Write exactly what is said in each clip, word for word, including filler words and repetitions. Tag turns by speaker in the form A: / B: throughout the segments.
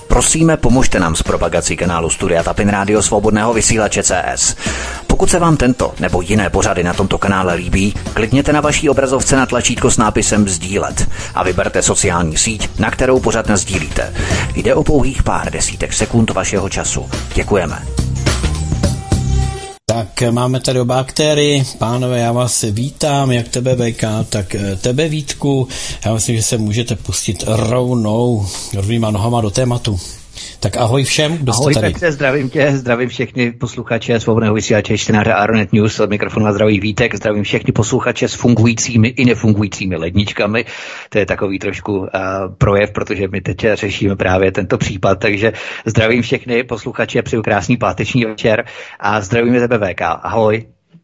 A: Prosíme, pomožte nám s propagací kanálu Studia Tapin Rádio Svobodného vysílače C S. Pokud se vám tento nebo jiné pořady na tomto kanále líbí, klikněte na vaší obrazovce na tlačítko s nápisem sdílet a vyberte sociální síť, na kterou pořad nasdílíte. Jde o pouhých pár desítek sekund vašeho času. Děkujeme.
B: Tak máme tady oba aktéry. Pánové, já vás vítám, jak tebe V K, tak tebe Vítku. Já myslím, že se můžete pustit rovnou rovnýma nohama do tématu. Tak ahoj všem, kdo jste
C: ahoj,
B: tady.
C: Ahoj, zdravím tě, zdravím všechny posluchače Svobodného vysílače, čtenáře Aeronet News, od mikrofonu a zdraví Vítek, zdravím všechny posluchače s fungujícími i nefungujícími ledničkami. To je takový trošku uh, projev, protože my teď řešíme právě tento případ, takže zdravím všechny posluchače, přeju krásný páteční večer a zdravíme tebe V K. Ahoj.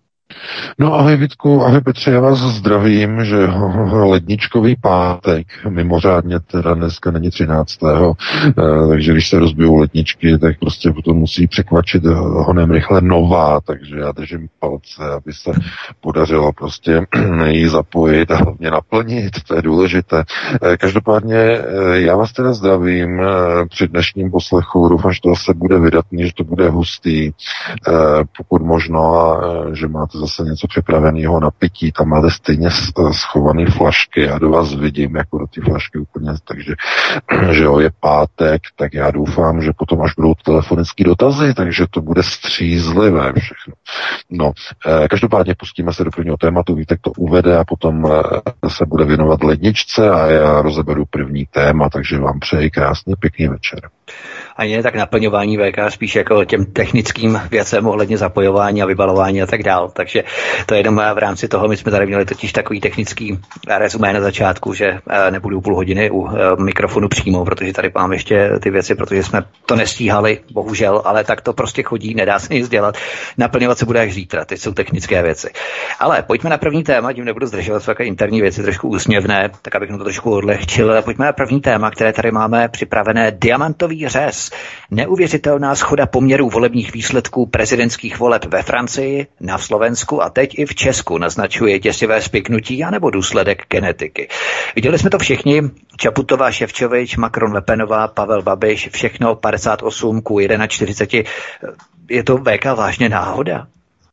D: No ahoj Vítku, ahoj Petře, já vás zdravím, že ledničkový pátek, mimořádně teda dneska není třináctého takže když se rozbijou ledničky, tak prostě potom musí překvačit honem rychle nová, takže já držím palce, aby se podařilo prostě ji zapojit a hlavně naplnit, to je důležité. Každopádně já vás teda zdravím při dnešním poslechu, doufám, že to zase bude vydatný, že to bude hustý, pokud možno, že máte zase něco připraveného na pití, tam máte stejně schované flašky, já do vás vidím jako do té flašky úplně, takže že jo, je pátek, tak já doufám, že potom až budou telefonické dotazy, takže to bude střízlivé všechno. No, eh, každopádně pustíme se do prvního tématu, Vítek to uvede a potom eh, se bude věnovat ledničce a já rozeberu první téma, takže vám přeji krásný, pěkný večer.
C: Ani ne tak naplňování V K, spíš jako těm technickým věcem ohledně zapojování a vybalování a tak dál. Takže to je jenom v rámci toho, my jsme tady měli totiž takový technický rezumé na začátku, že nebudu půl hodiny u mikrofonu přímo, protože tady mám ještě ty věci, protože jsme to nestíhali, bohužel, ale tak to prostě chodí, nedá se nic dělat. Naplňovat se bude až zítra, teď jsou technické věci. Ale pojďme na první téma, tím nebudu zdržovat, jsou také interní věci trošku úsměvné, tak abych to trošku odlehčil. Pojďme na první téma, které tady máme připravené, diamantový řez. Neuvěřitelná shoda poměrů volebních výsledků prezidentských voleb ve Francii, na Slovensku a teď i v Česku naznačuje děsivé spiknutí anebo důsledek genetiky. Viděli jsme to všichni, Čaputová, Ševčovič, Macron, Lepenová, Pavel Babiš, všechno padesát osm ku čtyřiceti jedna. Je to V K vážně náhoda?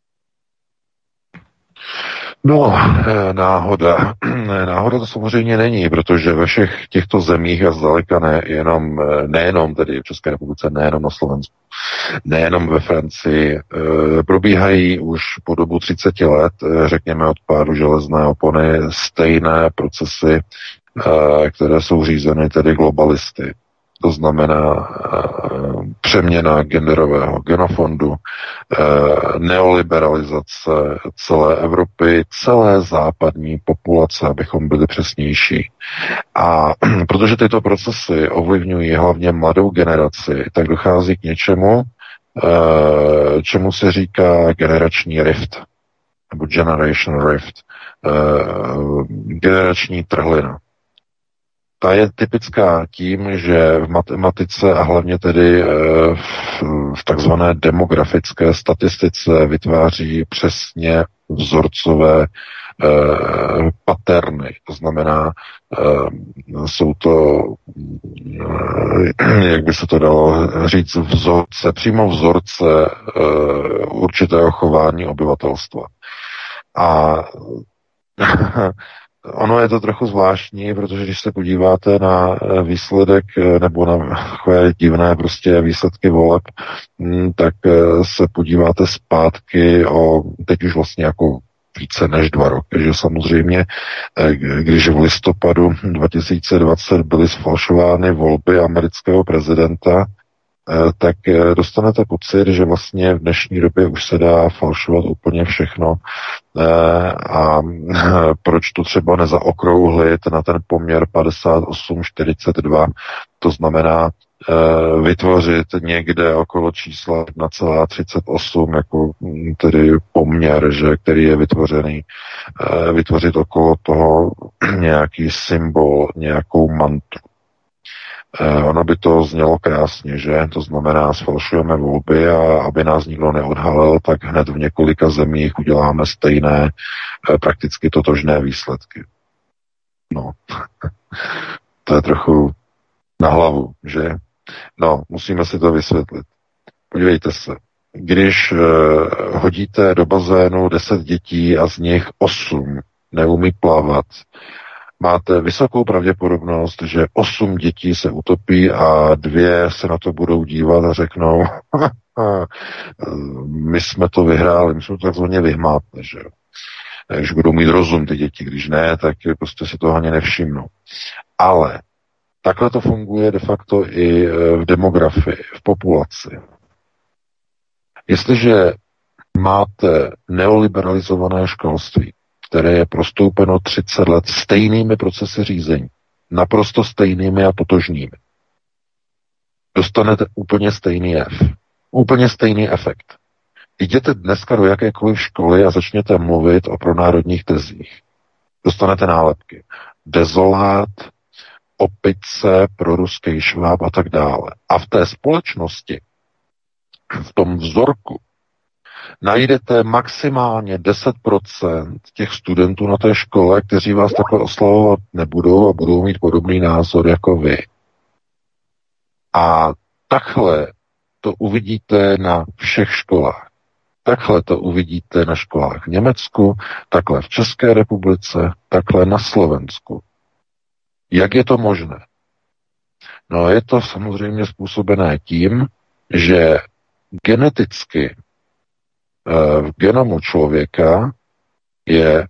D: No, náhoda. Náhoda to samozřejmě není, protože ve všech těchto zemích a zdaleka ne, jenom, nejenom tedy v České republice, nejenom na Slovensku, nejenom ve Francii, probíhají už po dobu třicet let, řekněme od pádu železné opony, stejné procesy, které jsou řízeny tedy globalisty. To znamená uh, přeměna genderového genofondu, uh, neoliberalizace celé Evropy, celé západní populace, abychom byli přesnější. A protože tyto procesy ovlivňují hlavně mladou generaci, tak dochází k něčemu, uh, čemu se říká generační rift, nebo generation rift, uh, generační trhlina. Ta je typická tím, že v matematice a hlavně tedy v, v takzvané demografické statistice vytváří přesně vzorcové eh, paterny. To znamená, eh, jsou to, eh, jak by se to dalo říct, vzorce, přímo vzorce eh, určitého chování obyvatelstva. A ono je to trochu zvláštní, protože když se podíváte na výsledek nebo na takové divné prostě výsledky voleb, tak se podíváte zpátky o teď už vlastně jako více než dva roky, že samozřejmě, když v listopadu dva tisíce dvacet byly sfalšovány volby amerického prezidenta, tak dostanete pocit, že vlastně v dnešní době už se dá falšovat úplně všechno a proč to třeba nezaokrouhlit na ten poměr padesát osm čtyřicet dva, to znamená vytvořit někde okolo čísla jedna celá třicet osm jako tedy poměr, že, který je vytvořený, vytvořit okolo toho nějaký symbol, nějakou mantru. Ono by to znělo krásně, že? To znamená, sfalšujeme volby a aby nás nikdo neodhalil, tak hned v několika zemích uděláme stejné, prakticky totožné výsledky. No, to je trochu na hlavu, že? No, musíme si to vysvětlit. Podívejte se. Když uh, hodíte do bazénu deset dětí a z nich osm neumí plavat, máte vysokou pravděpodobnost, že osm dětí se utopí a dvě se na to budou dívat a řeknou, my jsme to vyhráli, my jsme to takzvaně vyhmátli, že jo. Když budou mít rozum ty děti, když ne, tak prostě si toho ani nevšimnou. Ale takhle to funguje de facto i v demografii, v populaci. Jestliže máte neoliberalizované školství, které je prostoupeno třicet let stejnými procesy řízení, naprosto stejnými a totožnými, dostanete úplně stejný jev, úplně stejný efekt. Jděte dneska do jakékoliv školy a začněte mluvit o pronárodních tezích. Dostanete nálepky. Dezolát, opice, proruský šváb a tak dále. A v té společnosti, v tom vzorku, najdete maximálně deset procent těch studentů na té škole, kteří vás takhle oslavovat nebudou a budou mít podobný názor jako vy. A takhle to uvidíte na všech školách. Takhle to uvidíte na školách v Německu, takhle v České republice, takhle na Slovensku. Jak je to možné? No, je to samozřejmě způsobené tím, že geneticky v genomu člověka je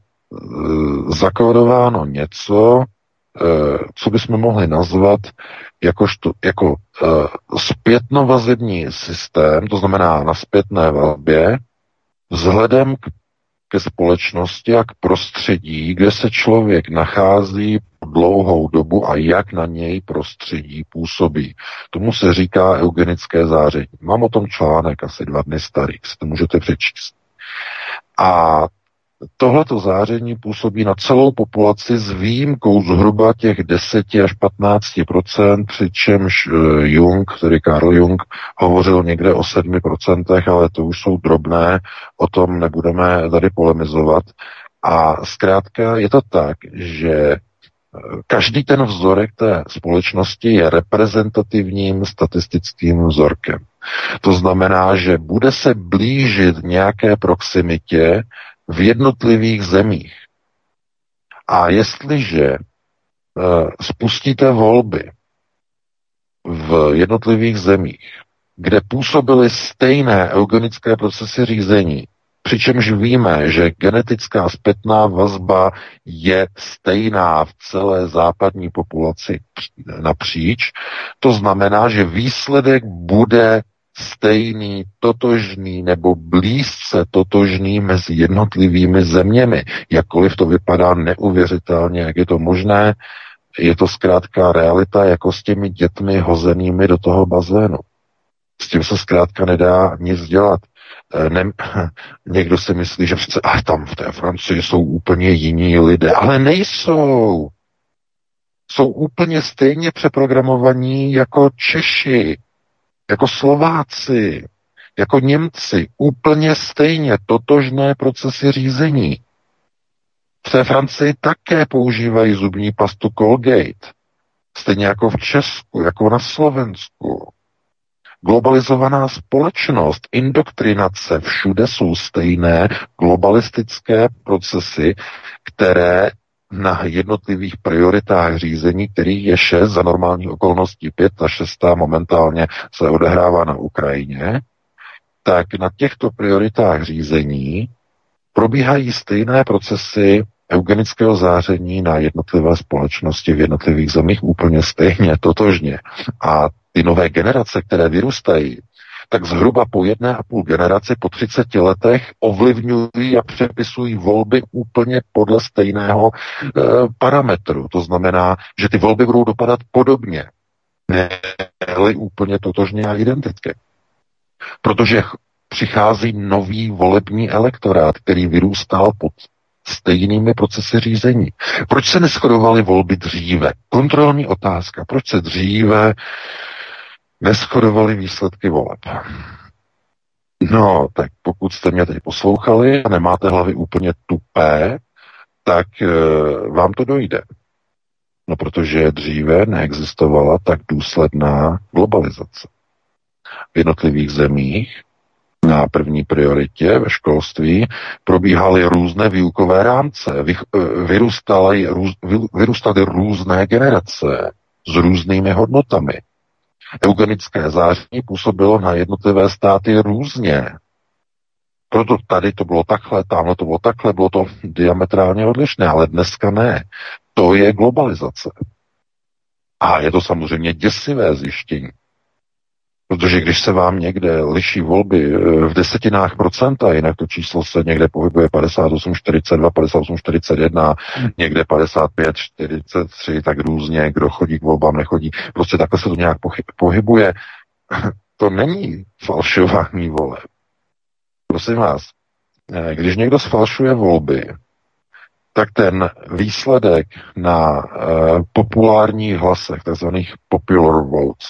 D: zakódováno něco, co bychom mohli nazvat jakožto, jako zpětnovazební systém, to znamená na zpětné vazbě, vzhledem k, ke společnosti a k prostředí, kde se člověk nachází po dlouhou dobu a jak na něj prostředí působí. Tomu se říká eugenické záření. Mám o tom článek asi dva dny starý, si to můžete přečíst. A tohleto záření působí na celou populaci s výjimkou zhruba těch deset až patnáct procent, přičemž Jung, tedy Carl Jung, hovořil někde o sedm procentech, ale to už jsou drobné, o tom nebudeme tady polemizovat. A zkrátka je to tak, že každý ten vzorek té společnosti je reprezentativním statistickým vzorkem. To znamená, že bude se blížit nějaké proximitě v jednotlivých zemích. A jestliže e, spustíte volby v jednotlivých zemích, kde působily stejné eugenické procesy řízení, přičemž víme, že genetická zpětná vazba je stejná v celé západní populaci napříč, to znamená, že výsledek bude stejný, totožný nebo blízce totožný mezi jednotlivými zeměmi. Jakkoliv to vypadá neuvěřitelně, jak je to možné, je to zkrátka realita jako s těmi dětmi hozenými do toho bazénu. S tím se zkrátka nedá nic dělat. Ne, někdo si myslí, že přece ach, tam v té Francii jsou úplně jiní lidé, ale nejsou. Jsou úplně stejně přeprogramovaní jako Češi, jako Slováci, jako Němci, úplně stejně totožné procesy řízení. V té Francii také používají zubní pastu Colgate, stejně jako v Česku, jako na Slovensku. Globalizovaná společnost, indoktrinace, všude jsou stejné globalistické procesy, které na jednotlivých prioritách řízení, kterých je šest, za normální okolností pět a šestá momentálně se odehrává na Ukrajině, tak na těchto prioritách řízení probíhají stejné procesy eugenického záření na jednotlivé společnosti v jednotlivých zemích úplně stejně, totožně. A ty nové generace, které vyrůstají, tak zhruba po jedné a půl generaci, po třiceti letech ovlivňují a přepisují volby úplně podle stejného e, parametru. To znamená, že ty volby budou dopadat podobně, ne-li úplně totožně a identicky. Protože přichází nový volební elektorát, který vyrůstal pod stejnými procesy řízení. Proč se neshodovaly volby dříve? Kontrolní otázka. Proč se dříve neshodovaly výsledky voleb? No, tak pokud jste mě teď poslouchali a nemáte hlavy úplně tupé, tak e, vám to dojde. No protože dříve neexistovala tak důsledná globalizace. V jednotlivých zemích na první prioritě ve školství probíhaly různé výukové rámce, vyrůstaly, vyrůstaly různé generace s různými hodnotami. Eugenické záření působilo na jednotlivé státy různě. Proto tady to bylo takhle, tamhle to bylo takhle, bylo to diametrálně odlišné, ale dneska ne. To je globalizace. A je to samozřejmě děsivé zjištění. Protože když se vám někde liší volby v desetinách procenta, jinak to číslo se někde pohybuje padesát osm čtyřicet dva, padesát osm čtyřicet jedna, někde padesát pět čtyřicet tři, tak různě, kdo chodí k volbám, nechodí. Prostě takhle se to nějak pohybuje. To není falšování voleb. Prosím vás, když někdo sfalšuje volby, tak ten výsledek na uh, populárních hlasech, takzvaných popular votes,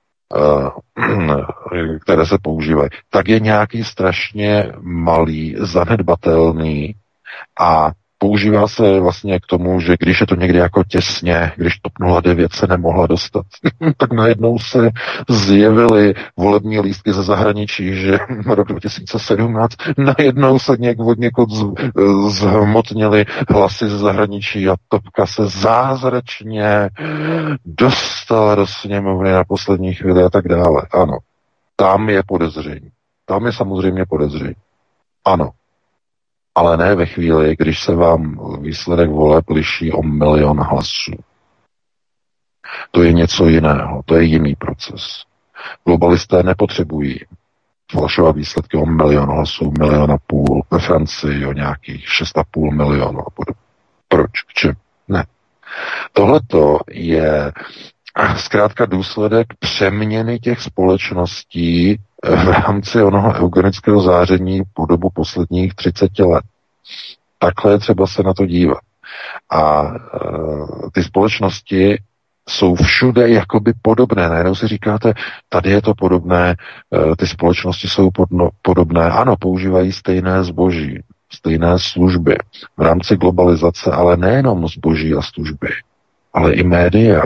D: uh, které se používají, tak je nějaký strašně malý, zanedbatelný a používá se vlastně k tomu, že když je to někdy jako těsně, když TOP nula devět se nemohla dostat, tak najednou se zjevily volební lístky ze zahraničí, že rok dva tisíce sedmnáct najednou se něk od někud zhmotnily hlasy ze zahraničí a Topka se zázračně dostala do sněmovny na poslední chvíli a tak dále. Ano, tam je podezření. Tam je samozřejmě podezření. Ano. Ale ne ve chvíli, když se vám výsledek voleb liší o milion hlasů. To je něco jiného, to je jiný proces. Globalisté nepotřebují falšovat výsledky o milion hlasů, milion a půl, ve Francii o nějakých šest a půl milionu a podobně. Proč? K čem? Ne. Tohleto je zkrátka důsledek přeměny těch společností v rámci onoho eugenického záření po dobu posledních třiceti let. Takhle je třeba se na to dívat. A e, ty společnosti jsou všude jakoby podobné. Najednou si říkáte, tady je to podobné, e, ty společnosti jsou podno, podobné. Ano, používají stejné zboží, stejné služby v rámci globalizace, ale nejenom zboží a služby, ale i média.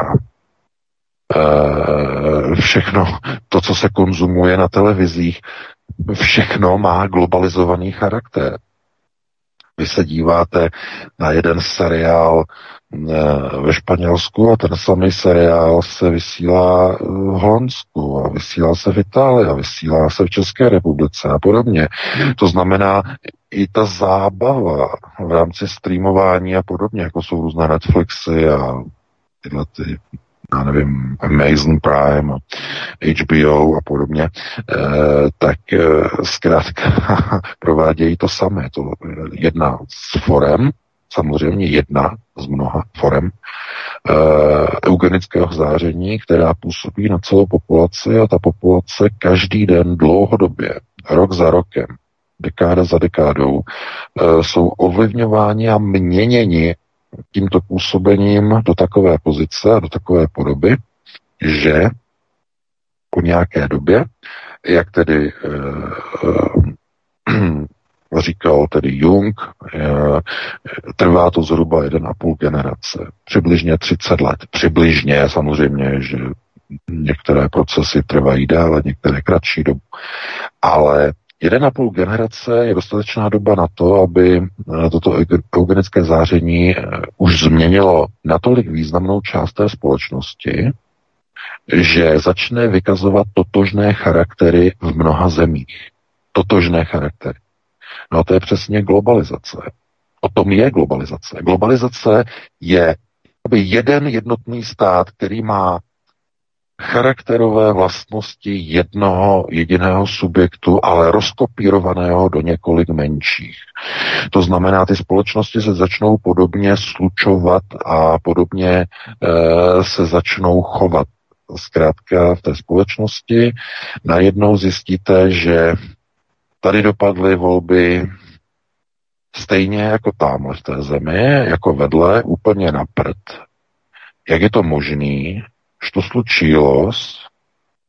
D: Všechno to, co se konzumuje na televizích, všechno má globalizovaný charakter. Vy se díváte na jeden seriál ve Španělsku a ten samý seriál se vysílá v Holandsku a vysílá se v Itálii a vysílá se v České republice a podobně. To znamená, i ta zábava v rámci streamování a podobně, jako jsou různé Netflixy a tyhle ty já nevím, Amazon Prime, H B O a podobně, eh, tak eh, zkrátka provádějí to samé. To jedna z forem, samozřejmě jedna z mnoha forem eh, eugenického záření, která působí na celou populaci a ta populace každý den dlouhodobě, rok za rokem, dekáda za dekádou, eh, jsou ovlivňováni a měněni tímto působením do takové pozice a do takové podoby, že po nějaké době, jak tedy e, e, říkal tedy Jung, e, trvá to zhruba jeden a půl generace, přibližně třicet let. Přibližně samozřejmě, že některé procesy trvají déle, některé kratší dobu, ale Jeden a půl generace je dostatečná doba na to, aby toto eugenické záření už změnilo natolik významnou část té společnosti, že začne vykazovat totožné charaktery v mnoha zemích. Totožné charaktery. No a to je přesně globalizace. O tom je globalizace. Globalizace je jeden jednotný stát, který má charakterové vlastnosti jednoho jediného subjektu, ale rozkopírovaného do několik menších. To znamená, ty společnosti se začnou podobně slučovat a podobně e, se začnou chovat. Zkrátka v té společnosti najednou zjistíte, že tady dopadly volby stejně jako tamhle v té zemi, jako vedle, úplně na prd. Jak je to možný? Что случилось?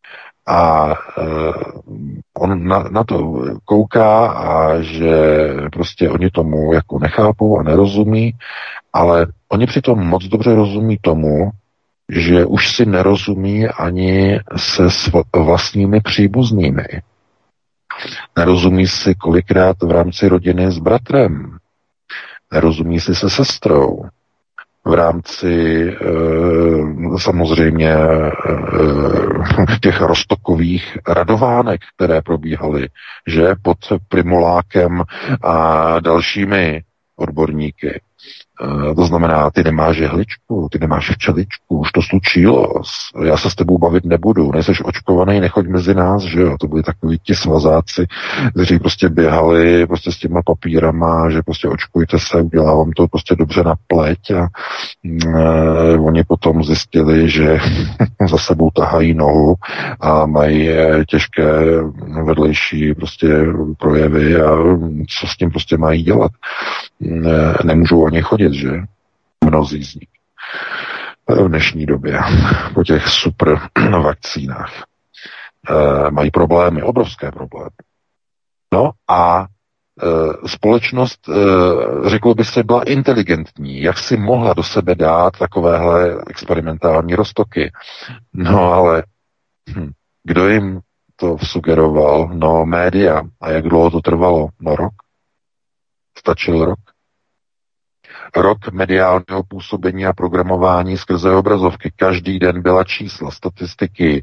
D: A on na, na to kouká a že prostě oni tomu jako nechápou a nerozumí, ale oni přitom moc dobře rozumí tomu, že už si nerozumí ani se vlastními příbuznými. Nerozumí si kolikrát v rámci rodiny s bratrem. Nerozumí si se sestrou. V rámci e, samozřejmě e, těch roztokových radovánek, které probíhaly, že pod Primolákem a dalšími odborníky. E, to znamená, ty nemáš jehličku, ty nemáš včeličku, už to slučilo, já se s tebou bavit nebudu, nejseš očkovaný, nechoď mezi nás, že jo, to byli takoví ti svazáci, kteří prostě běhali prostě s těma papírama, že prostě očkujte se, udělá vám to prostě dobře na pleť a e, oni potom zjistili, že za sebou tahají nohu a mají těžké vedlejší prostě projevy a co s tím prostě mají dělat. E, nemůžou ani chodit, že? Mnozí z nich. V dnešní době, po těch super vakcínách, e, mají problémy, obrovské problémy. No a e, společnost, e, řeklo by se, byla inteligentní. Jak si mohla do sebe dát takovéhle experimentální roztoky? No ale hm, kdo jim to sugeroval? No média. A jak dlouho to trvalo? No rok. Stačil rok. Rok mediálního působení a programování skrze obrazovky. Každý den byla čísla, statistiky,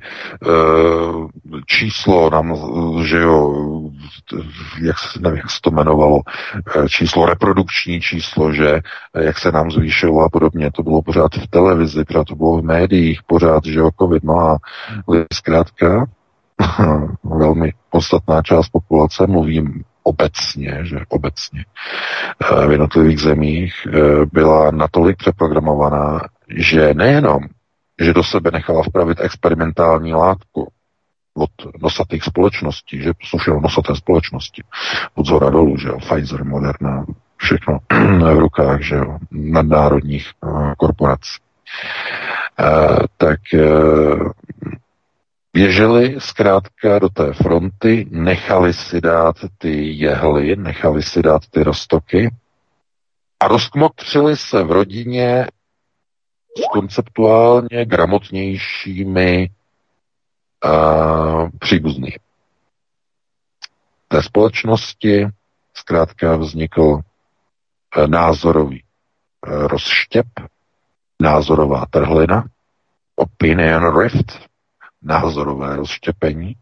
D: číslo nám, že jo, jak se, nevím, jak se to jmenovalo, číslo, reprodukční číslo, že, jak se nám zvýšilo a podobně. To bylo pořád v televizi, pořád to bylo v médiích, pořád, že jo, covid. No a zkrátka velmi podstatná část populace, mluvím obecně, že obecně v jednotlivých zemích byla natolik přeprogramovaná, že nejenom, že do sebe nechala vpravit experimentální látku od nosatých společností, že to jsou všechno nosaté společnosti, od zhora dolů, že jo, Pfizer, Moderna, všechno v rukách, že jo, nadnárodních korporací. Tak běželi zkrátka do té fronty, nechali si dát ty jehly, nechali si dát ty roztoky a rozkmotřili se v rodině s konceptuálně gramotnějšími uh, příbuznými. V té společnosti zkrátka vznikl uh, názorový uh, rozštěp, názorová trhlina, opinion rift, názorové rozštěpení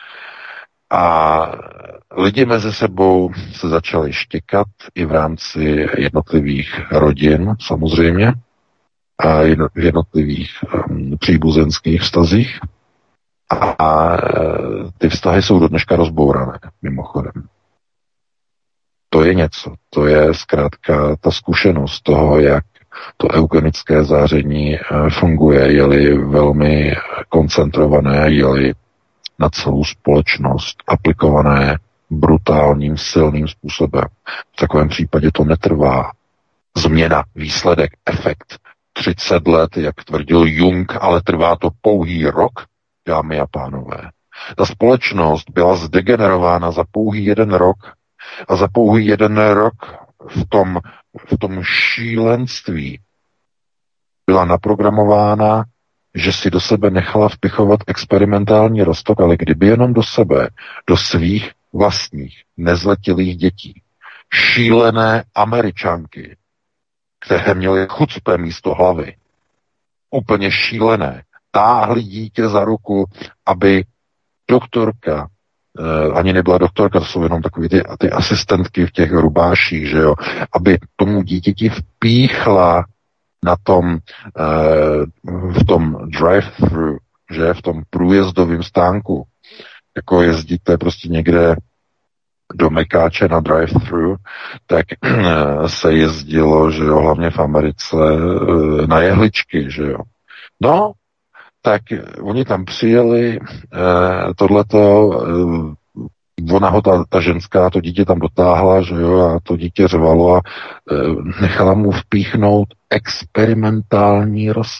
D: a lidi mezi sebou se začali štěkat i v rámci jednotlivých rodin samozřejmě a v jednotlivých um, příbuzenských vztazích a ty vztahy jsou do dneška rozbourané, mimochodem. To je něco, to je zkrátka ta zkušenost toho, jak to eugenické záření funguje, je-li velmi koncentrované, je-li na celou společnost aplikované brutálním, silným způsobem. V takovém případě to netrvá změna, výsledek, efekt třicet let, jak tvrdil Jung, ale trvá to pouhý rok, dámy a pánové. Ta společnost byla zdegenerována za pouhý jeden rok a za pouhý jeden rok v tom, v tom šílenství byla naprogramována, že si do sebe nechala vpichovat experimentální roztok, ale kdyby jenom do sebe, do svých vlastních nezletilých dětí. Šílené Američanky, které měly chucpe místo hlavy. Úplně šílené. Táhli dítě za ruku, aby doktorka, eh, ani nebyla doktorka, to jsou jenom takové ty, ty asistentky v těch rubáších, že jo, aby tomu dítěti vpíchla na tom, eh, v tom drive-thru, že v tom průjezdovém stánku, jako jezdíte prostě někde do Mekáče na drive-thru, tak se jezdilo, že jo, hlavně v Americe, na jehličky, že jo. No, tak oni tam přijeli, eh, tohleto, eh, ona ho, ta, ta ženská, to dítě tam dotáhla, že jo, a to dítě řvalo a eh, nechala mu vpíchnout experimentální roztok.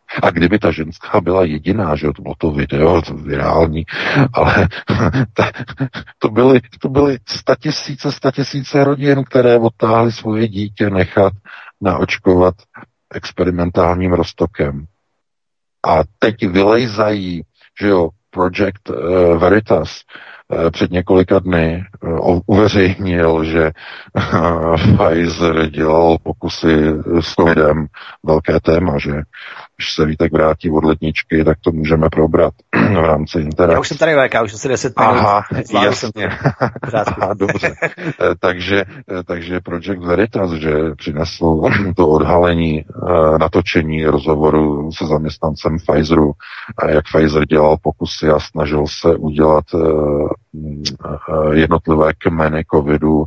D: A kdyby ta ženská byla jediná, že to bylo to video, to virální, ale to byly, to byly statisíce, statisíce rodin, které odtáhly svoje dítě nechat naočkovat experimentálním roztokem. A teď vylejzají, že jo, Project uh, Veritas uh, před několika dny uh, uveřejnil, že uh, Pfizer dělal pokusy s covidem, velké téma, že když se Vítek vrátí od letničky, tak to můžeme probrat v rámci interakce.
C: Já už jsem tady V K, už asi deset minut.
D: Aha, jasně. Aha, dobře. takže, takže Project Veritas, že přinesl to odhalení, natočení rozhovoru se zaměstnancem Pfizeru, jak Pfizer dělal pokusy a snažil se udělat jednotlivé kmeny covidu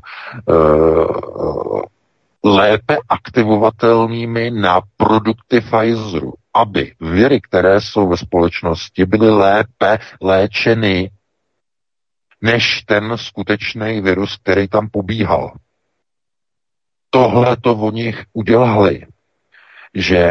D: lépe aktivovatelnými na produkty Pfizeru, aby viry, které jsou ve společnosti, byly lépe léčeny než ten skutečný virus, který tam pobíhal. Tohle to oni udělali, že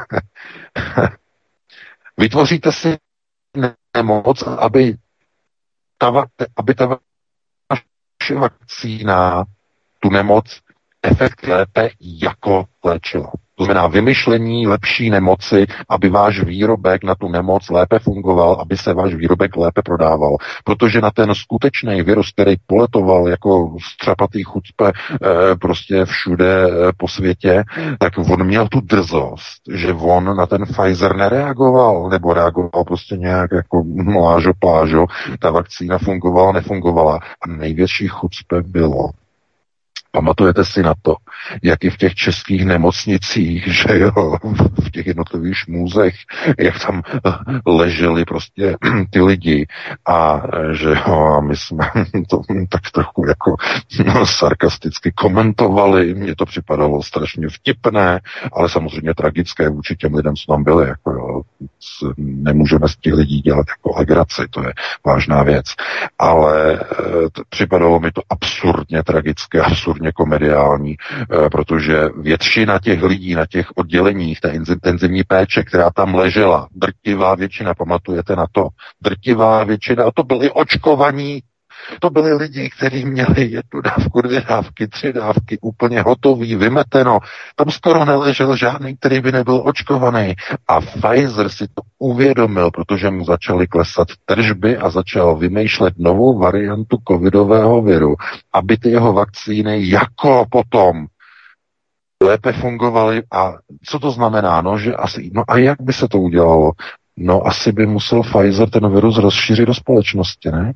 D: vytvoříte si nemoc, aby ta, aby ta vaše vakcína tu nemoc efekt lépe jako léčila. To znamená vymyšlení lepší nemoci, aby váš výrobek na tu nemoc lépe fungoval, aby se váš výrobek lépe prodával. Protože na ten skutečný virus, který poletoval jako střapatý chucpe e, prostě všude e, po světě, tak on měl tu drzost, že on na ten Pfizer nereagoval, nebo reagoval prostě nějak jako mlážo plážo, ta vakcína fungovala, nefungovala. A největší chucpe bylo, pamatujete si na to, jak i v těch českých nemocnicích, že jo, v těch jednotlivých šmůzech, jak tam leželi prostě ty lidi a že jo, a my jsme to tak trochu jako no, sarkasticky komentovali, mně to připadalo strašně vtipné, ale samozřejmě tragické vůči těm lidem, co tam byli, jako jo, nemůžeme z těch lidí dělat jako legraci, to je vážná věc, ale t- připadalo mi to absurdně tragické, absurdně komediální, protože většina těch lidí na těch odděleních té intenzivní péče, která tam ležela, drtivá většina, pamatujete na to, drtivá většina, a to byli očkovaní, to byli lidi, kteří měli jednu dávku, dvě dávky, tři dávky, úplně hotový, vymeteno. Tam skoro neležel žádný, který by nebyl očkovaný. A Pfizer si to uvědomil, protože mu začaly klesat tržby a začal vymýšlet novou variantu covidového viru, aby ty jeho vakcíny jako potom lépe fungovaly. A co to znamená? No, že asi, no a jak by se to udělalo? No, asi by musel Pfizer ten virus rozšířit do společnosti, ne?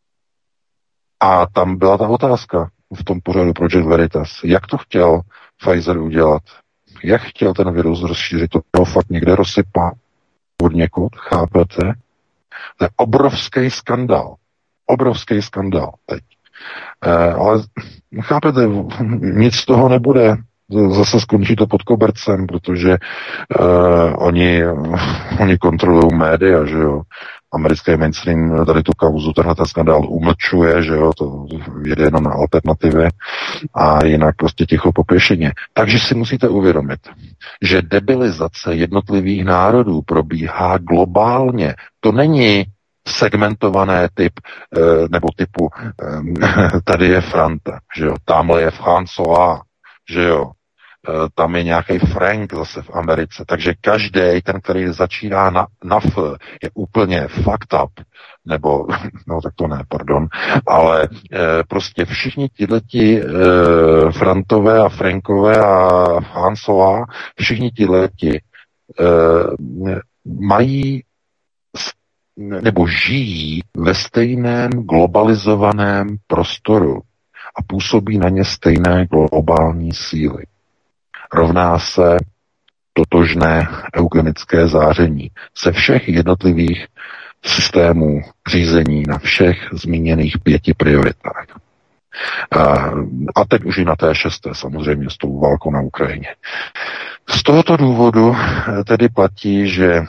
D: A tam byla ta otázka v tom pořadu Project Veritas. Jak to chtěl Pfizer udělat? Jak chtěl ten virus rozšířit? To fakt někde rozsypá od někud, chápete? To je obrovský skandál. Obrovský skandál teď. E, ale chápete, nic z toho nebude. Zase skončí to pod kobercem, protože uh, oni, oni kontrolují média, že jo. Americký mainstream tady tu kauzu, tenhle ten skandál umlčuje, že jo, to jede jenom na alternativě a jinak prostě ticho popěšeně. Takže si musíte uvědomit, že debilizace jednotlivých národů probíhá globálně. To není segmentované typ, nebo typu tady je Franta, že jo, tamhle je François, že jo, tam je nějaký Frank zase v Americe, takže každý, ten, který začíná na, na F, je úplně fucked up, nebo, no tak to ne, pardon, ale e, prostě všichni tihleti e, Frantové a Frankové a Hansova, všichni tihleti e, mají nebo žijí ve stejném globalizovaném prostoru a působí na ně stejné globální síly. Rovná se totožné eugenické záření ze všech jednotlivých systémů řízení na všech zmíněných pěti prioritách. A teď už i na té šesté, samozřejmě s tou válkou na Ukrajině. Z tohoto důvodu tedy platí, že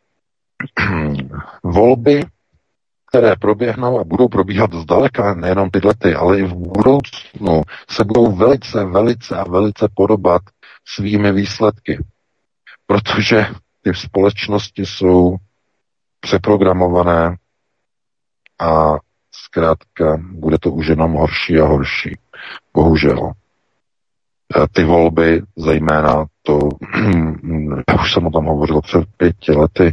D: volby, které proběhnou a budou probíhat zdaleka, nejenom tyhle, ale i v budoucnu, se budou velice, velice a velice podobat svými výsledky. Protože ty společnosti jsou přeprogramované a zkrátka bude to už jenom horší a horší. Bohužel. Ty volby, zejména to, já už jsem o tom hovořil před pěti lety,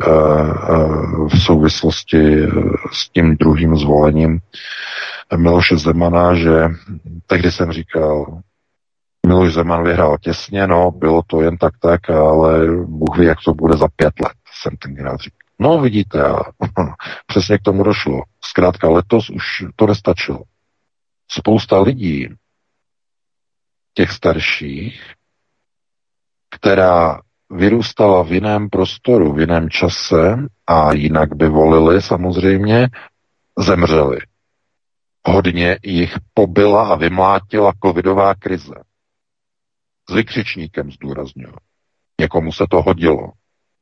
D: v souvislosti s tím druhým zvolením Miloše Zemana, že tehdy jsem říkal, Miloš Zeman vyhrál těsně, no, bylo to jen tak tak, ale Bůh ví, jak to bude za pět let, jsem tenkrát říkal. No, vidíte, a přesně k tomu došlo. Zkrátka letos už to nestačilo. Spousta lidí, těch starších, která vyrůstala v jiném prostoru, v jiném čase a jinak by volili samozřejmě, zemřeli. Hodně jich pobyla a vymlátila covidová krize. S vykřičníkem zdůrazňuji. Někomu se to hodilo.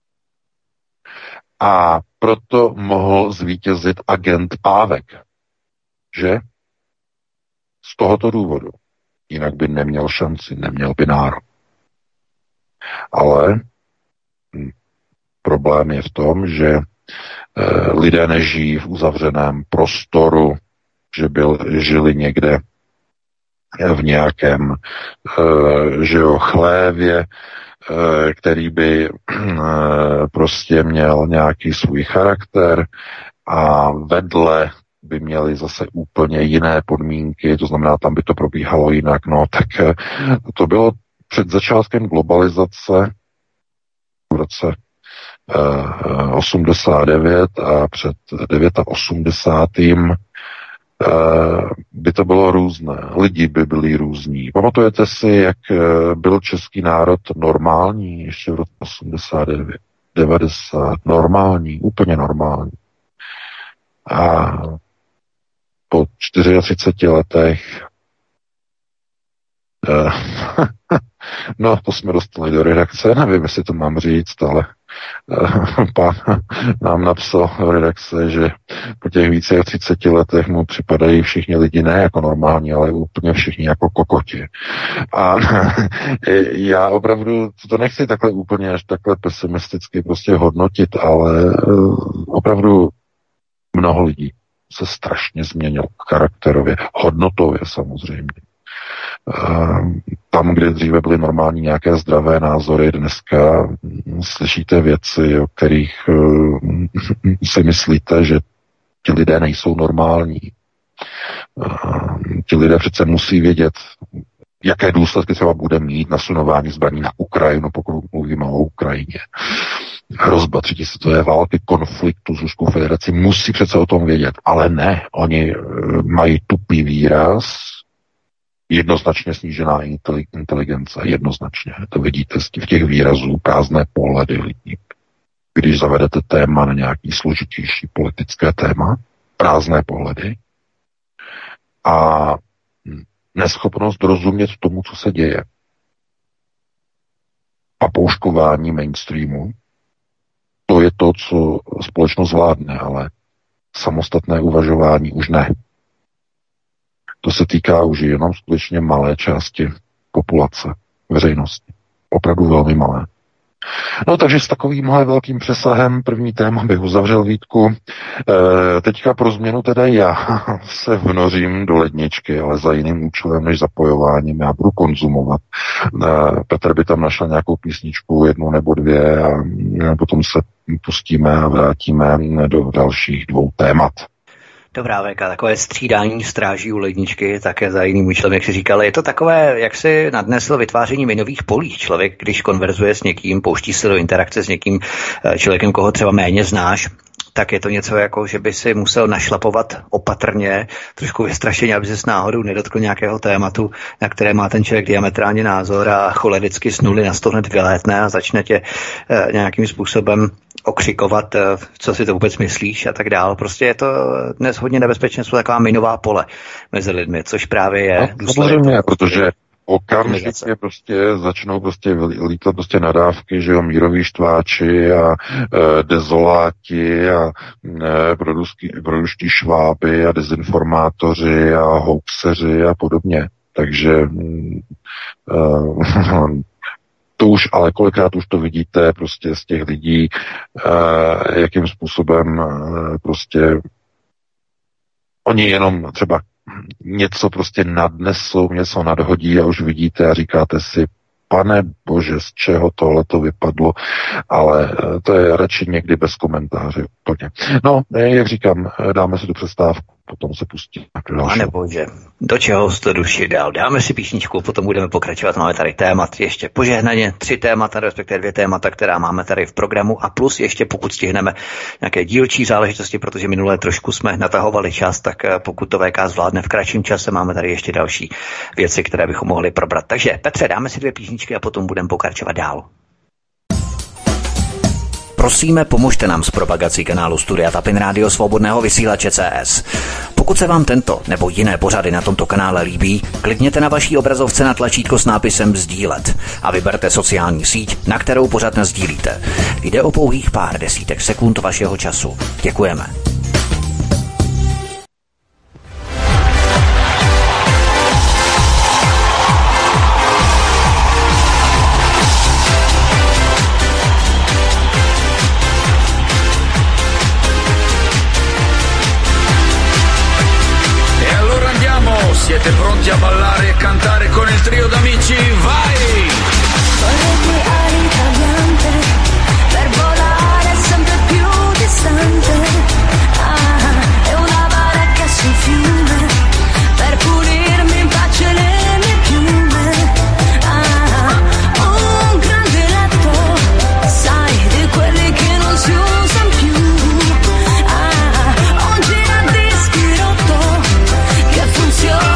D: A proto mohl zvítězit agent Pávek. Že? Z tohoto důvodu. Jinak by neměl šanci, neměl by nárok. Ale hm, problém je v tom, že e, lidé nežijí v uzavřeném prostoru, že byl, žili někde v nějakém e, že jo, chlévě, e, který by e, prostě měl nějaký svůj charakter a vedle by měli zase úplně jiné podmínky, to znamená, tam by to probíhalo jinak. No, tak to bylo před začátkem globalizace v roce eh, osmdesát devět a před osmdesátým devátým eh, by to bylo různé. Lidi by byli různí. Pamatujete si, jak byl český národ normální ještě v roce osmdesát devět, devadesát, normální, úplně normální. A po třiceti čtyřech letech no, to jsme dostali do redakce, nevím, jestli to mám říct, ale pán nám napsal do redakce, že po těch více jak třiceti letech mu připadají všichni lidi ne jako normální, ale úplně všichni jako kokoti. A já opravdu to nechci takhle úplně až takhle pesimisticky prostě hodnotit, ale opravdu mnoho lidí se strašně změnil charakterově, hodnotově samozřejmě. Tam, kde dříve byly normální nějaké zdravé názory, dneska slyšíte věci, o kterých si myslíte, že ti lidé nejsou normální. Ti lidé přece musí vědět, jaké důsledky třeba bude mít nasunování zbraní na Ukrajinu, pokud mluvíme o Ukrajině. Hrozba třetí světové války, konfliktu s Ruskou federací, musí přece o tom vědět. Ale ne, oni mají tupý výraz, jednoznačně snížená inteligence, jednoznačně. To vidíte v těch výrazů, prázdné pohledy lidí. Když zavedete téma na nějaký složitější politické téma, prázdné pohledy a neschopnost rozumět tomu, co se děje. A pouškování mainstreamu, to je to, co společnost vládne, ale samostatné uvažování už ne. To se týká už jenom skutečně malé části populace, veřejnosti. Opravdu velmi malé. No takže s takovýmhle velkým přesahem první téma bych uzavřel, Vítku. E, teďka pro změnu teda já se vnořím do ledničky, ale za jiným účelem než zapojováním. Já budu konzumovat. E, Petr by tam našel nějakou písničku, jednu nebo dvě a potom se pustíme a vrátíme do dalších dvou témat.
C: Dobrá, V K, takové střídání stráží u ledničky, také za jiným účelem, jak si říkal. Je to takové, jak si nadnesl, vytváření minových polí. Člověk, když konverzuje s někým, pouští se do interakce s někým člověkem, koho třeba méně znáš, tak je to něco jako, že by si musel našlapovat opatrně, trošku vystrašeně, aby se s náhodou nedotkl nějakého tématu, na které má ten člověk diametrálně názor a cholericky z nuly na sto hned vylétne a začne tě eh, nějakým způsobem okřikovat, eh, co si to vůbec myslíš a tak dál. Prostě je to dnes hodně nebezpečné, jsou taková minová pole mezi lidmi, což právě je
D: no, důsledek. Protože okamžitě prostě začnou prostě lítat prostě nadávky, že jo, míroví štváči a e, dezoláti a e, produští šváby a dezinformátoři a hoaxeři a podobně. Takže e, To už, ale kolikrát už to vidíte prostě z těch lidí, uh, jakým způsobem uh, prostě oni jenom třeba něco prostě nadnesou, něco nadhodí a už vidíte a říkáte si, pane bože, z čeho tohle to vypadlo, ale to je radši někdy bez komentáře. Úplně. No, jak říkám, dáme si tu přestávku, potom se pustíme.
C: Pane bože, do čeho jste duši dál? Dáme si písničku, potom budeme pokračovat. Máme tady témat ještě požehnaně, tři témata, respektive dvě témata, která máme tady v programu a plus ještě pokud stihneme nějaké dílčí záležitosti, protože minulé trošku jsme natahovali čas, tak pokud to V K zvládne v kratším čase, máme tady ještě další věci, které bychom mohli probrat. Takže Petře, dáme si dvě písničky a potom budeme pokračovat dál.
A: Prosíme, pomožte nám s propagací kanálu Studia Tapin Rádio Svobodného vysílače C S. Pokud se vám tento nebo jiné pořady na tomto kanále líbí, klikněte na vaší obrazovce na tlačítko s nápisem sdílet a vyberte sociální síť, na kterou pořad nasdílíte. Jde o pouhých pár desítek sekund vašeho času. Děkujeme.
E: Siete pronti a ballare e cantare con il trio d'amici? Vai!
F: Voglio ali tagliante per volare sempre più distante. Ah, è una baracca sul fiume per pulirmi in pace le mie piume. Ah, un grande letto, sai, di quelli che non si usano più. Ah, un giradischi rotto che funziona.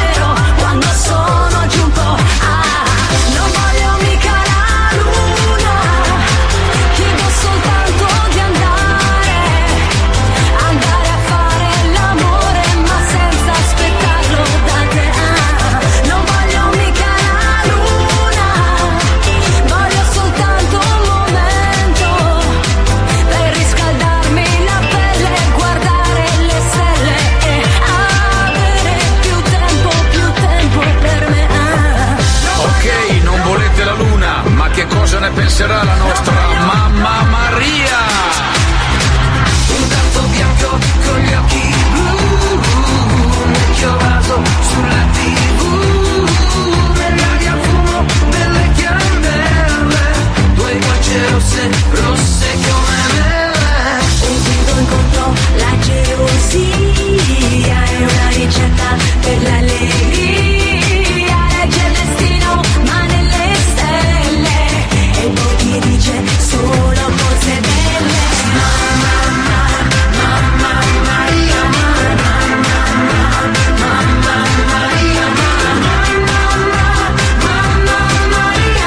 E: Che cosa ne penserà la nostra mamma Maria? Un gatto bianco con gli occhi blu, inchiodato sulla tivù, nell'aria fumo delle candele, due gocce rosse, rosse come mele.
F: Un grido incontrò la gelosia, è una ricetta per l'allegria. Dice solo cose belle. Mamma, mamma, Maria, mamma, mamma, Maria, mamma, mamma, Maria,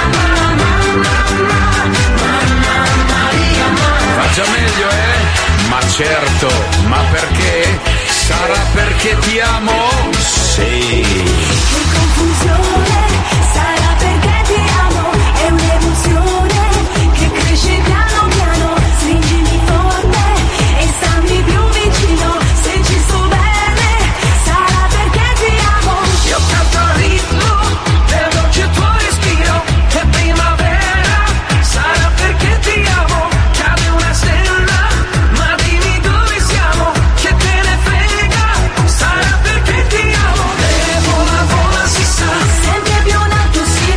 F: mamma, Maria, mamma.
E: Va già meglio, eh? Ma certo, ma perché? Sarà perché ti amo? Sì.
F: Che confusione, sarà perché ti amo, è un'emozione. Cresce piano piano, stringimi forte e stammi più vicino, se ci sto bene, sarà perché ti amo.
E: Io canto al ritmo del dolce tuo respiro, è primavera, sarà perché ti amo, cade una stella, ma dimmi dove siamo, che te ne frega, sarà perché ti amo. E vola, vola si sa,
F: sempre più in alto si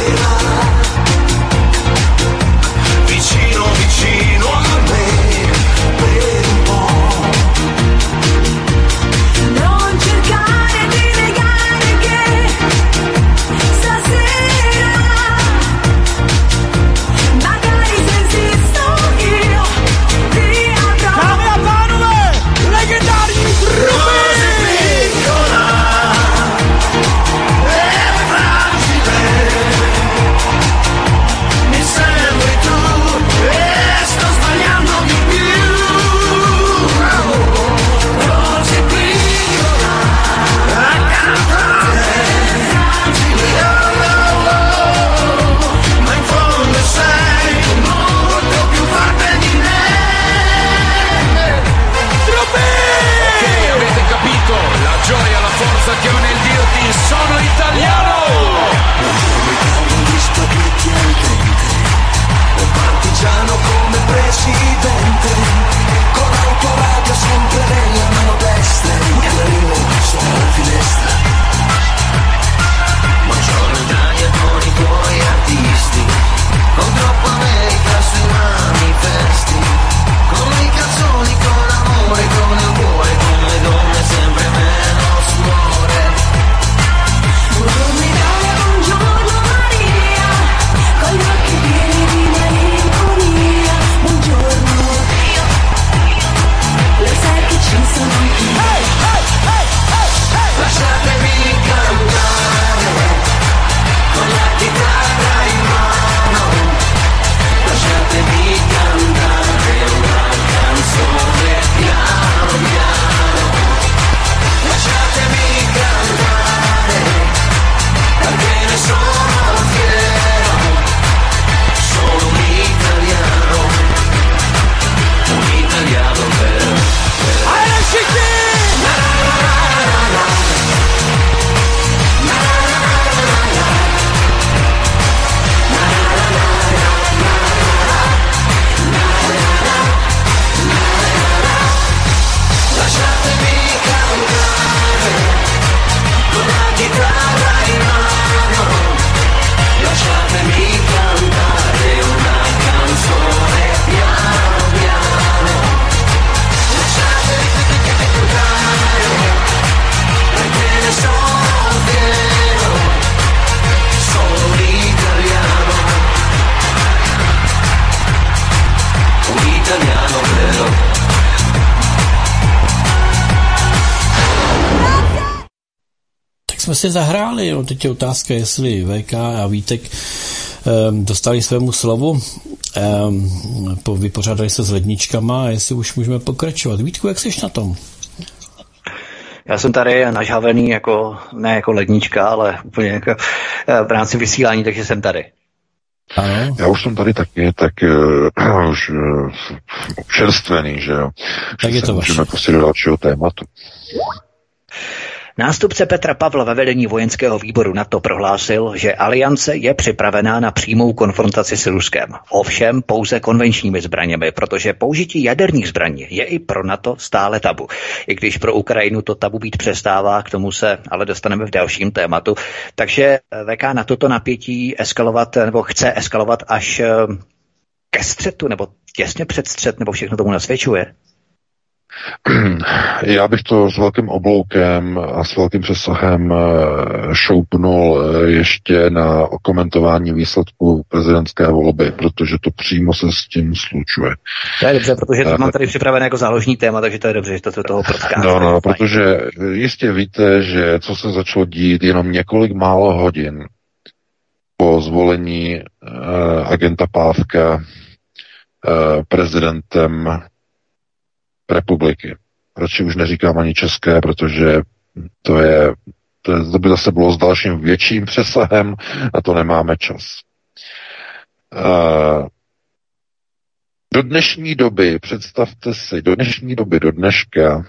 E: vicino vicino a me per un po'.
F: Non cercare di negare che stasera magari se esisto io ti avrò.
G: Cambia Panove, leggendari
E: Così piccola e fragile mi sembri tu e sto sbagliando di più. Così piccola accanto a te, fragile, oh, oh, oh, ma in fondo sei molto più forte di me.
G: Ok, avete capito la gioia, la forza che ho nel dirti sono italiano.
E: Gli spaghetti al dente, un partigiano come presidente, con l'autoradio sempre nella mano destra, il clarino sopra la finestra. Buongiorno Italia con i tuoi artisti, con troppa America sui manifesti, con le canzoni, con l'amore, con il cuore, con le donne sempre meno suore.
F: Buongiorno Italia, buongiorno Maria, con gli occhi pieni di malinconia. Buongiorno, lo sai che ci sono anch'io.
E: Lasciatemi cantare con la chitarra in mano, lasciatemi cantare una canzone piano piano, lasciatemi cantare perché ne sono fiero, sono un italiano, un italiano vero. Lasciatemi cantare con la chitarra in mano, lasciatemi cantare una canzone piano piano, lasciatemi cantare perché ne sono fiero, sono un italiano, un italiano vero.
B: Tak jsme si zahráli, no, teď je otázka, jestli V K a Vítek um, dostali svému slovu, um, po, vypořádali se s ledničkama a jestli už můžeme pokračovat. Vítku, jak jsi na tom?
C: Já jsem tady nažhavený jako, ne jako lednička, ale úplně jako v rámci vysílání, takže jsem tady.
B: Ano.
D: Já už jsem tady taky, tak uh, už uh, čerstvený, že jo.
B: Tak je to
D: můžeme
B: vaše.
D: prostě do dalšího tématu.
C: Nástupce Petra Pavla ve vedení vojenského výboru NATO prohlásil, že aliance je připravená na přímou konfrontaci s Ruskem. Ovšem pouze konvenčními zbraněmi, protože použití jaderných zbraní je i pro NATO stále tabu. I když pro Ukrajinu to tabu být přestává, k tomu se ale dostaneme v dalším tématu. Takže V K na toto napětí eskalovat, nebo chce eskalovat až ke střetu, nebo těsně před střet, nebo všechno tomu nasvědčuje?
D: Já bych to s velkým obloukem a s velkým přesahem šoupnul ještě na komentování výsledku prezidentské volby, protože to přímo se s tím slučuje.
C: To je dobře, protože to mám tady připravené jako záložní téma, takže to je dobře, že to toho protká.
D: No, no, protože jistě víte, že co se začalo dít jenom několik málo hodin po zvolení uh, agenta Pávka uh, prezidentem republiky. Radši už neříkám ani české, protože to je, to, je, to by zase bylo s dalším větším přesahem a to nemáme čas. Uh, do dnešní doby, představte si, do dnešní doby, do dneška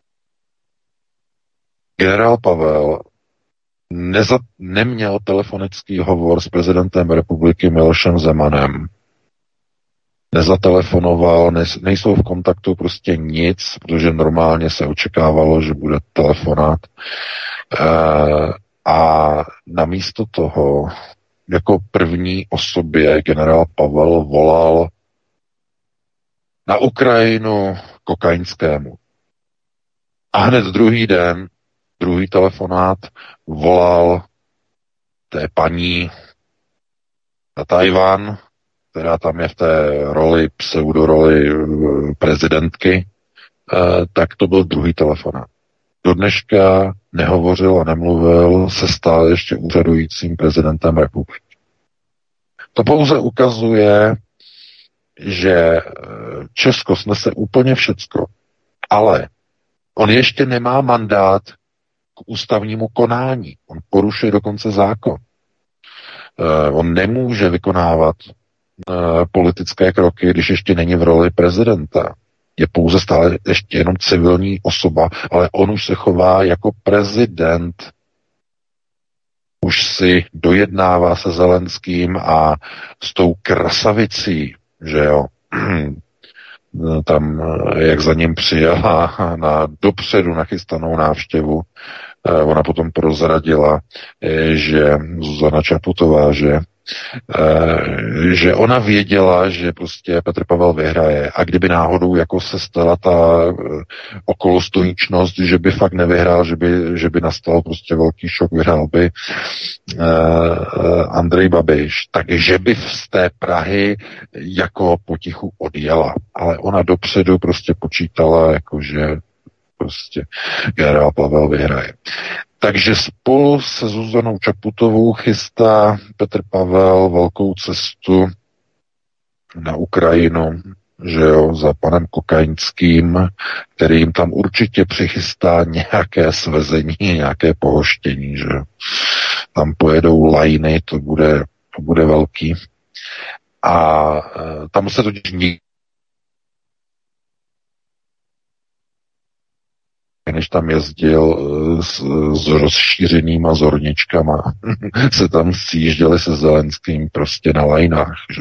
D: generál Pavel neza, neměl telefonický hovor s prezidentem republiky Milošem Zemanem. Nezatelefonoval, ne, nejsou v kontaktu prostě nic, protože normálně se očekávalo, že bude telefonát. E, a namísto toho jako první osobě generál Pavel volal na Ukrajinu kokainskému. A hned druhý den, druhý telefonát volal té paní na Tajvan, která tam je v té roli, pseudoroli prezidentky, tak to byl druhý telefonát. Do dneška nehovořil a nemluvil se stále ještě úřadujícím prezidentem republiky. To pouze ukazuje, že Česko snese úplně všecko, ale on ještě nemá mandát k ústavnímu konání. On porušuje dokonce zákon. On nemůže vykonávat politické kroky, když ještě není v roli prezidenta. Je pouze stále ještě jenom civilní osoba, ale on už se chová jako prezident. Už si dojednává se Zelenským a s tou krasavicí, že jo, tam, jak za ním přijela na dopředu nachystanou návštěvu, ona potom prozradila, že Zuzana Čaputová, že že ona věděla, že prostě Petr Pavel vyhraje a kdyby náhodou jako se stala ta okolostoničnost, že by fakt nevyhrál, že by, že by nastal prostě velký šok, vyhrál by uh, Andrej Babiš, takže by z té Prahy jako potichu odjela, ale ona dopředu prostě počítala, jako že prostě generál Pavel vyhraje. Takže spolu se Zuzanou Čaputovou chystá Petr Pavel velkou cestu na Ukrajinu, že jo, za panem Kokainským, který jim tam určitě přichystá nějaké svezení, nějaké pohoštění, že jo. Tam pojedou lajny, to bude, to bude velký. A e, tam se totiž nikdy než tam jezdil s, s rozšířenýma zorničkama, se tam sjížděli se Zelenským prostě na lajnách, že.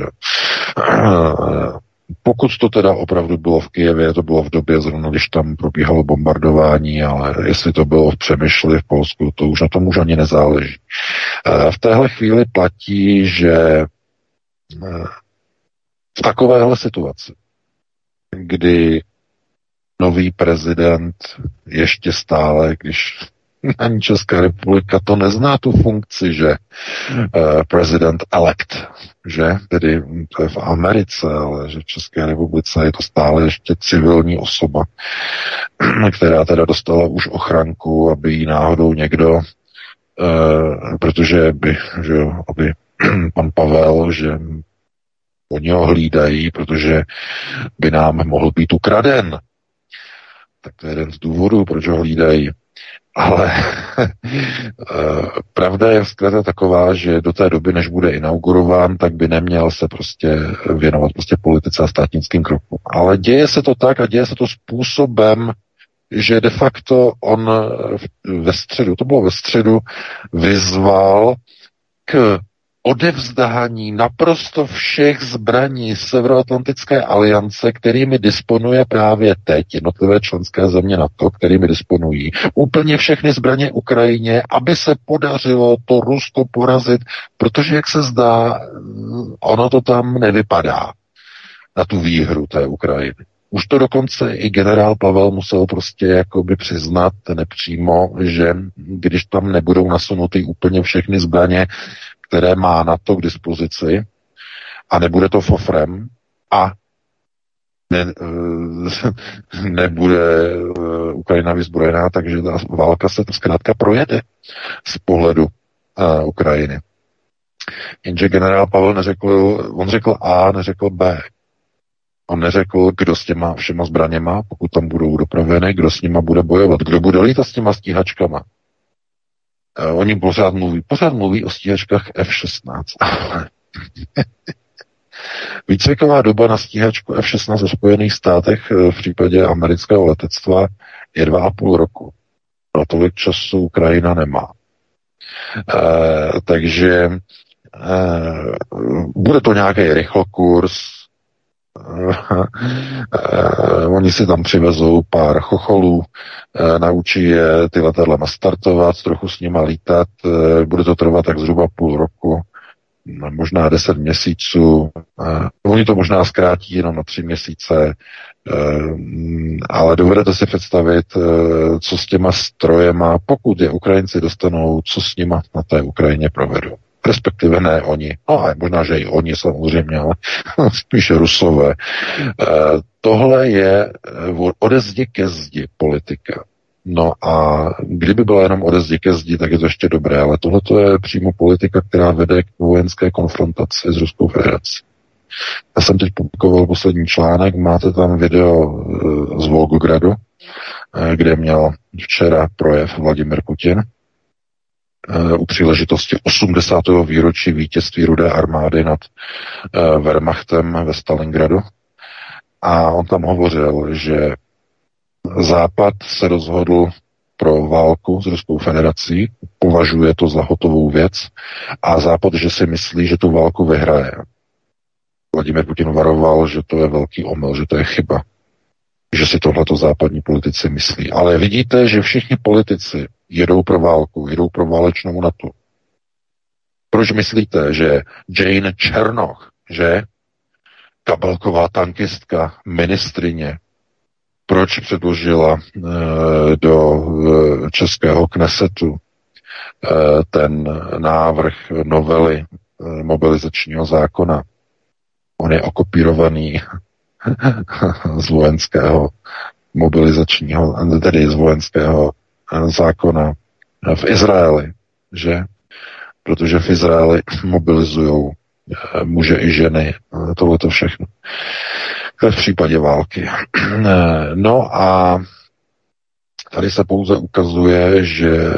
D: Pokud to teda opravdu bylo v Kyjevě, to bylo v době zrovna, když tam probíhalo bombardování, ale jestli to bylo v Přemyšli v Polsku, to už na tom už ani nezáleží. V téhle chvíli platí, že v takovéhle situaci, kdy nový prezident ještě stále, když ani Česká republika to nezná tu funkci, že uh, prezident elect, že, tedy to je v Americe, ale že v České republice je to stále ještě civilní osoba, která teda dostala už ochranku, aby jí náhodou někdo, uh, protože by, že jo, aby pan Pavel, že oni ho hlídají, protože by nám mohl být ukraden. Tak to je jeden z důvodů, proč ho hlídají. Ale pravda je zkrátka taková, že do té doby, než bude inaugurován, tak by neměl se prostě věnovat prostě politice a státnickým krokům. Ale děje se to tak a děje se to způsobem, že de facto on ve středu, to bylo ve středu, vyzval k odevzdání naprosto všech zbraní Severoatlantické aliance, kterými disponuje právě teď jednotlivé členské země NATO, kterými disponují úplně všechny zbraně Ukrajině, aby se podařilo to Rusko porazit, protože, jak se zdá, ono to tam nevypadá na tu výhru té Ukrajiny. Už to dokonce i generál Pavel musel prostě jakoby přiznat nepřímo, že když tam nebudou nasunuty úplně všechny zbraně, které má NATO k dispozici a nebude to fofrem a ne, nebude Ukrajina vyzbrojená, takže ta válka se to zkrátka projede z pohledu uh, Ukrajiny. Jenže generál Pavel neřekl, on řekl A, neřekl B. On neřekl, kdo s těma všema zbraněma, pokud tam budou dopraveny, kdo s nima bude bojovat, kdo bude lítat s těma stíhačkama. Uh, oni pořád mluví, pořád mluví o stíhačkách F šestnáct. Výcviková doba na stíhačku F šestnáct ve Spojených státech v případě amerického letectva je dva a půl roku. Pro tolik času Ukrajina nemá. Uh, takže uh, bude to nějaký rychlokurs. Uh, uh, oni si tam přivezou pár chocholů, uh, naučí je ty letadla nastartovat, trochu s nima lítat, uh, bude to trvat tak zhruba půl roku. možná deset měsíců, uh, oni to možná zkrátí jenom na tři měsíce, uh, ale dovedete si představit, uh, co s těma strojema, pokud je Ukrajinci dostanou, co s nima na té Ukrajině provedou. Respektive ne oni, no a možná, že i oni samozřejmě, ale spíše Rusové. Uh, tohle je ode zdi ke zdi politika. No a kdyby byla jenom ode zdi ke zdi, tak je to ještě dobré, ale tohle je přímo politika, která vede k vojenské konfrontaci s Ruskou federací. Já jsem teď publikoval poslední článek, máte tam video z Volgogradu, kde měl včera projev Vladimir Putin u příležitosti osmdesátého výročí vítězství Rudé armády nad Wehrmachtem ve Stalingradu. A on tam hovořil, že Západ se rozhodl pro válku s Ruskou federací, považuje to za hotovou věc a Západ, že si myslí, že tu válku vyhraje. Vladimir Putin varoval, že to je velký omyl, že to je chyba, že si tohleto západní politici myslí. Ale vidíte, že všichni politici jedou pro válku, jedou pro válečnou NATO. Proč myslíte, že Jane Černoch, že kabelková tankistka, ministrině, proč předložila e, do e, českého Knesetu e, ten návrh novely e, mobilizačního zákona? On je okopírovaný z vojenského mobilizačního, tedy z vojenského zákona v Izraeli, že? Protože v Izraeli mobilizují muže i ženy, tohleto všechno. V případě války. No a tady se pouze ukazuje, že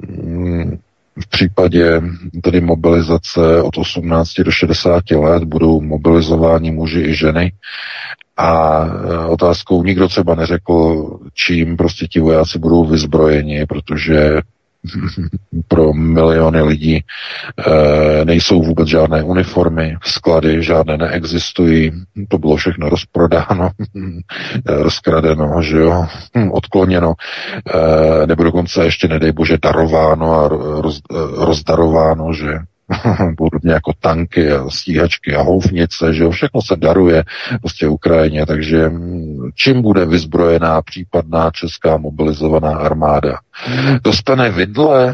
D: v případě tedy mobilizace od osmnácti do šedesáti let budou mobilizováni muži i ženy a otázkou nikdo třeba neřekl, čím prostě ti vojáci budou vyzbrojeni, protože pro miliony lidí e, nejsou vůbec žádné uniformy, sklady žádné neexistují, to bylo všechno rozprodáno, rozkradeno, že jo, odkloněno, e, nebo dokonce ještě nedej bože darováno a roz, rozdarováno, že podobně jako tanky a stíhačky a houfnice, že jo, všechno se daruje prostě Ukrajině, takže čím bude vyzbrojená případná česká mobilizovaná armáda? Dostane vidle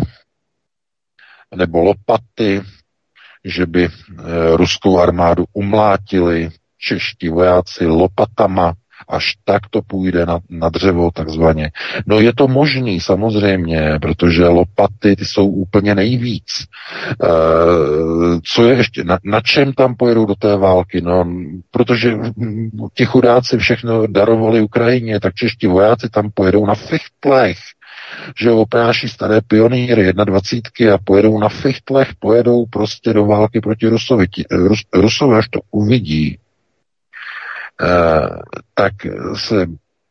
D: nebo lopaty, že by e, ruskou armádu umlátili čeští vojáci lopatama, až tak to půjde na, na dřevo takzvaně. No je to možný samozřejmě, protože lopaty ty jsou úplně nejvíc. E, co je ještě, na, na čem tam pojedou do té války? No, protože ti chudáci všechno darovali Ukrajině, tak čeští vojáci tam pojedou na fichtlech, že opráší staré pionýry dvacítky a pojedou na fichtlech, pojedou prostě do války proti Rusovi. Rus, Rusové, až to uvidí, Uh, tak se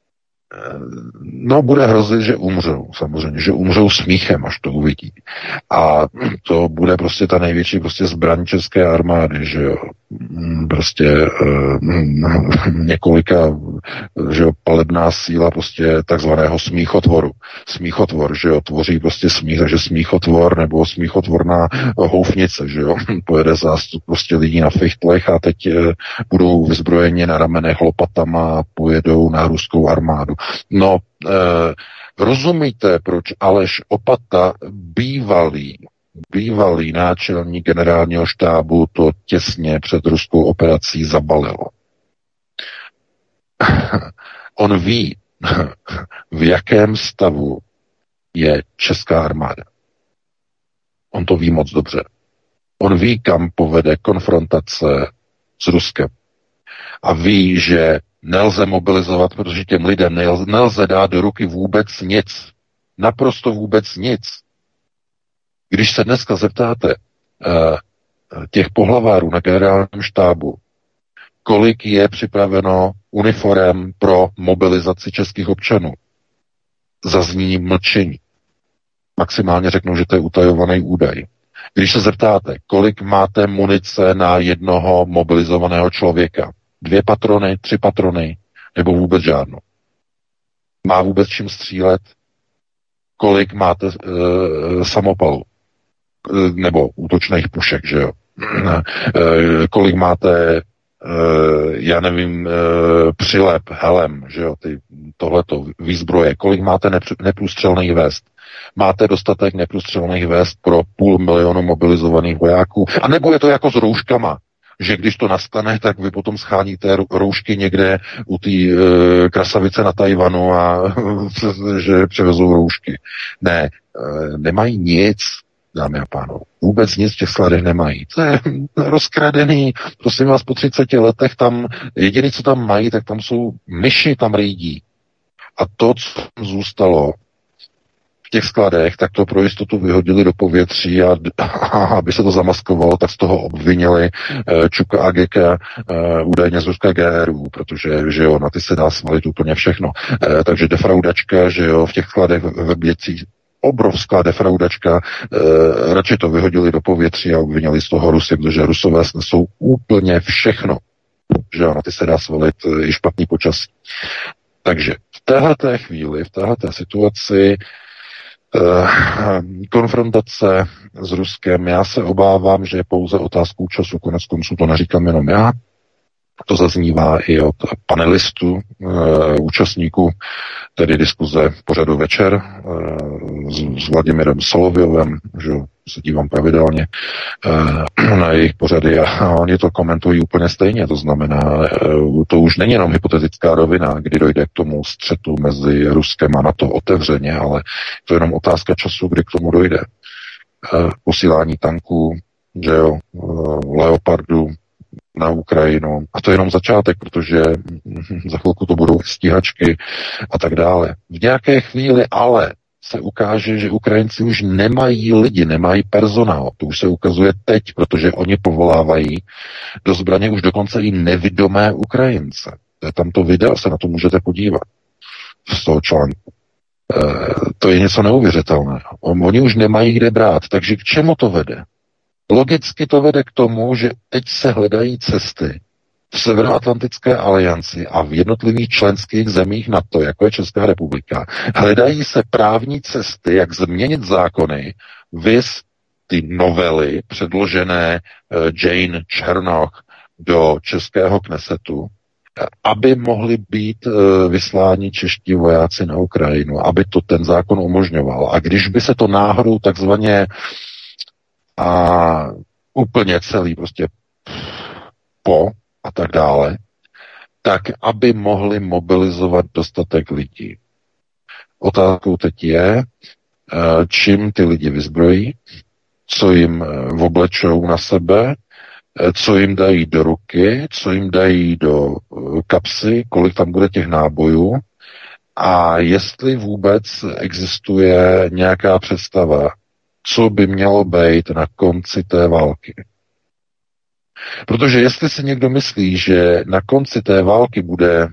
D: no, bude hrozit, že umřou, samozřejmě, že umřou smíchem, až to uvidí. A to bude prostě ta největší prostě zbraň české armády, že jo. Prostě uh, několika, že jo, palebná síla prostě takzvaného smíchotvoru. Smíchotvor, že jo, tvoří prostě smích, takže smíchotvor nebo smíchotvorná houfnice, že jo. Pojede zástup prostě lidí na fichtlech a teď uh, budou vyzbrojeni na ramenech lopatama a pojedou na ruskou armádu. No, eh, rozumíte, proč Aleš Opata, bývalý, bývalý náčelník generálního štábu, to těsně před ruskou operací zabalil. On ví, v jakém stavu je česká armáda. On to ví moc dobře. On ví, kam povede konfrontace s Ruskem. A ví, že nelze mobilizovat, protože těm lidem nelze, nelze dát do ruky vůbec nic. Naprosto vůbec nic. Když se dneska zeptáte uh, těch pohlavárů na generálním štábu, kolik je připraveno uniforem pro mobilizaci českých občanů, zazní mlčení. Maximálně řeknou, že to je utajovaný údaj. Když se zeptáte, kolik máte munice na jednoho mobilizovaného člověka, dvě patrony, tři patrony, nebo vůbec žádnou. Má vůbec čím střílet? Kolik máte e, samopalů? E, nebo útočných pušek, že jo? kolik máte, já nevím, přilep, helem, že jo, ty, tohleto, výzbroje, kolik máte neprůstřelných vest. Máte dostatek neprůstřelných vest pro půl milionu mobilizovaných vojáků, a nebo je to jako s rouškama, že když to nastane, tak vy potom scháníte roušky někde u té e, krasavice na Tajvanu a že převezou roušky. Ne, e, nemají nic, dámy a pánové. Vůbec nic v těch skladech nemají. To je rozkradený. Prosím vás, po třiceti letech tam, jediné, co tam mají, tak tam jsou myši, tam rýdí. A to, co tam zůstalo v těch skladech, tak to pro jistotu vyhodili do povětří a, a aby se to zamaskovalo, tak z toho obvinili uh, Čuka a Geka, uh, údajně z ruské G R U, protože, že jo, na ty se dá svalit úplně všechno. Uh, takže defraudačka, že jo, v těch skladech ve Běcích obrovská defraudačka, e, radši to vyhodili do povětří a obvinili z toho Rusy, protože Rusové snesou úplně všechno. Že na ty se dá svalit i špatný počasí. Takže v téhleté chvíli, v téhleté situaci e, konfrontace s Ruskem, já se obávám, že je pouze otázkou času, konec konců to neříkám jenom já, to zaznívá i od panelistů, e, účastníků, tedy diskuze pořadu Večer e, s, s Vladimirem Solovyovem, že se dívám pravidelně e, na jejich pořady a oni to komentují úplně stejně, to znamená, e, to už není jenom hypotetická rovina, kdy dojde k tomu střetu mezi Ruskem a NATO otevřeně, ale to je jenom otázka času, kdy k tomu dojde. E, posílání tanků, že jo, e, Leopardu na Ukrajinu. A to je jenom začátek, protože za chvilku to budou stíhačky a tak dále. V nějaké chvíli ale se ukáže, že Ukrajinci už nemají lidi, nemají personál. To už se ukazuje teď, protože oni povolávají do zbraně už dokonce i nevidomé Ukrajince. To je tam to video, se na to můžete podívat z toho článku. E, to je něco neuvěřitelného. Oni už nemají kde brát, takže k čemu to vede? Logicky to vede k tomu, že teď se hledají cesty v Severoatlantické alianci a v jednotlivých členských zemích NATO, jako je Česká republika, hledají se právní cesty, jak změnit zákony, viz ty novely předložené Jane Černoch do českého Knesetu, aby mohli být vysláni čeští vojáci na Ukrajinu, aby to ten zákon umožňoval. A když by se to náhodou takzvaně a úplně celý prostě po a tak dále, tak aby mohli mobilizovat dostatek lidí. Otázkou teď je, čím ty lidi vyzbrojí, co jim oblečou na sebe, co jim dají do ruky, co jim dají do kapsy, kolik tam bude těch nábojů a jestli vůbec existuje nějaká představa, co by mělo být na konci té války. Protože jestli si někdo myslí, že na konci té války bude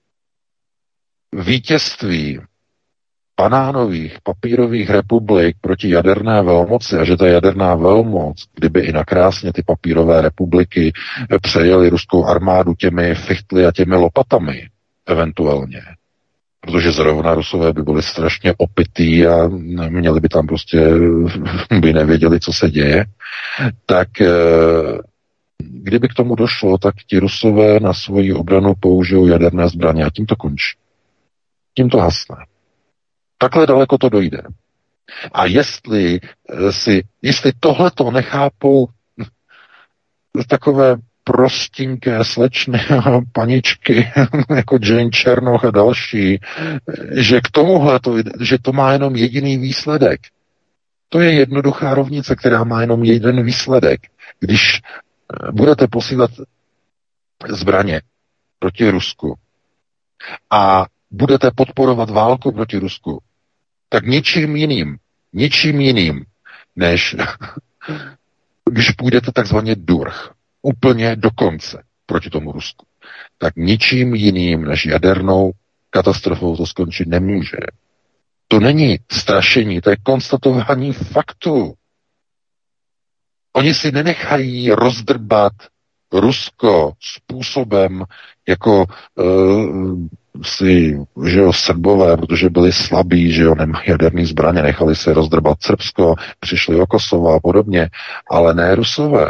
D: vítězství banánových, papírových republik proti jaderné velmoci a že ta jaderná velmoc, kdyby i nakrásně ty papírové republiky přejeli ruskou armádu těmi fichtly a těmi lopatami, eventuálně, protože zrovna Rusové by byli strašně opitý a měli by tam prostě, by nevěděli, co se děje, tak kdyby k tomu došlo, tak ti Rusové na svoji obranu použijou jaderné zbraně a tím to končí. Tím to hasne. Takhle daleko to dojde. A jestli si, jestli tohleto nechápou takové prostinké slečny a paničky jako Jane Černoch a další, že k tomuhle, to, že to má jenom jediný výsledek. To je jednoduchá rovnice, která má jenom jeden výsledek. Když budete posílat zbraně proti Rusku a budete podporovat válku proti Rusku, tak ničím jiným, ničím jiným, než když půjdete takzvaně durch, úplně do konce proti tomu Rusku, tak ničím jiným než jadernou katastrofou to skončit nemůže. To není strašení, to je konstatování faktu. Oni si nenechají rozdrbat Rusko způsobem, jako uh, si, že jo, Srbové, protože byli slabí, že jo, nemají jaderný zbraně, nechali se rozdrbat Srbsko, přišli o Kosovo a podobně, ale ne Rusové.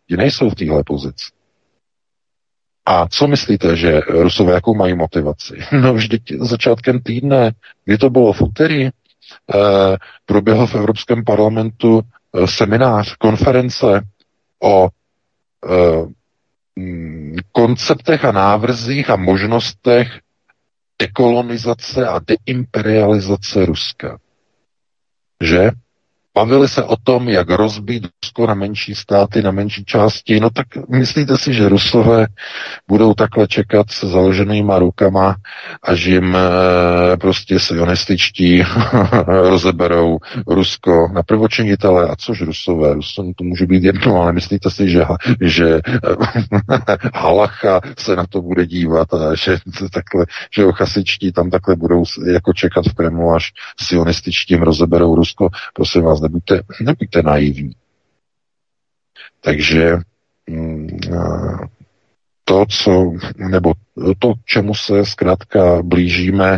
D: Ti nejsou v téhle pozici. A co myslíte, že Rusové jakou mají motivaci? No vždyť začátkem týdne, kdy to bylo v úterý, eh, proběhl v Evropském parlamentu eh, seminář, konference o eh, konceptech a návrzích a možnostech dekolonizace a deimperializace Ruska. Že? Bavili se o tom, jak rozbít Rusko na menší státy, na menší části. No tak myslíte si, že Rusové budou takhle čekat se založenýma rukama, až jim e, prostě sionističtí rozeberou Rusko na prvočinitele? A což Rusové? Rusům to může být jedno, ale myslíte si, že, že Halacha se na to bude dívat a že takhle, že chasičtí tam takhle budou jako čekat v Kremlu, až sionističtím rozeberou Rusko? Prosím vás, nebuďte, nebuďte naivní. Takže to, co, nebo to, čemu se zkrátka blížíme,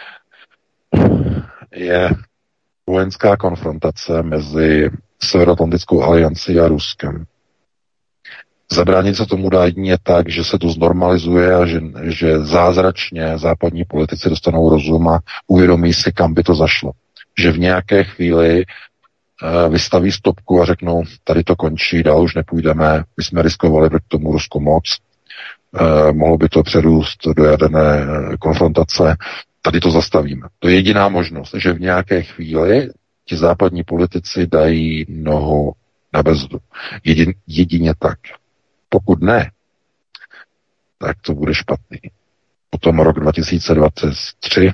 D: je vojenská konfrontace mezi Severoatlantickou aliancí a Ruskem. Zabránit se tomu dá jedině tak, že se to znormalizuje a že, že zázračně západní politici dostanou rozum a uvědomí si, kam by to zašlo. Že v nějaké chvíli vystaví stopku a řeknou, tady to končí, dál už nepůjdeme, my jsme riskovali proti tomu Rusku moc, eh, mohlo by to přerůst do jaderné konfrontace, tady to zastavíme. To je jediná možnost, že v nějaké chvíli ti západní politici dají nohu na brzdu. Jedin, jedině tak. Pokud ne, tak to bude špatný. Potom rok dva tisíce dvacet tři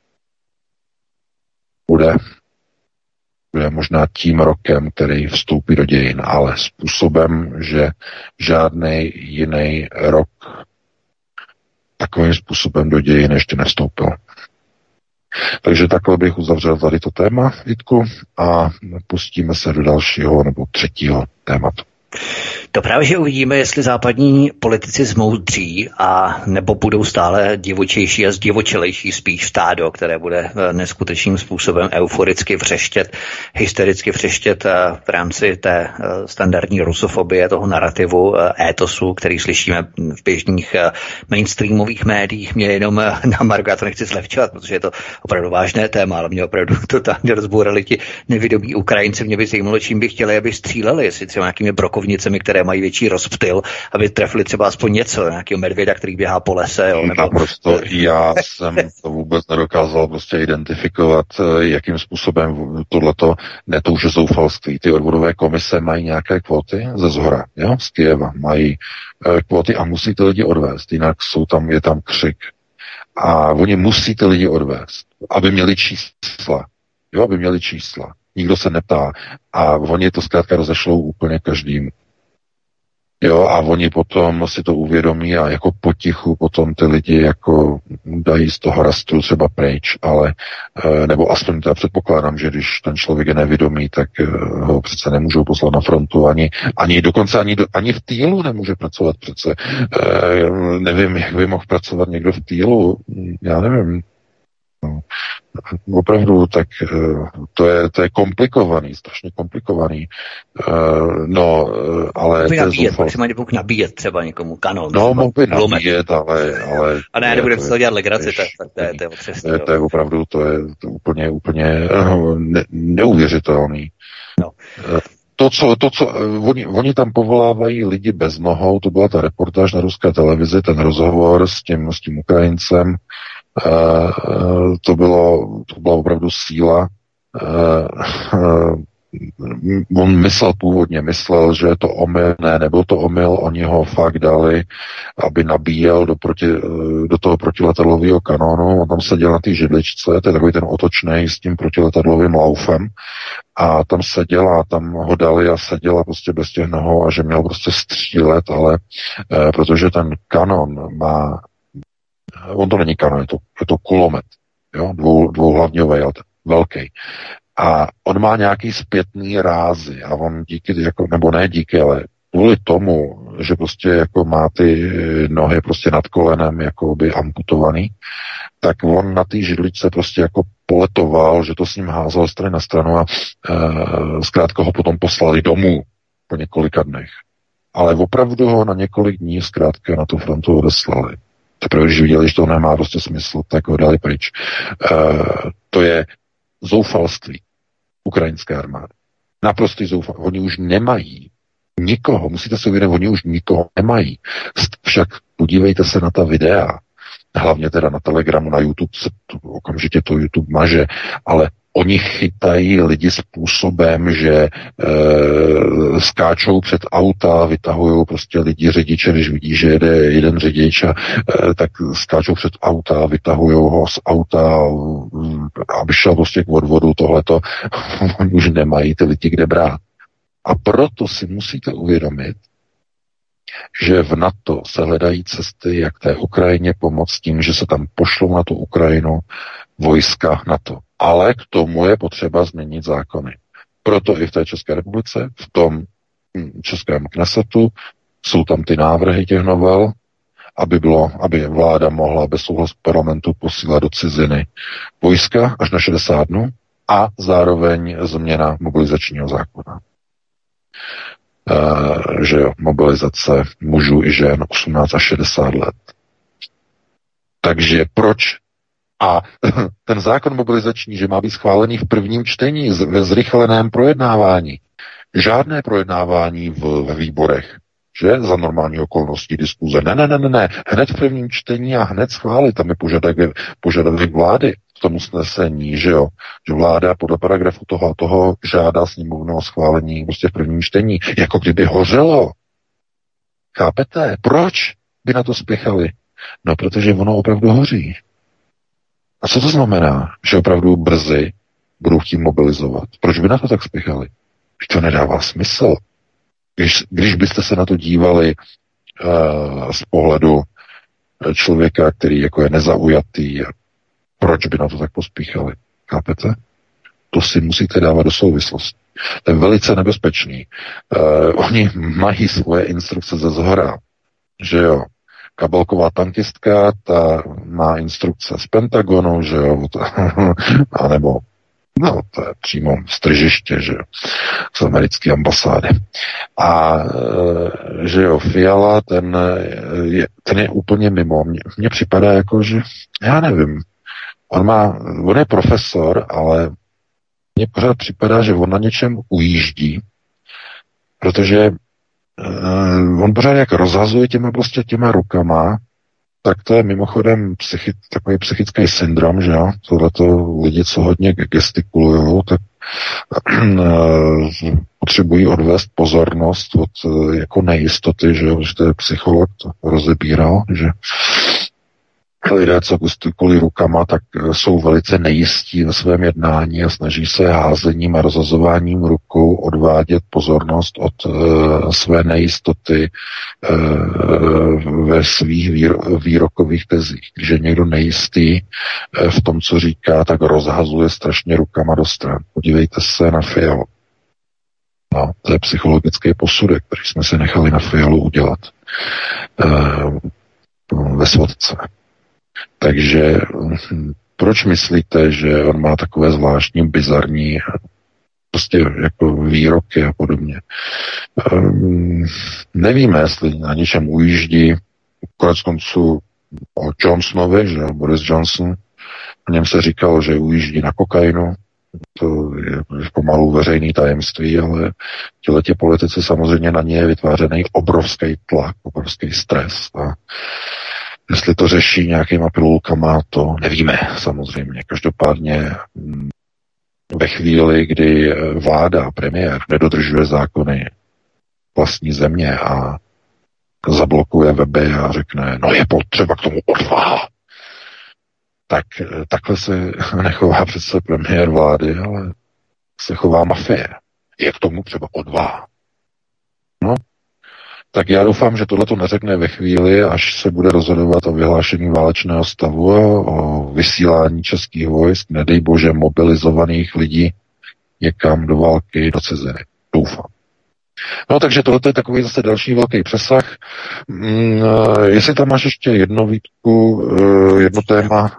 D: bude bude možná tím rokem, který vstoupí do dějin, ale způsobem, že žádný jiný rok takovým způsobem do dějin ještě nevstoupil. Takže takhle bych uzavřel tady to téma, Vítku, a pustíme se do dalšího nebo třetího tématu.
C: To právě, že uvidíme, jestli západní politici zmoudří a nebo budou stále divočejší a zdivočelejší spíš stádo, které bude neskutečným způsobem euforicky vřeštět, hystericky vřeštět v rámci té standardní rusofobie, toho narrativu, étosu, který slyšíme v běžných mainstreamových médiích. Mě jenom na margo, já to nechci zlehčovat, protože je to opravdu vážné téma, ale mě opravdu totálně rozbourali ti nevědomí Ukrajinci. Mě by zajímalo, čím by chtěli, aby stříleli, jestli třeba nějakými brokovnicemi, které mají větší rozptyl, aby trefili třeba aspoň něco, nějakého medvěda, který běhá po lese. Jo, nebo...
D: Naprosto, já jsem to vůbec nedokázal prostě identifikovat, jakým způsobem tohleto, ne to už je zoufalství. Ty odvodové komise mají nějaké kvóty ze zhora, jo, z Kyjeva, mají e, kvóty a musí ty lidi odvést, jinak jsou tam, je tam křik. A oni musí ty lidi odvést, aby měli čísla, jo, aby měli čísla. Nikdo se neptá a oni to zkrátka rozešlou úplně každému. Jo, a oni potom si to uvědomí a jako potichu potom ty lidi jako dají z toho rastru třeba pryč, ale nebo aspoň teda předpokládám, že když ten člověk je nevědomý, tak ho přece nemůžou poslat na frontu, ani, ani dokonce ani, do, ani v týlu nemůže pracovat přece. E, nevím, jak by mohl pracovat někdo v týlu, já nevím. No, opravdu, tak to je, to je komplikovaný, strašně komplikovaný. No, ale...
C: Mohl nabíjet, maximálně mohl nabíjet třeba někomu kanon.
D: No, mohl by nabíjet, ale... ale
C: a ne, nebudeme se to dělat legraci, to, to, je, to je otřesný.
D: To, to je opravdu, to je to úplně, úplně ne, neuvěřitelný.
C: No.
D: To, co, to, co oni, oni tam povolávají lidi bez nohou, to byla ta reportáž na ruské televizi, ten rozhovor s tím, s tím Ukrajincem, Uh, to, bylo, to byla opravdu síla. Uh, uh, on myslel původně, myslel, že je to omyl, ne, nebyl to omyl, oni ho fakt dali, aby nabíjel do, proti, do toho protiletadlového kanónu, on tam seděl na té židličce, to je takový ten otočnej s tím protiletadlovým laufem, a tam seděl a tam ho dali a seděl a prostě bez těch nohou a že měl prostě střílet, ale uh, protože ten kanon má on to není kanon, je to, je to kulomet, jo, dvou, dvouhlavňový, velký. A on má nějaký zpětný rázy a on díky, jako, nebo ne díky, ale kvůli tomu, že prostě jako má ty nohy prostě nad kolenem jako by amputovaný, tak on na té židličce prostě jako poletoval, že to s ním házel strany na stranu a e, zkrátka ho potom poslali domů po několika dnech. ale opravdu ho na několik dní zkrátka na tu frontu odeslali. Teprve, když viděli, že to nemá prostě smysl, tak ho dali pryč. E, to je zoufalství ukrajinské armády. Naprostý zoufalství. Oni už nemají nikoho, musíte si uvědomit, oni už nikoho nemají. Však podívejte se na ta videa, hlavně teda na Telegramu, na YouTube, se to, okamžitě to YouTube maže, ale oni chytají lidi způsobem, že e, skáčou před auta, vytahují prostě lidi, řidiče, když vidí, že jede jeden řidič, a, e, tak skáčou před auta, vytahují ho z auta, aby šel prostě k odvodu, tohleto. Oni už nemají ty lidi kde brát. A proto si musíte uvědomit, že v NATO se hledají cesty, jak té Ukrajině pomoct tím, že se tam pošlou na tu Ukrajinu vojska NATO. Ale k tomu je potřeba změnit zákony. Proto i v té České republice, v tom českém Knesetu, jsou tam ty návrhy těch novel, aby, bylo, aby vláda mohla bez souhlasu parlamentu posílat do ciziny vojska až na šedesát dnů a zároveň změna mobilizačního zákona. Uh, že jo, mobilizace mužů i žen osmnáct až šedesát let. Takže proč? A ten zákon mobilizační, že má být schválený v prvním čtení, ve zrychleném projednávání. Žádné projednávání v, ve výborech, že? Za normální okolností diskuze. Ne, ne, ne, ne, ne. Hned v prvním čtení a hned schválit. Tam je požadavek, požadavek vlády v tom usnesení, že jo? Že vláda podle paragrafu toho a toho žádá sněmovnu o schválení prostě v prvním čtení. Jako kdyby hořelo. Chápete? Proč by na to spěchali? No, protože ono opravdu hoří. A co to znamená? Že opravdu brzy budou chtít mobilizovat. Proč by na to tak spěchali? Když to nedává smysl. Když, když byste se na to dívali uh, z pohledu člověka, který jako je nezaujatý, proč by na to tak pospíchali? Chápete? To si musíte dávat do souvislosti. To je velice nebezpečný. Uh, oni mají svoje instrukce ze zhora. Že jo? Kabelková tankistka, ta má instrukce z Pentagonu, že jo? A nebo no, to je přímo z tržiště, že jo, z americké ambasády. A že jo, Fiala, ten je, ten je úplně mimo. Mně, mně připadá jako, že já nevím, on má, on je profesor, ale mně pořád připadá, že on na něčem ujíždí, protože uh, on pořád jak rozhazuje těma prostě těma rukama, tak to je mimochodem psychi, takový psychický syndrom, že jo? Tohleto lidi, co hodně gestikulujou, tak potřebují odvést pozornost od jako nejistoty, že jo? Že to je psycholog, to rozebíral, že lidé, co gestikulují rukama, tak jsou velice nejistí ve svém jednání a snaží se házením a rozhazováním rukou odvádět pozornost od uh, své nejistoty uh, ve svých výro- výrokových tezích. Když je někdo nejistý uh, v tom, co říká, tak rozhazuje strašně rukama do stran. Podívejte se na Fialu. No, to je psychologický posudek, který jsme si nechali na Fialu udělat uh, ve svodce. Takže proč myslíte, že on má takové zvláštní, bizarní prostě jako výroky a podobně? Um, nevíme, jestli na něčem ujíždí. Konec konců o Johnsonovi, že Boris Johnson, o něm se říkalo, že ujíždí na kokainu. To je pomalu veřejný tajemství, ale těletě politici samozřejmě na ně je vytvářený obrovský tlak, obrovský stres. A jestli to řeší nějakýma pilulkama, to nevíme samozřejmě. Každopádně ve chvíli, kdy vláda, premiér nedodržuje zákony vlastní země a zablokuje weby a řekne, no je potřeba k tomu odvaha, tak takhle se nechová přece premiér vlády, ale se chová mafie. Je k tomu třeba odvaha. No, tak já doufám, že tohle to neřekne ve chvíli, až se bude rozhodovat o vyhlášení válečného stavu a o vysílání českých vojsk, nedej bože mobilizovaných lidí někam do války, do ciziny. Doufám. No takže tohle je takový zase další velký přesah. Mm, jestli tam máš ještě jedno výtku, jedno téma,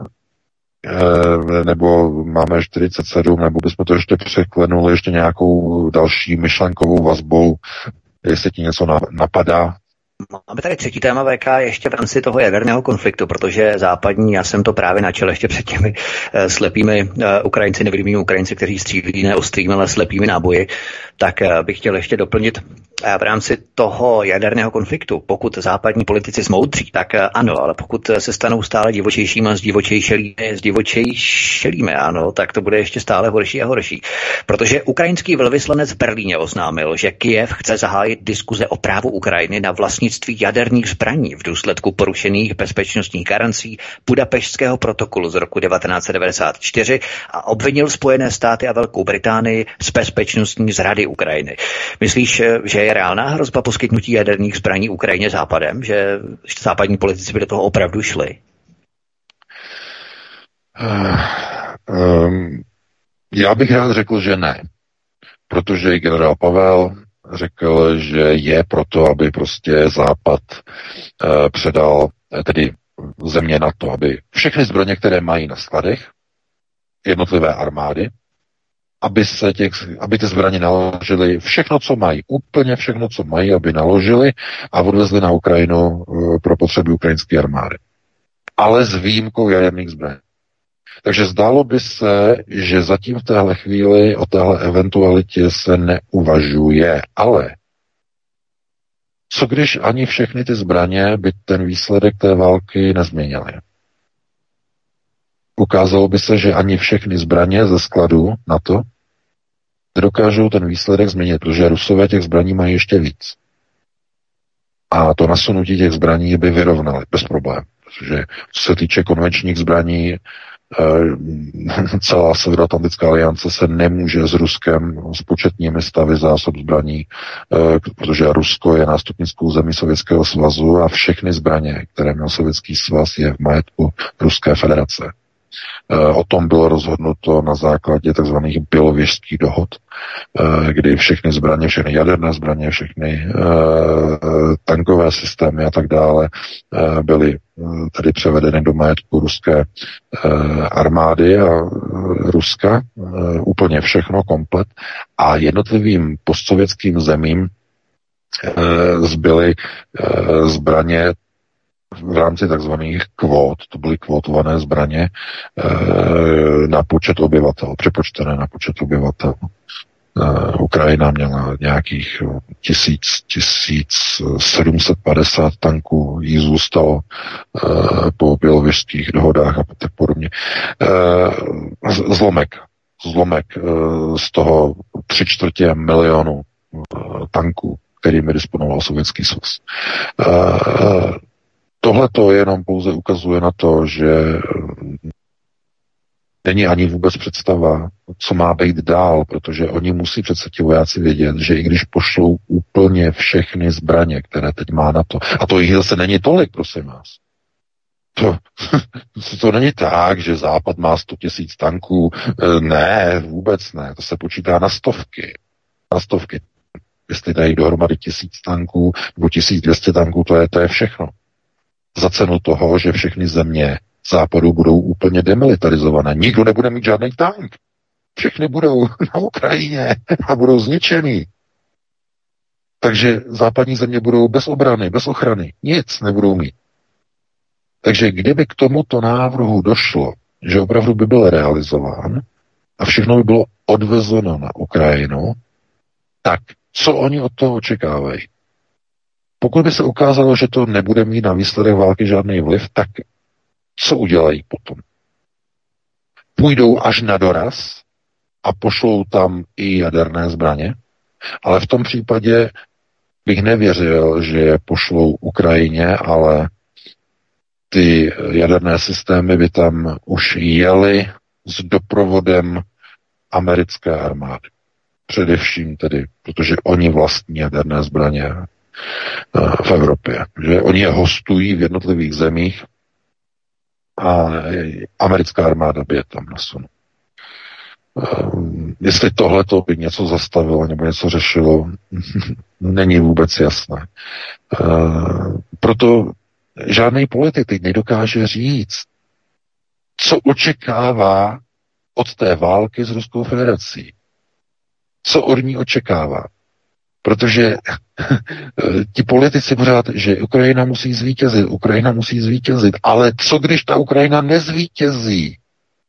D: nebo máme čtyřicet sedm, nebo bychom to ještě překlenuli ještě nějakou další myšlenkovou vazbou, jestli ti něco napadá.
C: Máme tady třetí téma V K ještě v rámci toho jaderného konfliktu, protože západní, já jsem to právě načel ještě před těmi uh, slepými uh, Ukrajinci, nevidimými Ukrajinci, kteří střílí ne ostrými, ale slepými náboji, tak uh, bych chtěl ještě doplnit uh, v rámci toho jaderného konfliktu. Pokud západní politici zmoudří, tak uh, ano, ale pokud se stanou stále divočejšími a zdivočejšelými, zdivočejšelými, ano, tak to bude ještě stále horší a horší. Protože ukrajinský velvyslanec v Berlíně oznámil, že Kyjev chce zahájit diskuze o právu Ukrajiny na vlastní jaderných zbraní v důsledku porušených bezpečnostních garancí Budapešťského protokolu z roku devatenáct set devadesát čtyři a obvinil Spojené státy a Velkou Británii z bezpečnostní zrady Ukrajiny. Myslíš, že je reálná hrozba poskytnutí jaderných zbraní Ukrajině Západem, že západní politici by do toho opravdu šli?
D: Uh, um, já bych rád řekl, že ne. Protože generál Pavel řekl, že je proto, aby prostě Západ eh, předal, eh, tedy země NATO, aby všechny zbraně, které mají na skladech, jednotlivé armády, aby se těch, aby ty zbraně naložili všechno, co mají, úplně všechno, co mají, aby naložili a odvezli na Ukrajinu eh, pro potřeby ukrajinské armády. Ale s výjimkou jaderných zbraní. Takže zdálo by se, že zatím v téhle chvíli o téhle eventualitě se neuvažuje. Ale co když ani všechny ty zbraně by ten výsledek té války nezměnily? Ukázalo by se, že ani všechny zbraně ze skladu NATO nedokážou ten výsledek změnit, protože Rusové těch zbraní mají ještě víc. A to nasunutí těch zbraní by vyrovnali bez problémů. Protože co se týče konvenčních zbraní, celá Severoatlantická aliance se nemůže s Ruskem s početními stavy zásob zbraní, protože Rusko je nástupnickou zemí Sovětského svazu a všechny zbraně, které měl Sovětský svaz, je v majetku Ruské federace. O tom bylo rozhodnuto na základě tzv. Bělověžských dohod, kdy všechny zbraně, všechny jaderné zbraně, všechny tankové systémy a tak dále byly tedy převedeny do majetku ruské armády a Ruska, úplně všechno, komplet. A jednotlivým postsovětským zemím zbyly zbraně v rámci takzvaných kvót, to byly kvótované zbraně na počet obyvatel, přepočtené na počet obyvatel. Ukrajina měla nějakých tisíc, tisíc sedm set padesát tanků, jí zůstalo po bělověžských dohodách a tak podobně. Zlomek, zlomek z toho tři čtvrtě milionu tanků, kterými disponoval Sovětský svaz. Tohle to jenom pouze ukazuje na to, že není ani vůbec představa, co má být dál, protože oni musí přece ti vojáci vědět, že i když pošlou úplně všechny zbraně, které teď má na to, a to jich zase není tolik, prosím vás. To, to není tak, že Západ má sto tisíc tanků. Ne, vůbec ne. To se počítá na stovky. Na stovky. Jestli dají dohromady tisíc tanků nebo tisíc dvě stě tanků, to je, to je všechno. Za cenu toho, že všechny země Západu budou úplně demilitarizované. Nikdo nebude mít žádný tank. Všechny budou na Ukrajině a budou zničený. Takže západní země budou bez obrany, bez ochrany. Nic nebudou mít. Takže kdyby k tomuto návrhu došlo, že opravdu by byl realizován a všechno by bylo odvezeno na Ukrajinu, tak co oni od toho očekávají? Pokud by se ukázalo, že to nebude mít na výsledek války žádný vliv, tak co udělají potom? Půjdou až na doraz a pošlou tam i jaderné zbraně, ale v tom případě bych nevěřil, že je pošlou Ukrajině, ale ty jaderné systémy by tam už jely s doprovodem americké armády. Především tedy, protože oni vlastní jaderné zbraně v Evropě. Že oni je hostují v jednotlivých zemích a americká armáda by je tam nasunula. Jestli tohleto by něco zastavilo nebo něco řešilo, není vůbec jasné. Proto žádný politik teď nedokáže říct, co očekává od té války s Ruskou federací. Co od ní očekává. Protože ti politici pořád, že Ukrajina musí zvítězit, Ukrajina musí zvítězit, ale co když ta Ukrajina nezvítězí?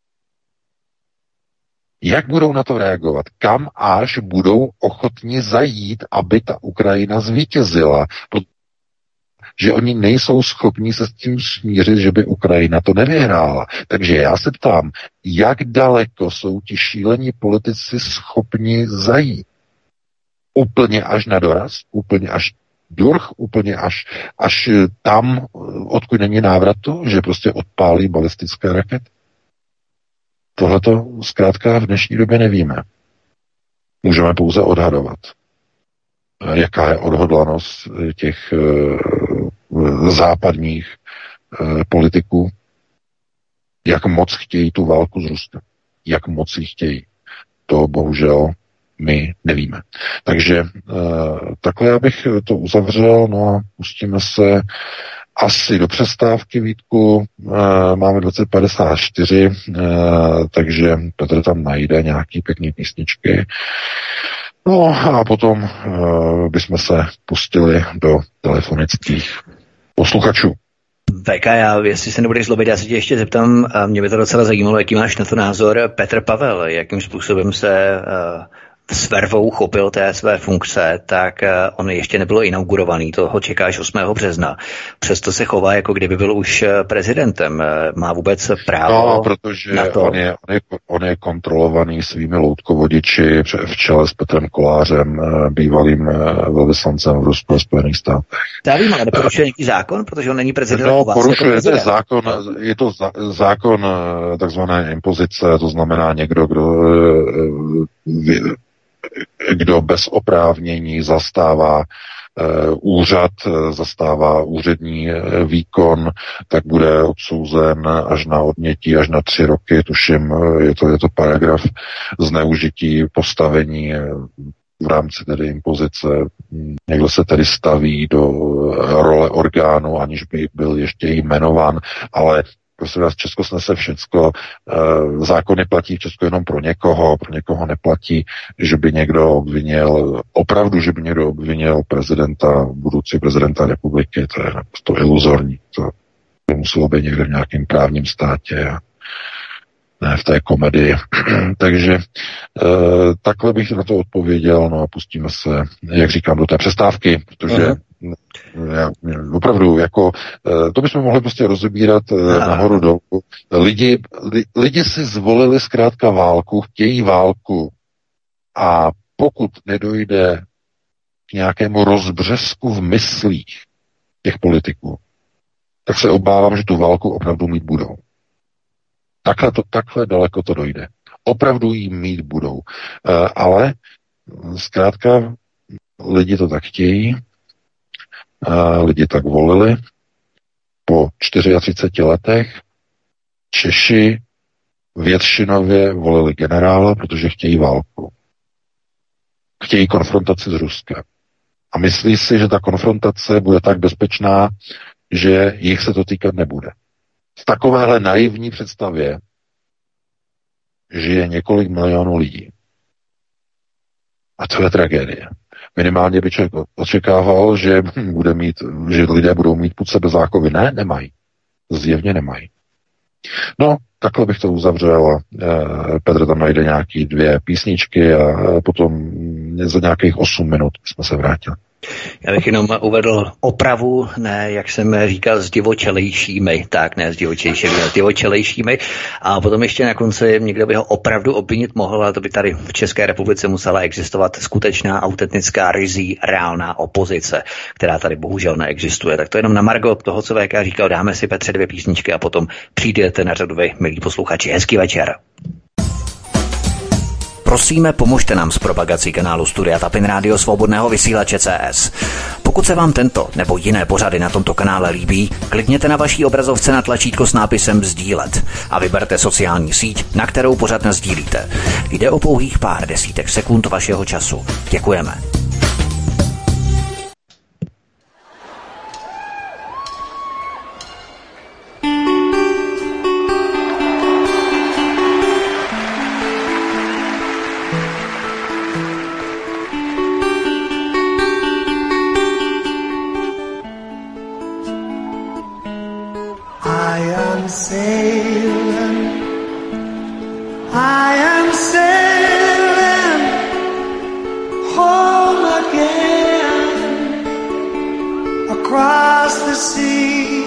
D: Jak budou na to reagovat? Kam až budou ochotni zajít, aby ta Ukrajina zvítězila? Že oni nejsou schopni se s tím smířit, že by Ukrajina to nevyhrála. Takže já se ptám, jak daleko jsou ti šílení politici schopni zajít? Úplně až na doraz? Úplně až durch? Úplně až, až tam, odkud není návratu? Že prostě odpálí balistické rakety? Tohleto zkrátka v dnešní době nevíme. Můžeme pouze odhadovat, jaká je odhodlanost těch e, západních e, politiků, jak moc chtějí tu válku s Ruskem, jak moc ji chtějí. To bohužel my nevíme. Takže e, takhle já bych to uzavřel, no a pustíme se asi do přestávky, Vítku, e, máme dvacet padesát čtyři, e, takže Petr tam najde nějaký pěkný písničky. No a potom uh, bychom se pustili do telefonických posluchačů.
C: V K, já, jestli se nebudeš zlobit, já se tě ještě zeptám, a mě by to docela zajímalo, jaký máš na to názor Petr Pavel, jakým způsobem se uh, s vervou chopil té své funkce, tak uh, on ještě nebylo inaugurovaný, toho čekáš osmého března. Přesto se chová, jako kdyby byl už prezidentem. Má vůbec právo
D: no, protože
C: na to?
D: On je, on, je, on je kontrolovaný svými loutkovodiči v čele s Petrem Kolářem, bývalým velvyslancem v Rusku a Spojených státech.
C: To já vím, ale neporušuje nějaký zákon, protože on není prezident.
D: No, porušuje
C: jako
D: to zákon, je to za, zákon takzvané impozice, to znamená někdo, kdo kdo bez oprávnění zastává uh, úřad, zastává úřední uh, výkon, tak bude odsouzen až na odnětí, až na tři roky, tuším, je to, je to paragraf zneužití postavení v rámci tedy impozice. Někdo se tedy staví do role orgánu, aniž by byl ještě jmenován, ale prostě vás Česko snese všecko, zákony platí v Česku jenom pro někoho, pro někoho neplatí, že by někdo obvinil, opravdu, že by někdo obvinil prezidenta, budoucí prezidenta republiky, to je naprosto iluzorní, to by muselo být někde v nějakém právním státě a ne v té komedii. Takže e, takhle bych na to odpověděl, no a pustíme se, jak říkám, do té přestávky, protože uh-huh. Já, opravdu, jako, to bychom mohli prostě rozebírat nahoru dolů. Lidi, li, lidi si zvolili zkrátka válku, chtějí válku a pokud nedojde k nějakému rozbřesku v myslích těch politiků, tak se obávám, že tu válku opravdu mít budou. Takhle, to, takhle daleko to dojde. Opravdu jí mít budou. Ale zkrátka lidi to tak chtějí, lidi tak volili. Po třiceti čtyřech letech Češi většinově volili generála, protože chtějí válku. Chtějí konfrontaci s Ruskem. A myslí si, že ta konfrontace bude tak bezpečná, že jich se to týkat nebude. V takovéhle naivní představě žije několik milionů lidí. A to je tragédie. Minimálně by člověk očekával, že, bude mít, že lidé budou mít pod sebe zákovy. Ne, nemají. Zjevně nemají. No, takhle bych to uzavřel. Petr tam najde nějaký dvě písničky a potom za nějakých osm minut jsme se vrátili.
C: Já bych jenom uvedl opravu, ne, jak jsem říkal, s divočelejšími, tak ne s divočejšími, s divočelejšími. A potom ještě na konci někdo by ho opravdu obvinit mohl, ale to by tady v České republice musela existovat skutečná, autentická, rizí, reálná opozice, která tady bohužel neexistuje. Tak to jenom na margo toho, co V K říkal, dáme si, Petře, dvě písničky a potom přijdete na řadu vy, milí posluchači. Hezký večer.
A: Prosíme, pomožte nám s propagací kanálu Studia Tapin Rádio Svobodného vysílače C S. Pokud se vám tento nebo jiné pořady na tomto kanále líbí, klikněte na vaší obrazovce na tlačítko s nápisem sdílet a vyberte sociální síť, na kterou pořad nasdílíte. Jde o pouhých pár desítek sekund vašeho času. Děkujeme.
H: I am sailing, I am sailing home again across the sea.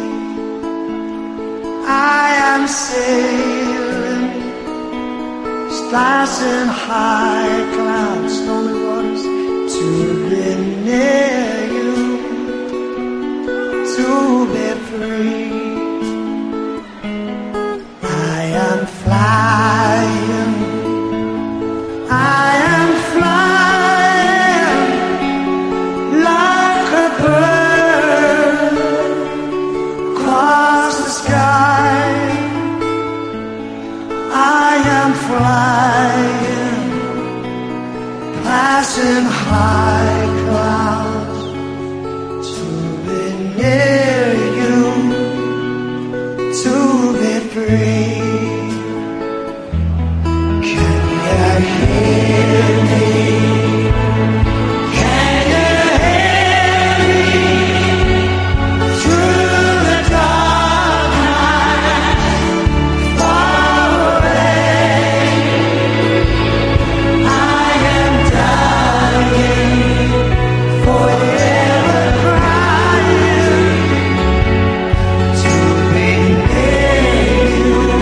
H: I am sailing, stars in high clouds, stormy waters, to be near you, to be free. I am flying, I am flying like a bird across the sky. I am flying, passing high clouds to be near you, to be free. Can you hear me? Can you hear me through the dark night, far away? I am dying, forever crying to be near you,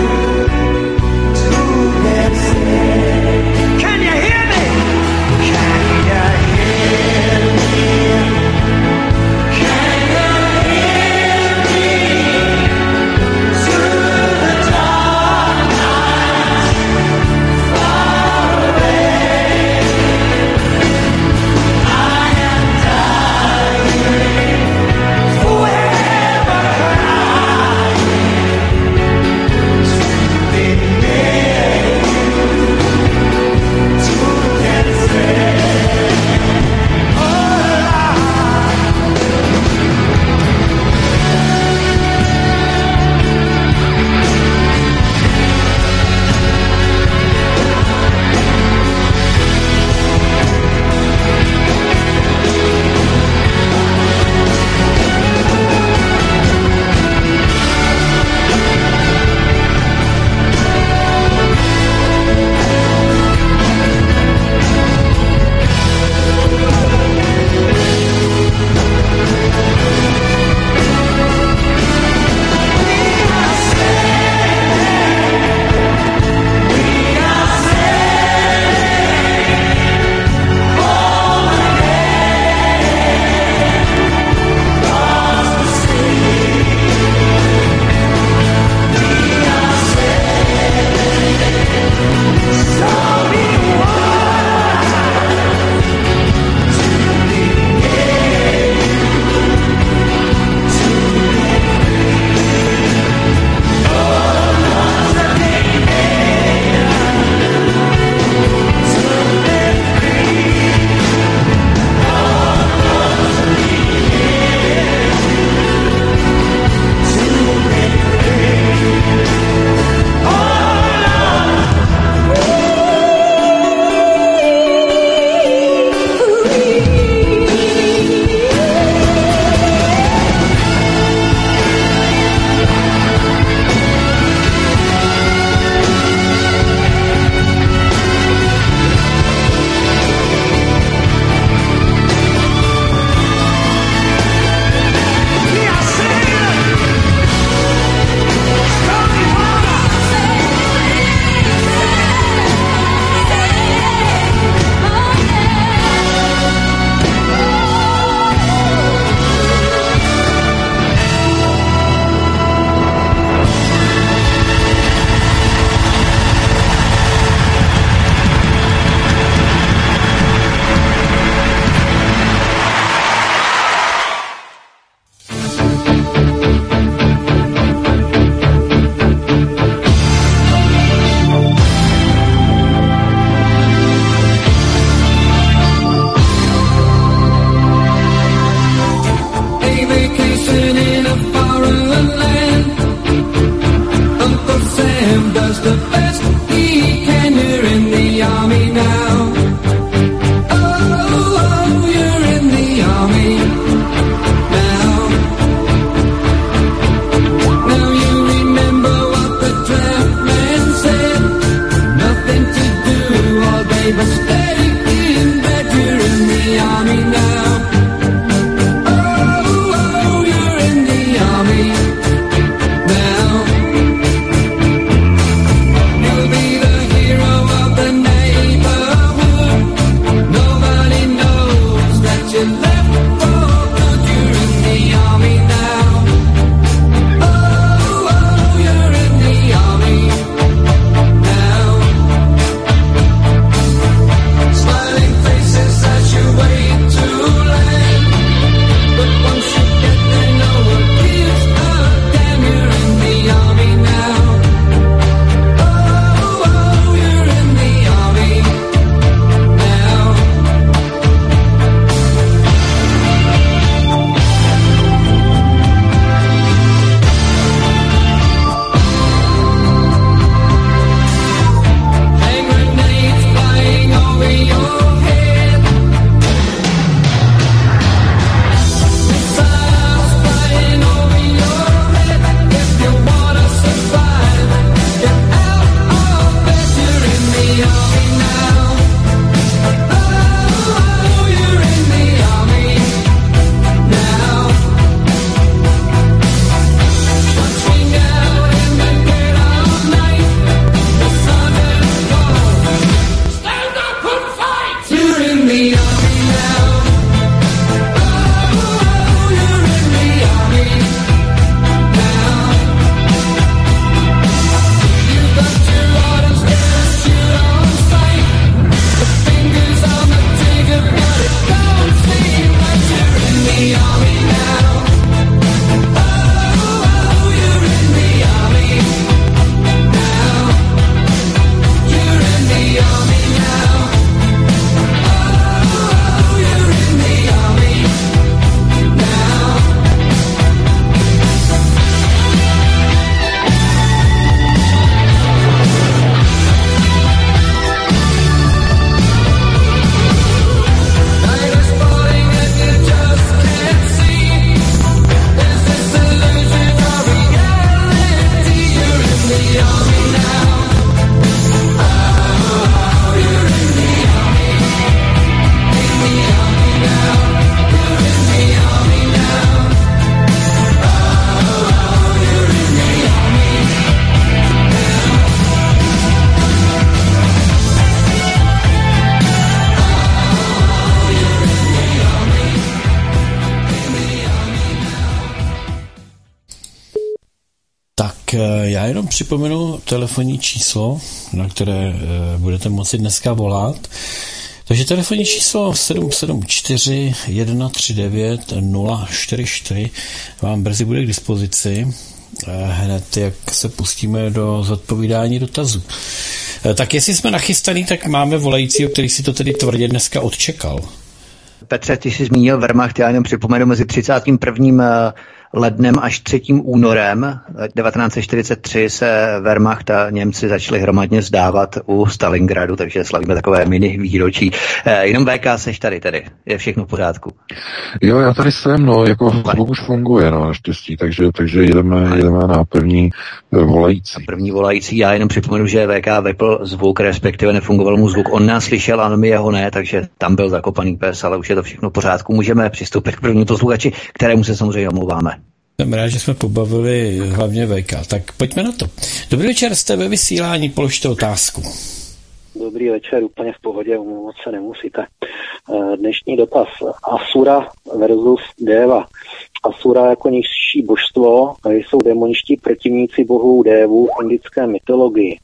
B: já jenom připomenu telefonní číslo, na které budete moci dneska volat. Takže telefonní číslo sedm sedm čtyři jedna tři devět nula čtyři čtyři vám brzy bude k dispozici, hned jak se pustíme do zodpovídání dotazů. Tak jestli jsme nachystaný, tak máme volajícího, který si to tedy tvrdě dneska odčekal.
C: Petře, ty jsi zmínil Wehrmacht, já jenom připomenu, mezi třicátým prvním lednem až třetím únorem devatenáct set čtyřicet tři se Wehrmacht a Němci začali hromadně zdávat u Stalingradu, takže slavíme takové mini výročí. E, jenom V K seš tady tedy, je všechno v pořádku.
D: Jo, já tady jsem, no, jako zvuk už funguje, no, naštěstí, takže, takže jedeme, jedeme na první volající.
C: Na první volající, já jenom připomenu, že V K vypl zvuk, respektive nefungoval mu zvuk, on nás slyšel, ale my jeho ne, takže tam byl zakopaný pes, ale už je to všechno v pořádku, můžeme přistoupit k prvnímu posluchači, kterému se samozřejmě omlouváme.
B: Jsem rád, že jsme pobavili hlavně V K. Tak pojďme na to. Dobrý večer, jste ve vysílání, položte otázku.
I: Dobrý večer, úplně v pohodě, omlouvat se nemusíte. Dnešní dotaz. Asura versus Déva. Asura jako nižší božstvo jsou démoničtí protivníci bohů Dévů v indické mytologii.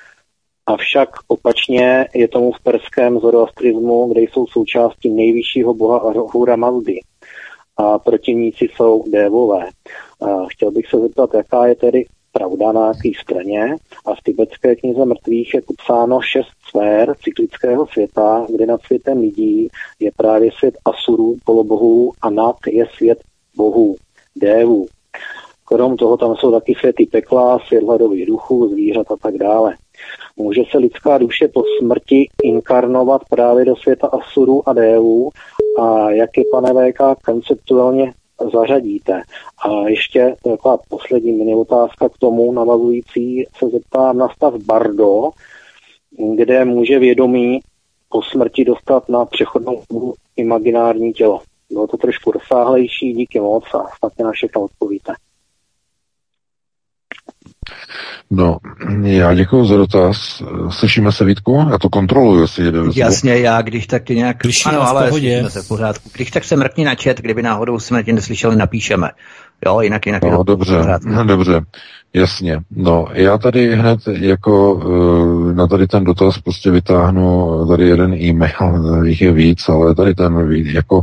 I: Avšak opačně je tomu v perském zoroastrismu, kde jsou součástí nejvyššího boha Ahura Mazdy. A protivníci jsou dévové. Chtěl bych se zeptat, jaká je tedy pravda na jaké straně, a v tibetské knize mrtvých je popsáno šest sfér cyklického světa, kde nad světem lidí je právě svět asurů, polobohů, a nad je svět bohů, dévů. Krom toho tam jsou taky světy pekla, svět hladových duchů, zvířat a tak dále. Může se lidská duše po smrti inkarnovat právě do světa asurů a dévů, a jak je, pane V K, konceptuálně zařadíte? A ještě taková poslední mini otázka k tomu navazující, se zeptám na stav Bardo, kde může vědomí po smrti dostat na přechodnou dobu imaginární tělo. Bylo to trošku rozsáhlejší, díky moc a snad na všechno odpovíte.
D: No, já děkuji za dotaz. Slyšíme se, Vítku? Já to kontroluji, jestli jde.
C: Jasně, já když tak ty nějak...
B: Slyšíme,
C: ano, ale
B: slyšíme
C: se v pořádku. Když tak se mrkni na chat, kdyby náhodou jsme tě neslyšeli, napíšeme. Jo, jinak, jinak
D: no,
C: je to
D: dobře, no, dobře, jasně. No, já tady hned jako na tady ten dotaz prostě vytáhnu tady jeden e-mail, jich je víc, ale tady ten jako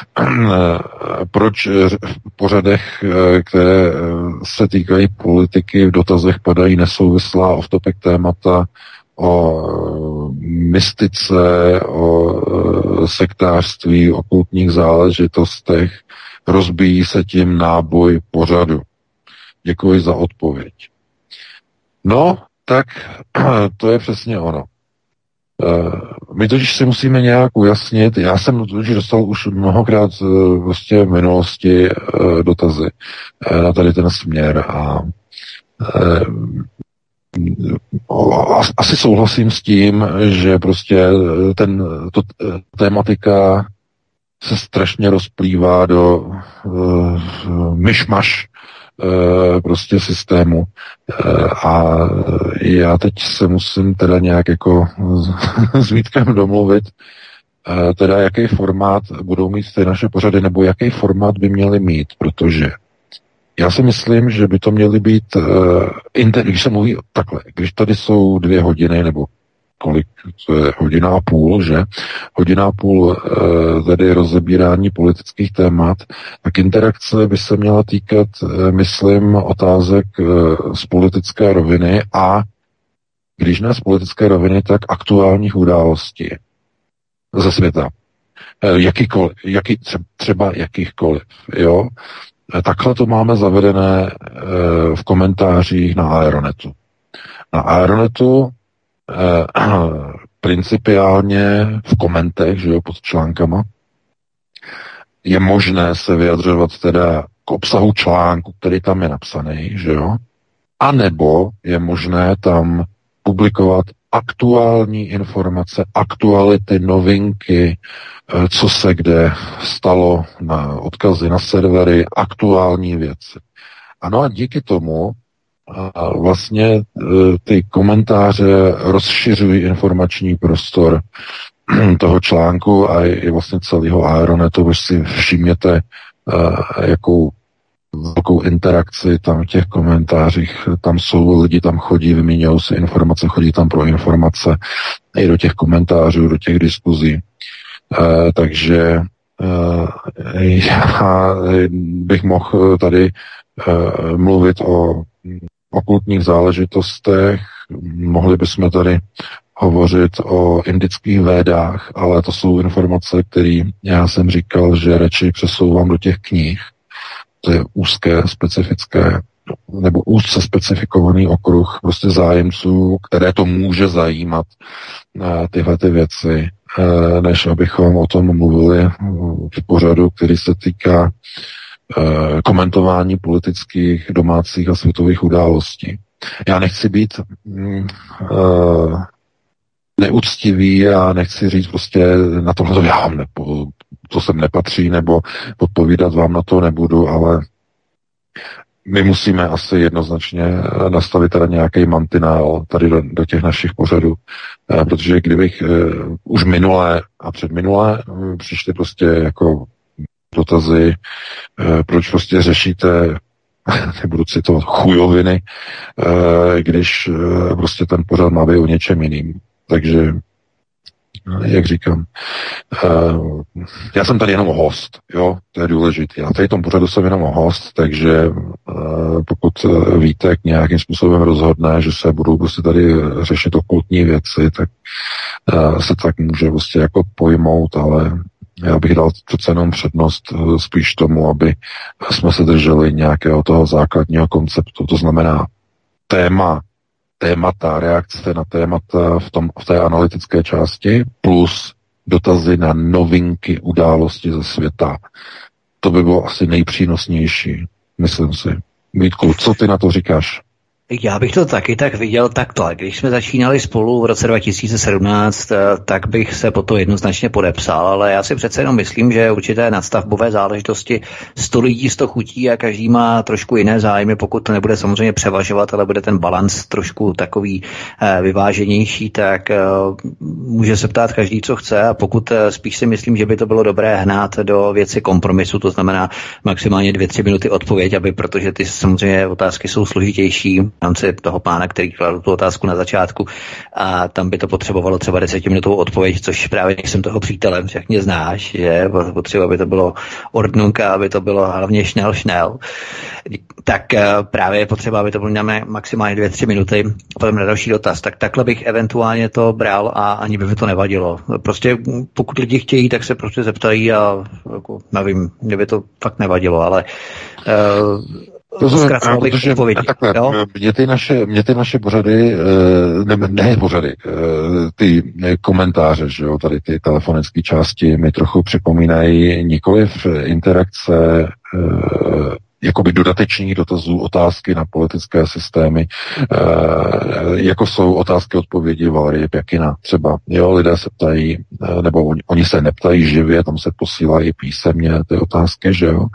D: proč v pořadech, které se týkají politiky, v dotazech padají nesouvislá off-topic témata o mystice, o sektářství, okultních záležitostech, rozbíjí se tím náboj pořadu. Děkuji za odpověď. No, tak to je přesně ono. My totiž si musíme nějak ujasnit, já jsem totiž dostal už mnohokrát prostě v minulosti dotazy na tady ten směr a asi souhlasím s tím, že prostě ten, to, tématika se strašně rozplývá do uh, myšmaš uh, prostě systému uh, a já teď se musím teda nějak jako s Vítkem domluvit, uh, teda jaký formát budou mít ty naše pořady, nebo jaký formát by měly mít, protože já si myslím, že by to měly být, uh, inter, když se mluví takhle, když tady jsou dvě hodiny, nebo kolik, to je hodina a půl, že? Hodina a půl e, tedy rozebírání politických témat, tak interakce by se měla týkat, e, myslím, otázek e, z politické roviny a, když ne z politické roviny, tak aktuálních událostí ze světa. E, jakýkoliv, jaký, třeba jakýchkoliv, jo? E, takhle to máme zavedené e, v komentářích na Aeronetu. Na Aeronetu Uh, principiálně v komentech, že jo, pod článkama, je možné se vyjadřovat teda k obsahu článku, který tam je napsaný, že jo, anebo je možné tam publikovat aktuální informace, aktuality, novinky, co se kde stalo, na odkazy na servery, aktuální věci. Ano a díky tomu a vlastně ty komentáře rozšiřují informační prostor toho článku a i vlastně celého Aeronetu, když si všimněte, jakou velkou interakci tam v těch komentářích, tam jsou lidi, tam chodí, vyměňují si informace, chodí tam pro informace i do těch komentářů, do těch diskuzí. E, takže e, já bych mohl tady e, mluvit o okultních záležitostech, mohli bychom tady hovořit o indických védách, ale to jsou informace, které já jsem říkal, že radši přesouvám do těch knih. To je úzké, specifické, nebo úzce specifikovaný okruh prostě zájemců, které to může zajímat, tyhle ty věci, než abychom o tom mluvili v pořadu, který se týká komentování politických, domácích a světových událostí. Já nechci být mm, uh, neúctivý a nechci říct prostě na tohle, já vám nepo, to sem nepatří, nebo odpovídat vám na to nebudu, ale my musíme asi jednoznačně nastavit teda nějaký mantinál tady do, do těch našich pořadů, uh, protože kdybych uh, už minulé a předminulé uh, přišli prostě jako dotazy, uh, proč prostě řešíte nebudu citovat chujoviny, když prostě ten pořad má být o něčem jiným. Takže, jak říkám, já jsem tady jenom host, jo, to je důležité. Já tady tom pořadu jsem jenom host, takže pokud Vítek nějakým způsobem rozhodne, že se budou prostě tady řešit okultní věci, tak se tak může prostě jako pojmout, ale já bych dal přece jenom přednost spíš tomu, aby jsme se drželi nějakého toho základního konceptu. To znamená téma, témata, reakce na témata v, tom, v té analytické části plus dotazy na novinky, události ze světa. To by bylo asi nejpřínosnější, myslím si. Vítku, co ty na to říkáš?
C: Já bych to taky tak viděl takto. Když jsme začínali spolu v roce dva tisíce sedmnáct, tak bych se po to jednoznačně podepsal, ale já si přece jenom myslím, že určité nadstavbové záležitosti sto lidí, sto chutí a každý má trošku jiné zájmy, pokud to nebude samozřejmě převažovat, ale bude ten balans trošku takový vyváženější, tak může se ptát každý, co chce, a pokud spíš si myslím, že by to bylo dobré hnát do věci kompromisu, to znamená maximálně dvě, tři minuty odpověď, aby, protože ty samozřejmě otázky jsou složitější, v rámci toho pána, který kladl tu otázku na začátku, a tam by to potřebovalo třeba desetiminutovou odpověď, což právě jsem toho přítelem, však mě znáš, že potřeba, aby to bylo ordnunka, aby to bylo hlavně šnel, šnel, tak právě je potřeba, aby to bylo maximálně dvě, tři minuty, potom na další dotaz, tak takhle bych eventuálně to bral a ani by mi to nevadilo. Prostě pokud lidi chtějí, tak se prostě zeptají a jako, nevím, mě by to fakt nevadilo, ale uh,
D: Rozumím, protože takhle, mě ty naše, mě ty naše pořady, ne, ne pořady, ty komentáře, že jo, tady ty telefonické části mi trochu připomínají nikoliv interakce jakoby dodatečných dotazů, otázky na politické systémy, jako jsou otázky odpovědi Valerie Pěkina třeba. Jo, lidé se ptají, nebo oni, oni se neptají živě, tam se posílají písemně ty otázky, že jo.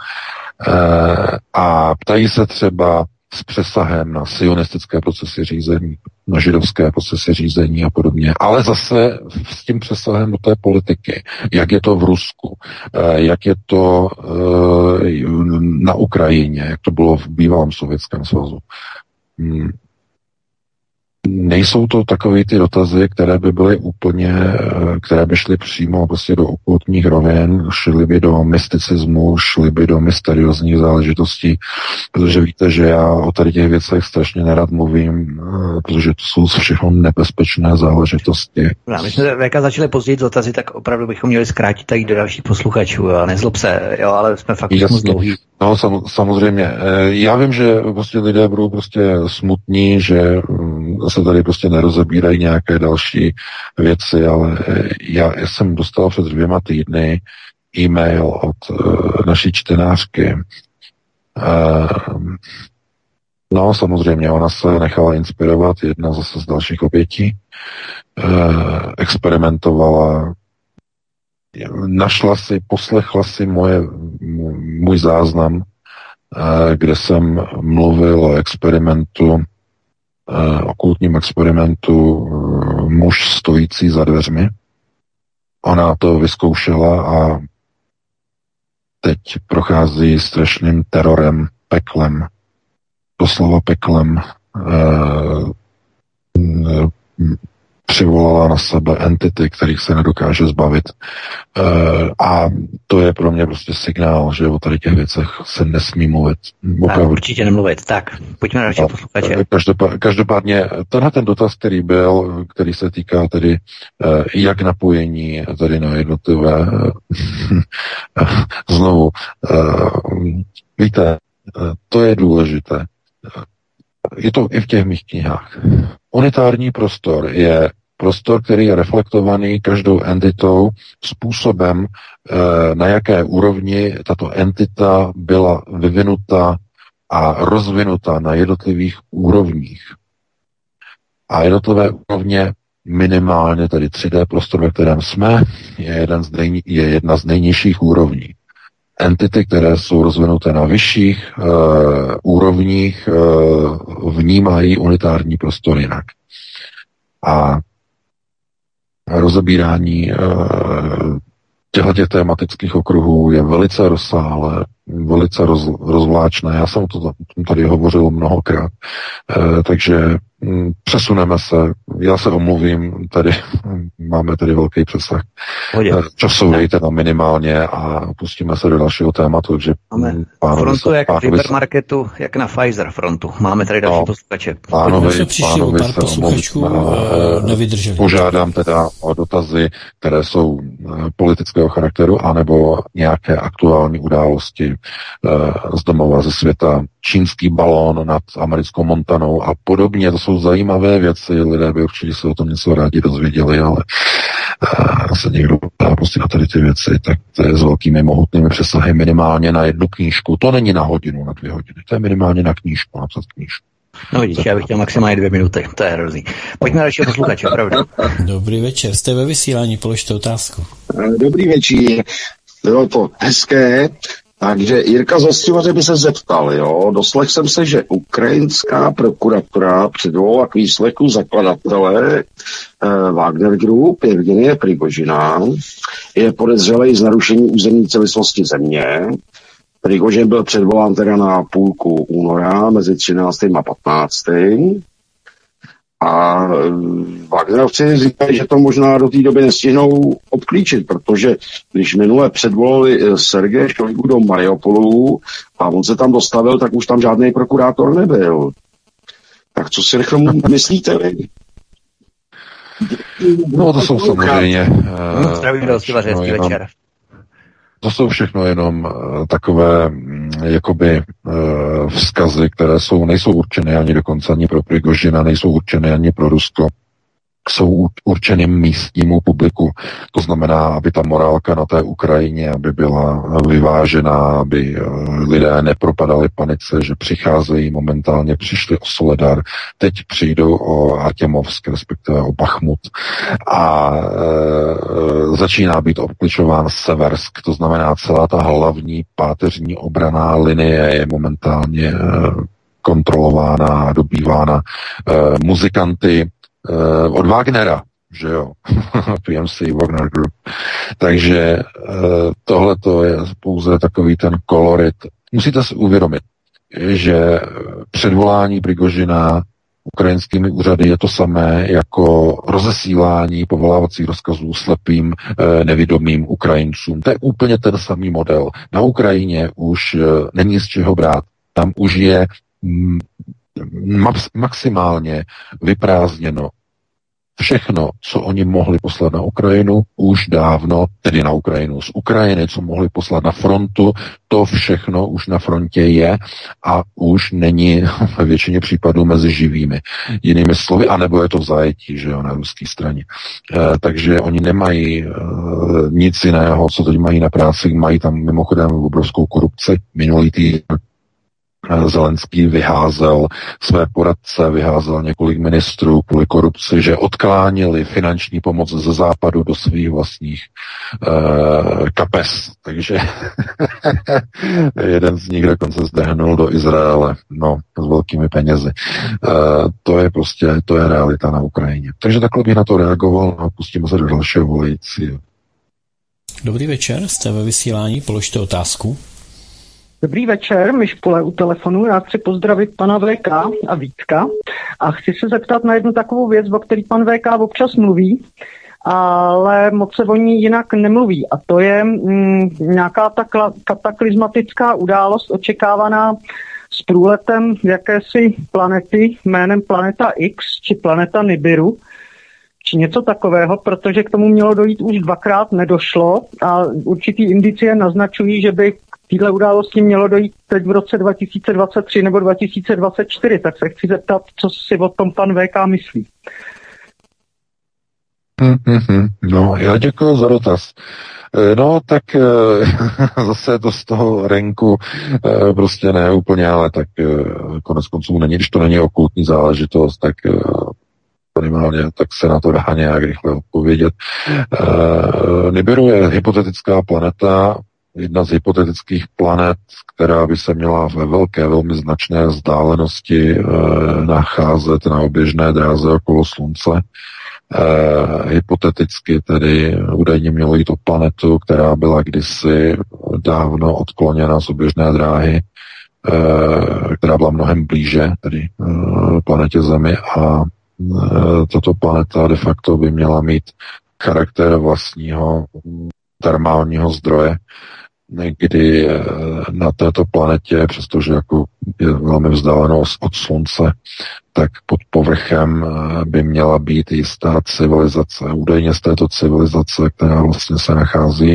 D: A ptají se třeba s přesahem na sionistické procesy řízení, na židovské procesy řízení a podobně. Ale zase s tím přesahem do té politiky. Jak je to v Rusku, jak je to na Ukrajině, jak to bylo v bývalém Sovětském svazu. Nejsou to takové ty dotazy, které by byly úplně, které by šly přímo prostě do okultních rovin, šly by do mysticismu, šly by do mysteriózních záležitostí, protože víte, že já o tady těch věcech strašně nerad mluvím, protože to jsou všechno nebezpečné záležitosti.
C: No, my jsme V K začali později dotazy, tak opravdu bychom měli zkrátit tady do dalších posluchačů, jo, nezlob se, jo, ale jsme fakt moc dlouhý.
D: No, sam, samozřejmě. Já vím, že prostě lidé budou prostě smutní, že se tady prostě nerozebírají nějaké další věci, ale já jsem dostal před dvěma týdny e-mail od uh, naší čtenářky. Uh, no, samozřejmě, ona se nechala inspirovat, jedna zase z dalších obětí. Uh, experimentovala, našla si, poslechla si moje, můj záznam, uh, kde jsem mluvil o experimentu, Uh, okultním experimentu uh, muž stojící za dveřmi. Ona to vyzkoušela a teď prochází strašným terorem peklem, doslova peklem eh, přivolala na sebe entity, kterých se nedokáže zbavit. E, a to je pro mě prostě signál, že o tady těch věcech se nesmí mluvit.
C: Opravdu. Určitě nemluvit. Tak, pojďme na další posluchače.
D: Každopádně, každopádně tenhle ten dotaz, který byl, který se týká tedy e, jak napojení tady na jednotlivé znovu, e, víte, to je důležité. Je to i v těch mých knihách. Unitární prostor je prostor, který je reflektovaný každou entitou způsobem, na jaké úrovni tato entita byla vyvinuta a rozvinuta na jednotlivých úrovních. A jednotlivé úrovně minimálně, tedy tři dé prostor, ve kterém jsme, je, jeden z nej, je jedna z nejnižších úrovní. Entity, které jsou rozvinuté na vyšších uh, úrovních, uh, vnímají unitární prostor jinak. A rozebírání uh, těchto tematických okruhů je velice rozsáhlé, velice roz, rozvláčné. Já jsem o tom tady hovořil mnohokrát. E, takže m, přesuneme se. Já se omluvím, tady máme tady velký přesah. Časový teda minimálně a pustíme se do dalšího tématu. Takže
C: máme frontu se, jak v hypermarketu, jak na Pfizer frontu. Máme tady další no, posluchače.
D: Pánovi, pánovi se posluchačů nevydrželi. Požádám teda o dotazy, které jsou politického charakteru, anebo nějaké aktuální události z domova, ze světa, čínský balón nad americkou Montanou a podobně. To jsou zajímavé věci, lidé by určitě se o tom něco rádi dozvěděli, ale uh, se někdo dá prostě na tady ty věci, tak to je s velkými mohutnými přesahy minimálně na jednu knížku. To není na hodinu, na dvě hodiny, to je minimálně na knížku, napsat knížku.
C: No vidíš, já bych chtěl maximálně dvě minuty, to je hrozný. Pojďme na dalšího posluchače, opravdu.
B: Dobrý večer, jste ve vysílání, položte otázku.
J: Dobrý večer, bylo to hezké. Takže Jirka ze Střivaře by se zeptal, jo, doslech jsem se, že ukrajinská prokuratura předvolala k výslechu zakladatele eh, Wagner Group Jevgenie Prigožina, je podezřelý z narušení územní celistvosti země. Prigožin byl předvolán teda na půlku února mezi třináctým a patnáctým A Wagnerovci říkají, že to možná do té doby nestihnou obklíčit, protože když minule předvolali Sergeje Šojgu do Mariupolu a on se tam dostavil, tak už tam žádný prokurátor nebyl. Tak co si rychle myslíte vy?
D: No to jsou samozřejmě...
C: Uh, Zdravím do Střivaře, hezký večer.
D: To jsou všechno jenom uh, takové um, jakoby uh, vzkazy, které jsou, nejsou určeny ani dokonce ani pro Prigožina, nejsou určeny ani pro Rusko. Jsou určeny místnímu publiku. To znamená, aby ta morálka na té Ukrajině, aby byla vyvážená, aby lidé nepropadali panice, že přicházejí momentálně, přišli o Soledar, teď přijdou o Artěmovsk, respektive o Bachmut a e, začíná být obkličován Seversk, to znamená celá ta hlavní páteřní obraná linie je momentálně e, kontrolována a dobývána e, muzikanty Uh, od Wagnera, že jo, P M C Wagner Group. Takže uh, tohle to je pouze takový ten kolorit. Musíte si uvědomit, že předvolání Prigožina ukrajinskými úřady je to samé jako rozesílání povolávacích rozkazů slepým uh, nevidomým Ukrajincům. To je úplně ten samý model. Na Ukrajině už uh, není z čeho brát. Tam už je mm, maximálně vyprázdněno všechno, co oni mohli poslat na Ukrajinu, už dávno, tedy na Ukrajinu z Ukrajiny, co mohli poslat na frontu, to všechno už na frontě je a už není ve většině případů mezi živými. Jinými slovy, anebo je to v zajetí, že jo, na ruské straně. E, takže oni nemají e, nic jiného, co teď mají na práci, mají tam mimochodem obrovskou korupci. Minulý týden Zelenský vyházel své poradce, vyházel několik ministrů kvůli korupci, že odklánili finanční pomoc ze západu do svých vlastních uh, kapes. Takže jeden z nich dokonce zdehnul do Izraele, no, s velkými penězi. Uh, to je prostě, to je realita na Ukrajině. Takže takhle bych na to reagoval a pustíme se do dalšího volajícího.
B: Dobrý večer, jste ve vysílání, položte otázku.
K: Dobrý večer, Myšpole u telefonu. Já chci pozdravit pana V K a Vítka a chci se zeptat na jednu takovou věc, o který pan V K občas mluví, ale moc se o ní jinak nemluví. A to je mm, nějaká ta kla- kataklizmatická událost očekávaná s průletem jakési planety jménem Planeta X či Planeta Nibiru, či něco takového, protože k tomu mělo dojít už dvakrát, nedošlo a určitý indicie naznačují, že by k této události mělo dojít teď v roce dva tisíce dvacet tři nebo dva tisíce dvacet čtyři, tak se chci zeptat, co si o tom pan V K myslí.
D: Mm-hmm. No, já děkuji za dotaz. No, tak zase to z toho renku prostě ne úplně, ale tak konec konců není, když to není okultní záležitost, tak minimálně, tak se na to dá nějak rychle odpovědět. Nibiru je hypotetická planeta, jedna z hypotetických planet, která by se měla ve velké, velmi značné vzdálenosti nacházet na oběžné dráze okolo Slunce. Uh, hypoteticky tedy údajně mělo jít o planetu, která byla kdysi dávno odkloněna z oběžné dráhy, uh, která byla mnohem blíže tedy uh, planetě Zemi a uh, tato planeta de facto by měla mít charakter vlastního termálního zdroje, kdy na této planetě, přestože jako je velmi vzdáleno od Slunce, tak pod povrchem by měla být jistá civilizace. Údajně z této civilizace, která vlastně se nachází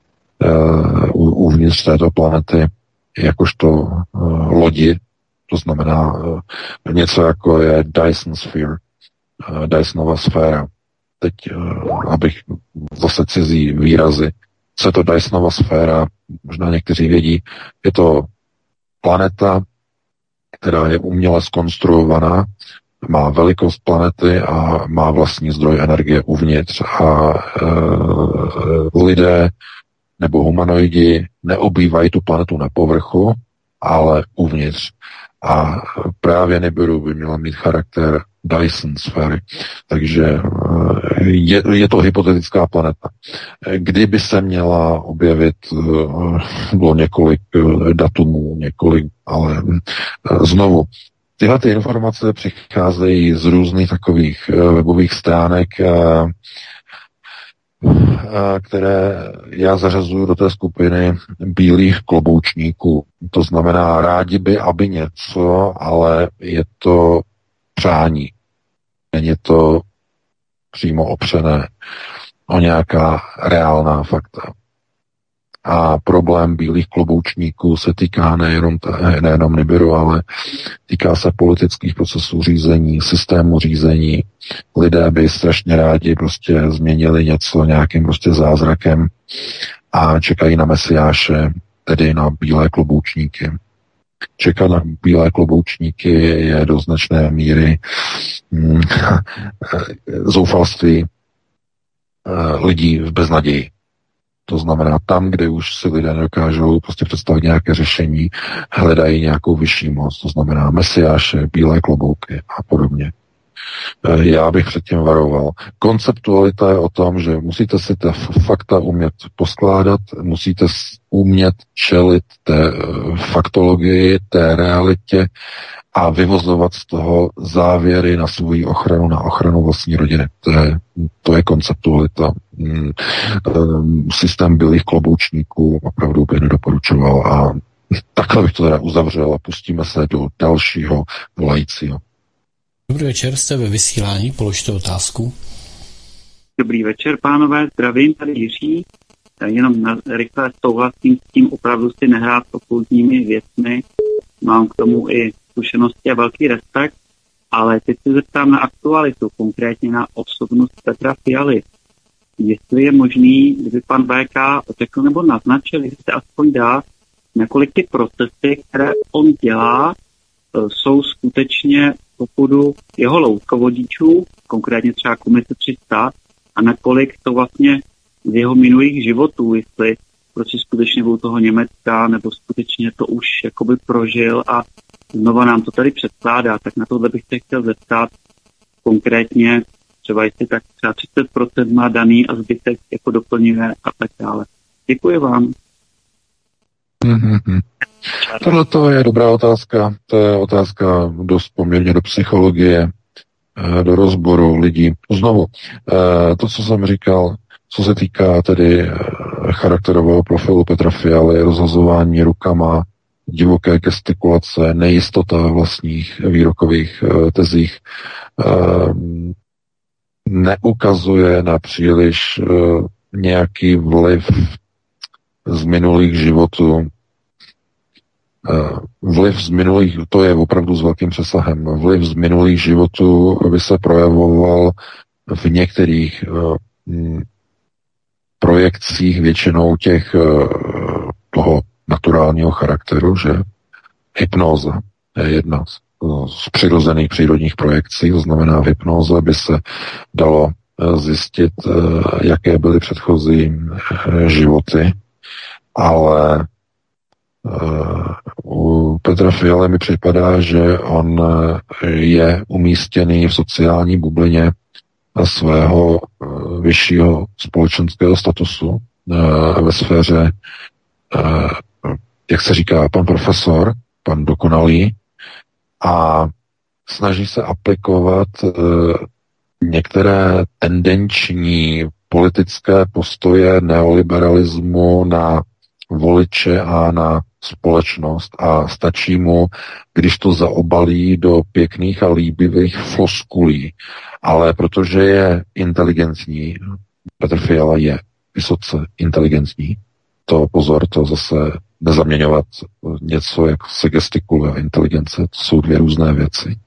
D: uh, uvnitř této planety, jakožto uh, lodi, to znamená uh, něco jako je Dyson Sphere, uh, Dysonova sféra. Teď, uh, abych zase cizí výrazy, co je to Dysonova sféra, možná někteří vědí, je to planeta, která je uměle zkonstruovaná, má velikost planety a má vlastní zdroj energie uvnitř a e, lidé nebo humanoidi neobývají tu planetu na povrchu, ale uvnitř. A právě Nibiru by měla mít charakter Dyson sféry. Takže je, je to hypotetická planeta. Kdyby se měla objevit, bylo několik datumů, několik, ale znovu, tyhle ty informace přicházejí z různých takových webových stránek, které já zařazuju do té skupiny bílých kloboučníků. To znamená, rádi by, aby něco, ale je to přání. Není to přímo opřené o nějaká reálná fakta. A problém bílých kloboučníků se týká nejenom, nejenom Nibiru, ale týká se politických procesů řízení, systému řízení. Lidé by strašně rádi prostě změnili něco nějakým prostě zázrakem a čekají na mesiáše, tedy na bílé kloboučníky. Čekat na bílé kloboučníky je do značné míry mm, zoufalství lidí v beznaději. To znamená, tam, kde už si lidé nedokážou prostě představit nějaké řešení, hledají nějakou vyšší moc, to znamená mesiáše, bílé klobouky a podobně. Já bych předtím varoval. Konceptualita je o tom, že musíte si ta fakta umět poskládat, musíte umět čelit té faktologii, té realitě a vyvozovat z toho závěry na svou ochranu, na ochranu vlastní rodiny. To je, to je konceptualita. Systém bílých kloboučníků opravdu bych nedoporučoval a takhle bych to teda uzavřel a pustíme se do dalšího volajícího.
B: Dobrý večer, jste ve vysílání, položte otázku.
L: Dobrý večer, pánové, zdravím, tady Jiří. Jenom na, rychle souhlasím s tím, opravdu si nehrát s okultními věcmi. Mám k tomu i zkušenosti a velký respekt, ale teď se zeptám na aktualitu, konkrétně na osobnost Petra Fialy. Jestli je možný, kdyby pan V K řekl nebo naznačil, jestli se aspoň dá, nakolik ty procesy, které on dělá, jsou skutečně popudu jeho loutkovodičů, konkrétně třeba komise tři sta, a nakolik to vlastně z jeho minulých životů, jestli prostě skutečně byl toho Německa, nebo skutečně to už jakoby prožil a znova nám to tady předkládá, tak na tohle bych se chtěl zeptat konkrétně, třeba jestli tak třeba třicet procent má daný a zbytek jako doplňuje a tak dále. Děkuji vám.
D: Mm-hmm. Tohle to je dobrá otázka. To je otázka dost poměrně do psychologie, do rozboru lidí. Znovu, to, co jsem říkal, co se týká tedy charakterového profilu Petra Fialy, rozhazování rukama, divoké gestikulace, nejistota ve vlastních výrokových tezích, neukazuje na příliš nějaký vliv z minulých životů. Vliv z minulých, to je opravdu s velkým přesahem, vliv z minulých životů by se projevoval v některých projekcích, většinou těch toho naturálního charakteru, že hypnóza je jedna z, z přirozených přírodních projekcí, to znamená v hypnóze by se dalo zjistit, jaké byly předchozí životy, ale u Petra Fialy mi připadá, že on je umístěný v sociální bublině svého vyššího společenského statusu ve sféře, jak se říká, pan profesor, pan dokonalý, a snaží se aplikovat některé tendenční politické postoje neoliberalismu na voliče a na společnost a stačí mu, když to zaobalí do pěkných a líbivých floskulí. Ale protože je inteligentní, Petr Fiala je vysoce inteligentní, to pozor, to zase nezaměňovat něco, jak se gestikuluje inteligence, to jsou dvě různé věci. E,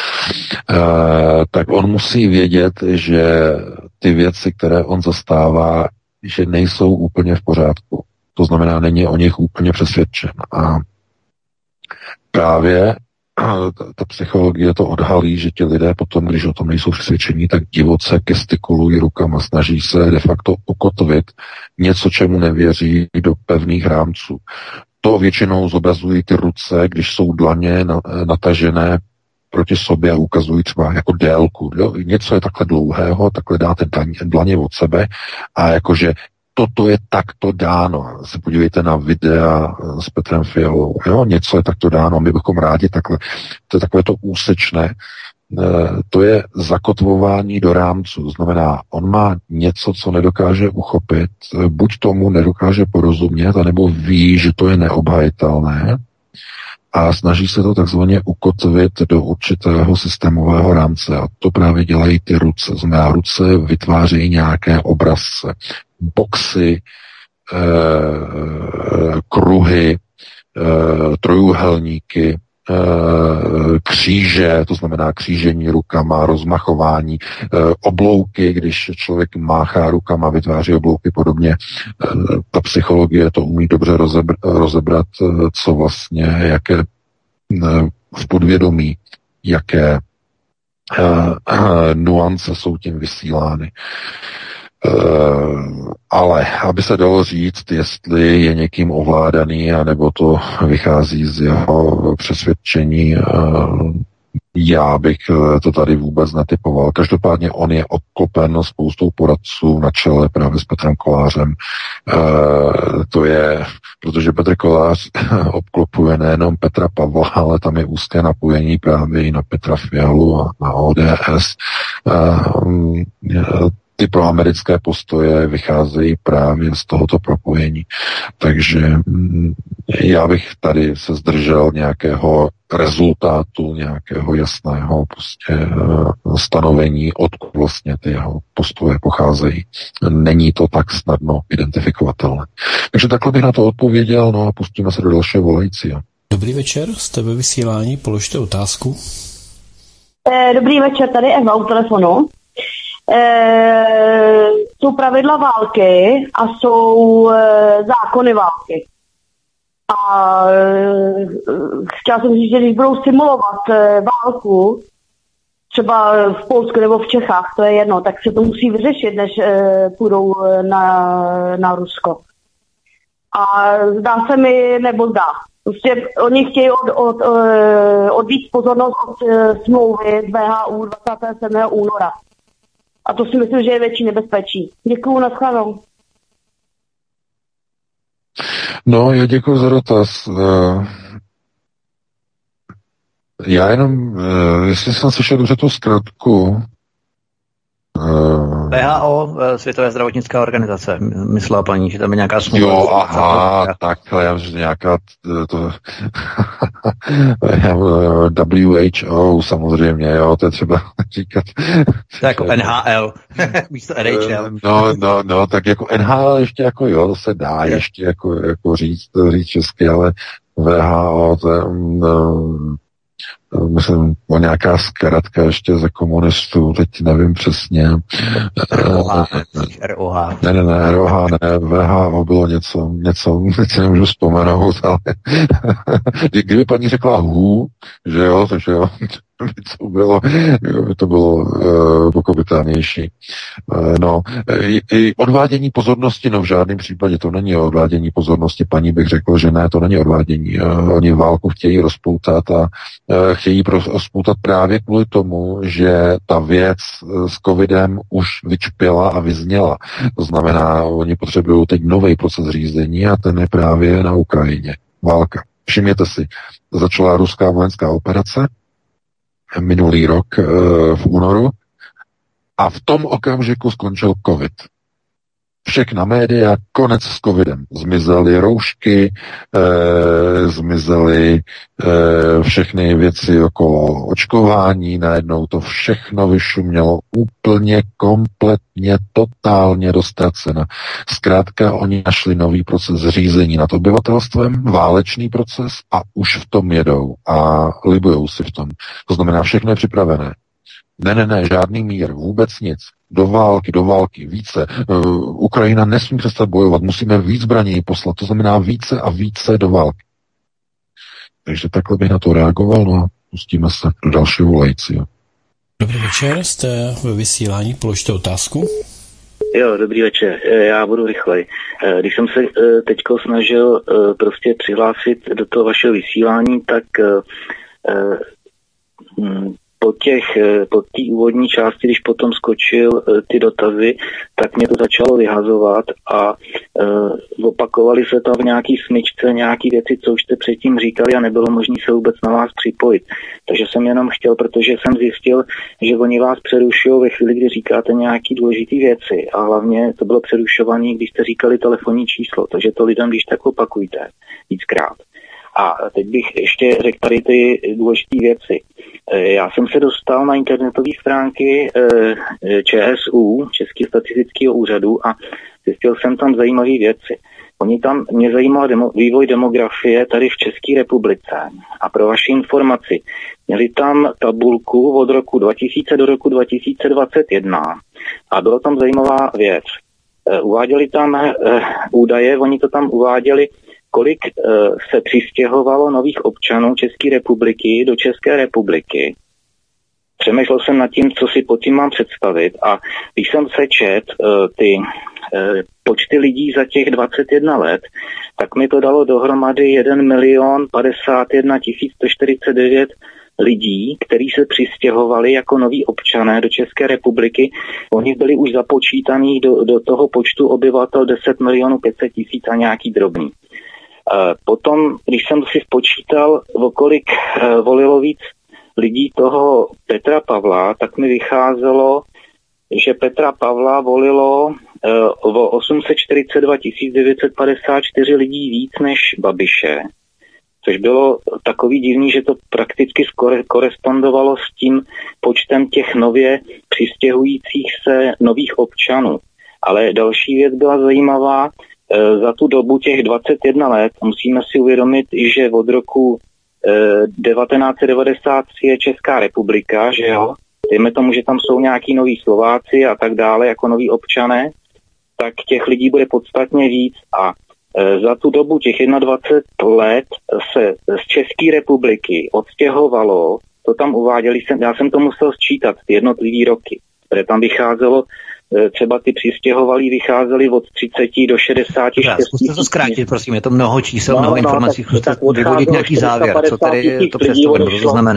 D: tak on musí vědět, že ty věci, které on zastává, že nejsou úplně v pořádku. To znamená, není o nich úplně přesvědčen. A právě ta psychologie to odhalí, že ti lidé potom, když o tom nejsou přesvědčení, tak divoce gestikulují rukama, snaží se de facto ukotvit něco, čemu nevěří, do pevných rámců. To většinou zobrazují ty ruce, když jsou dlaně natažené proti sobě a ukazují třeba jako délku. Jo? Něco je takhle dlouhého, takhle dáte dlaně od sebe a jakože toto je takto dáno. Se podívejte na videa s Petrem Fialou. Jo? Něco je takto dáno. My bychom rádi takhle. To je takové to úsečné. To je zakotvování do rámců. Znamená, on má něco, co nedokáže uchopit. Buď tomu nedokáže porozumět, anebo ví, že to je neobhajitelné a snaží se to takzvaně ukotvit do určitého systémového rámce. A to právě dělají ty ruce. Znamená, ruce vytvářejí nějaké obrazce, boxy, eh, kruhy, eh, trojuhelníky, eh, kříže, to znamená křížení rukama, rozmachování, eh, oblouky, když člověk máchá rukama, vytváří oblouky podobně. Eh, ta psychologie to umí dobře rozebr- rozebrat, eh, co vlastně, jaké eh, v podvědomí, jaké eh, eh, nuance jsou tím vysílány. Uh, ale aby se dalo říct, jestli je někým ovládaný, anebo to vychází z jeho přesvědčení, uh, já bych to tady vůbec netypoval. Každopádně on je obklopen spoustou poradců na čele právě s Petrem Kolářem. Uh, to je, protože Petr Kolář obklopuje nejenom Petra Pavla, ale tam je úzké napojení právě i na Petra Fialu a na O D S. Uh, Ty proamerické postoje vycházejí právě z tohoto propojení. Takže já bych tady se zdržel nějakého rezultátu, nějakého jasného prostě stanovení, odkud vlastně ty jeho postoje pocházejí. Není to tak snadno identifikovatelné. Takže takhle bych na to odpověděl, no a pustíme se do dalšího volajícího.
B: Dobrý večer, jste ve vysílání, položte otázku.
M: Dobrý večer, tady Eva u telefonu. E, jsou pravidla války a jsou e, zákony války. A e, chtěla jsem říct, že když budou simulovat e, válku, třeba v Polsku nebo v Čechách, to je jedno, tak se to musí vyřešit, než e, půjdou na, na Rusko. A zdá se mi, nebo zdá. Prostě oni chtějí od, od, od, odvíct pozornost od e, smlouvy z V H U dvacátého sedmého února. A to si myslím, že je větší nebezpečí. Děkuju, nashledanou.
D: No, já děkuji za dotaz. Já jenom, jestli jsem slyšel dobře tu zkratku,
C: P H O, Světové zdravotnická organizace, myslela paní, že tam je nějaká smlouva.
D: Jo, aha, takhle, já myslím, nějaká to, W H O samozřejmě, jo, to je třeba říkat.
C: To jako N H L, místo N H L.
D: No, no, no, tak jako N H L ještě jako jo, to se dá ještě jako, jako říct, říct česky, ale V H O, to je, no, myslím, o nějaká zkratka ještě za komunistů, teď nevím přesně.
C: R O H.
D: Ne, ne, ne, R O H, ne, V H O bylo něco, něco, teď si nemůžu vzpomenout, ale kdyby paní řekla hů, že jo, takže jo, by to bylo, by to bylo uh, pochopitelnější. Uh, no, i, i odvádění pozornosti, no v žádném případě to není odvádění pozornosti, paní bych řekl, že ne, to není odvádění. Uh, oni válku chtějí rozpoutat a uh, chtějí rozpoutat právě kvůli tomu, že ta věc s covidem už vyčpěla a vyzněla. To znamená, oni potřebují teď nový proces řízení a ten je právě na Ukrajině. Válka. Všimněte si, začala ruská vojenská operace minulý rok e, v únoru a v tom okamžiku skončil covid. Všechna média, konec s covidem. Zmizely roušky, e, zmizely e, všechny věci okolo očkování, najednou to všechno vyšumělo úplně, kompletně, totálně dostracena. Zkrátka oni našli nový proces řízení nad obyvatelstvem, válečný proces a už v tom jedou a libujou si v tom. To znamená, všechno je připravené. Ne, ne, ne, žádný mír, vůbec nic. Do války, do války, více. Uh, Ukrajina nesmí přestat bojovat, musíme víc zbraní poslat, to znamená více a více do války. Takže takhle bych na to reagoval, no a pustíme se do dalšího volejci.
B: Dobrý večer, jste ve vysílání, položte otázku.
N: Jo, dobrý večer, já budu rychlej. Když jsem se teďko snažil prostě přihlásit do toho vašeho vysílání, tak po těch, po té úvodní části, když potom skočil ty dotazy, tak mě to začalo vyhazovat a uh, opakovaly se tam v nějaký smyčce nějaký věci, co už jste předtím říkali a nebylo možné se vůbec na vás připojit. Takže jsem jenom chtěl, protože jsem zjistil, že oni vás přerušují ve chvíli, kdy říkáte nějaký důležité věci a hlavně to bylo přerušované, když jste říkali telefonní číslo, takže to lidem když tak opakujte víckrát. A teď bych ještě řekl tady ty důležité věci. Já jsem se dostal na internetové stránky ČSÚ, Českého statistického úřadu, a zjistil jsem tam zajímavé věci. Oni tam, mě zajímal demo, vývoj demografie tady v České republice. A pro vaši informaci, měli tam tabulku od roku dva tisíce do roku dva tisíce dvacet jedna a byla tam zajímavá věc. Uváděli tam údaje, oni to tam uváděli, kolik uh, se přistěhovalo nových občanů České republiky do České republiky. Přemýšlel jsem nad tím, co si pod tím mám představit a když jsem se čet uh, ty uh, počty lidí za těch dvacet jedna let, tak mi to dalo dohromady jeden milion padesát jedna tisíc sto čtyřicet devět lidí, kteří se přistěhovali jako noví občané do České republiky. Oni byli už započítaní do, do toho počtu obyvatel deset milionů pět set tisíc a nějaký drobný. Potom, když jsem si spočítal, o kolik volilo víc lidí toho Petra Pavla, tak mi vycházelo, že Petra Pavla volilo o osm set čtyřicet dva tisíc devět set padesát čtyři lidí víc než Babiše, což bylo takový divný, že to prakticky korespondovalo s tím počtem těch nově přistěhujících se nových občanů. Ale další věc byla zajímavá. Za tu dobu těch dvacet jedna let musíme si uvědomit, že od roku devatenáct set devadesát tři je Česká republika, že jo, dejme tomu, že tam jsou nějaký noví Slováci a tak dále, jako noví občané, tak těch lidí bude podstatně víc a za tu dobu těch dvacet jedna let se z České republiky odstěhovalo, to tam uváděli, já jsem to musel sčítat, jednotlivý roky, které tam vycházelo, třeba ty přistěhovalí vycházeli od třicet do šedesáti šesti.
C: Zkuste to zkrátit, prosím, je to mnoho čísel, no, mnoho no, informací, zkuste vyvodit nějaký závěr, co tady to představuje, co to znamená.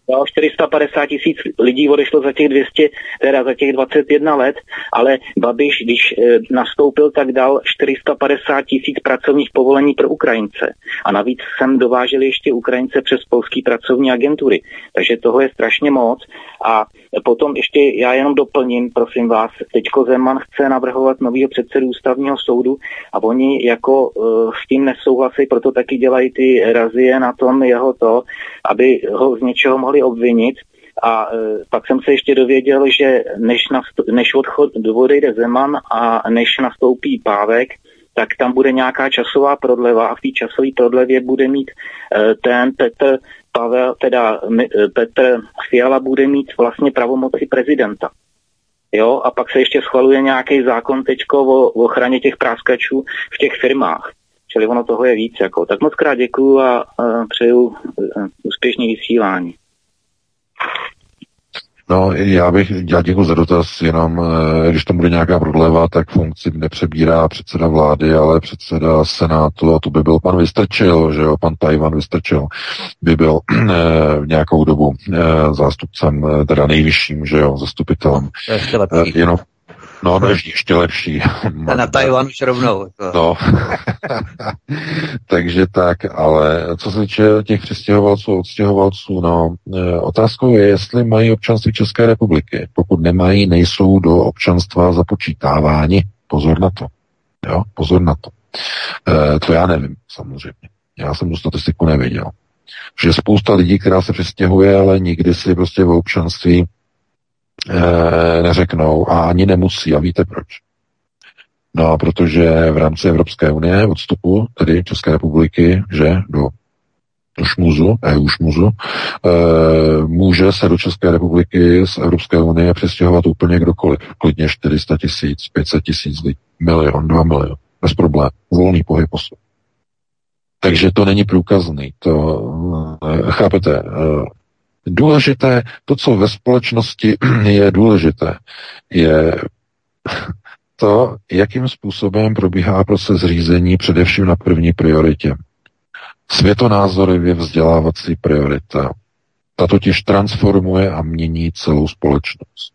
N: Jo, čtyři sta padesát tisíc lidí odešlo za těch dvě stě, teda za těch dvacet jedna let, ale Babiš, když e, nastoupil, tak dal čtyři sta padesát tisíc pracovních povolení pro Ukrajince. A navíc sem dováželi ještě Ukrajince přes polský pracovní agentury. Takže toho je strašně moc. A potom ještě já jenom doplním, prosím vás, teďko Zeman chce navrhovat novýho předsedu ústavního soudu a oni jako e, s tím nesouhlasí, proto taky dělají ty razie na tom jeho to, aby ho z něčeho mohli obvinit. A e, pak jsem se ještě dověděl, že než, nasto- než odchod odejde Zeman a než nastoupí Pávek, tak tam bude nějaká časová prodleva a v té časové prodlevě bude mít e, ten Petr Pavel, teda e, Petr Fiala bude mít vlastně pravomoci prezidenta. Jo, a pak se ještě schvaluje nějaký zákon teďko o, o ochraně těch práskačů v těch firmách. Čili ono toho je víc. Jako. Tak moc krát děkuju a, a přeju uh, úspěšné vysílání.
D: No, já bych, já děkuji za dotaz, jenom když tam bude nějaká prodleva, tak funkci nepřebírá předseda vlády, ale předseda Senátu, a to by byl pan Vystrčil, že jo, pan Tajvan Vystrčil, by byl v nějakou dobu zástupcem, teda nejvyšším, že jo, zastupitelem. Jenom No, no, ještě, ještě lepší.
C: A na Tajvan už rovnou.
D: No. Takže tak, ale co se týče těch přistěhovalců, odstěhovalců, no, otázkou je, jestli mají občanství České republiky. Pokud nemají, nejsou do občanstva započítáváni. Pozor na to. Jo, pozor na to. E, to já nevím, samozřejmě. Já jsem tu statistiku neviděl. Že spousta lidí, která se přistěhuje, ale nikdy si prostě v občanství e, neřeknou a ani nemusí. A víte proč? No, protože v rámci Evropské unie odstupu, tedy České republiky, že do, do šmuzu, E U šmuzu, e, může se do České republiky z Evropské unie přestěhovat úplně kdokoliv. Klidně čtyři sta tisíc, pět set tisíc lidí, milion, dva milion. Bez problémů. Volný pohyb osob. Takže to není průkazný. To, chápete, důležité, to, co ve společnosti je důležité, je to, jakým způsobem probíhá proces řízení především na první prioritě. Světonázorově vzdělávací priorita. Ta totiž transformuje a mění celou společnost.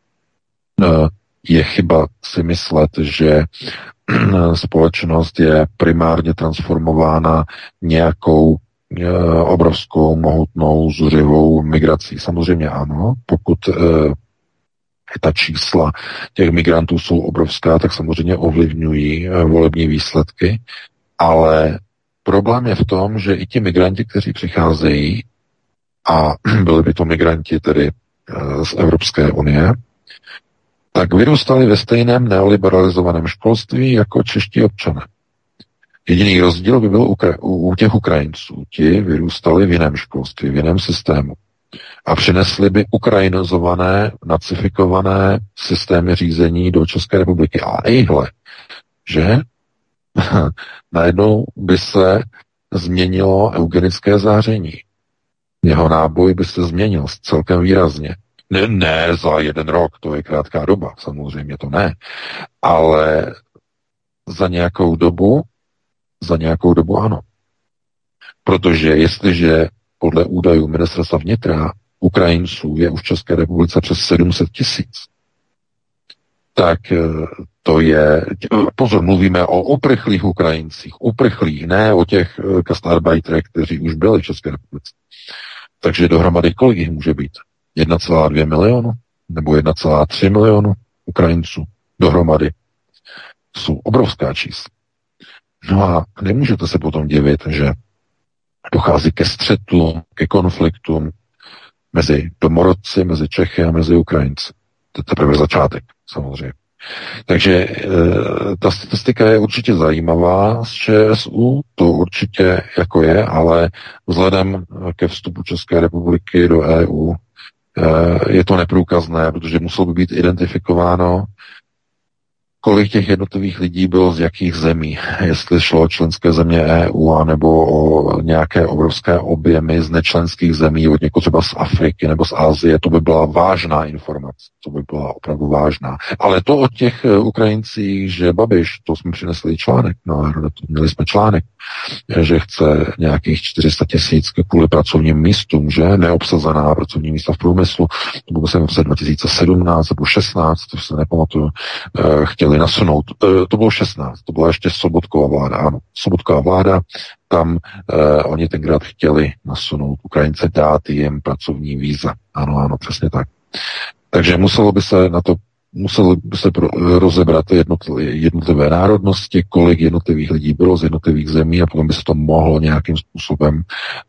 D: Je chyba si myslet, že společnost je primárně transformována nějakou e, obrovskou, mohutnou, zuřivou migrací. Samozřejmě ano, pokud e, ta čísla těch migrantů jsou obrovská, tak samozřejmě ovlivňují e, volební výsledky, ale problém je v tom, že i ti migranti, kteří přicházejí, a byli by to migranti tedy e, z Evropské unie, tak vyrůstali ve stejném neoliberalizovaném školství jako čeští občané. Jediný rozdíl by byl u, u těch Ukrajinců. Ti vyrůstali v jiném školství, v jiném systému. A přinesli by ukrajinizované, nacifikované systémy řízení do České republiky. A ejhle, že najednou by se změnilo eugenické záření. Jeho náboj by se změnil celkem výrazně. Ne, ne za jeden rok, to je krátká doba, samozřejmě to ne, ale za nějakou dobu, za nějakou dobu ano. Protože jestliže podle údajů ministerstva vnitra Ukrajinců je už v České republice přes sedm set tisíc, tak to je, pozor, mluvíme o uprchlých Ukrajincích, uprchlých, ne o těch gastarbeiterech, kteří už byli v České republice. Takže dohromady kolik jich může být? jedna celá dvě milionu nebo jedna celá tři milionu Ukrajinců dohromady. Jsou obrovská čísla. No a nemůžete se potom divit, že dochází ke střetům, ke konfliktům mezi domorodci, mezi Čechy a mezi Ukrajinci. To je teprve začátek, samozřejmě. Takže e, ta statistika je určitě zajímavá z ČSÚ, to určitě jako je, ale vzhledem ke vstupu České republiky do E U je to neprůkazné, protože muselo by být identifikováno kolik těch jednotlivých lidí bylo z jakých zemí, jestli šlo o členské země E U, anebo o nějaké obrovské objemy z nečlenských zemí, od někoho třeba z Afriky nebo z Asie, to by byla vážná informace, to by byla opravdu vážná. Ale to o těch Ukrajincích, že Babiš, to jsme přinesli článek, no, měli jsme článek, že chce nějakých čtyři sta tisíc kvůli pracovním místům, že neobsazená pracovní místa v průmyslu, to bylo se v roce dva tisíce sedmnáct nebo šestnáct, to se nepamatuju, chtěli nasunout. To bylo šestnáct, to byla ještě Sobotkova vláda, ano. Sobotkova vláda, tam eh, oni tenkrát chtěli nasunout Ukrajince, dát jim pracovní víza. Ano, ano, přesně tak. Takže muselo by se na to muselo by se pro, rozebrat jednotlivé, jednotlivé národnosti, kolik jednotlivých lidí bylo z jednotlivých zemí a potom by se to mohlo nějakým způsobem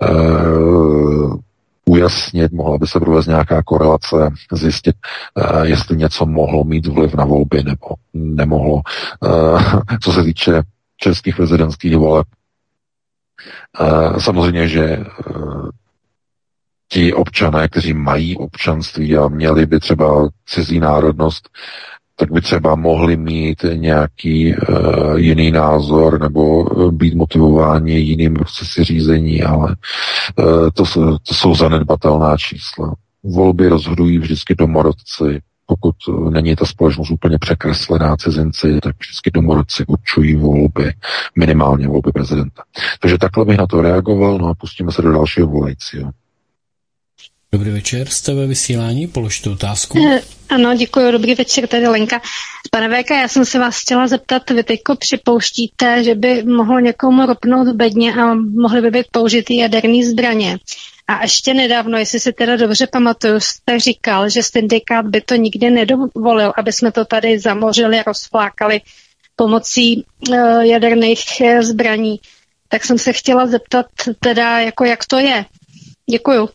D: eh, ujasnit, mohla by se provést nějaká korelace, zjistit, uh, jestli něco mohlo mít vliv na volby nebo nemohlo. Uh, co se týče českých prezidentských voleb, uh, samozřejmě, že uh, ti občané, kteří mají občanství a měli by třeba cizí národnost, tak by třeba mohli mít nějaký uh, jiný názor nebo být motivováni jiným procesy řízení, ale uh, to, to jsou zanedbatelná čísla. Volby rozhodují vždycky domorodci. Pokud není ta společnost úplně překreslená cizinci, tak vždycky domorodci určují volby, minimálně volby prezidenta. Takže takhle bych na to reagoval, no a pustíme se do dalšího volajícího.
B: Dobrý večer, jste ve vysílání, položte otázku.
O: Ano, děkuji, dobrý večer, tady Lenka. Pane Véka, já jsem se vás chtěla zeptat, vy teďko připouštíte, že by mohlo někomu ropnout v bedně a mohly by být použity jaderné zbraně. A ještě nedávno, jestli si teda dobře pamatuju, jste říkal, že syndikát by to nikdy nedovolil, aby jsme to tady zamořili, rozflákali pomocí uh, jaderných zbraní. Tak jsem se chtěla zeptat teda, jako jak to je. Děkuju.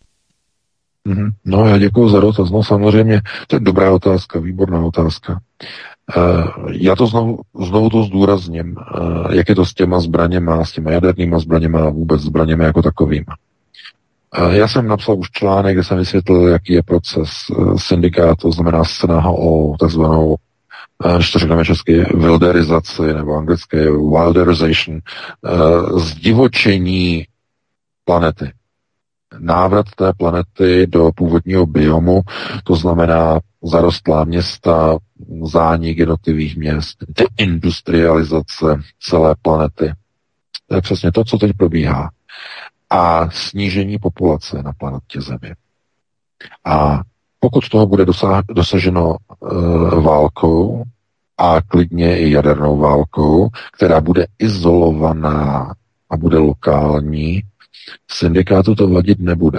D: No, já děkuji za dotaz. No, samozřejmě, to je dobrá otázka, výborná otázka. Uh, já to znovu, znovu to zdůrazním, uh, jak je to s těma zbraněma, s těma jadernýma zbraněma a vůbec zbraněma jako takovýma. Uh, já jsem napsal už článek, kde jsem vysvětlil, jaký je proces uh, syndikátu, to znamená snaha o takzvanou, uh, že to řekneme česky, wilderizaci, nebo anglické wilderization, uh, zdivočení planety. Návrat té planety do původního biomu, to znamená zarostlá města, zánik jednotlivých měst, deindustrializace celé planety. To je přesně to, co teď probíhá. A snížení populace na planetě Země. A pokud toho bude dosa- dosaženo e, válkou a klidně i jadernou válkou, která bude izolovaná a bude lokální, syndikátu to vadit nebude.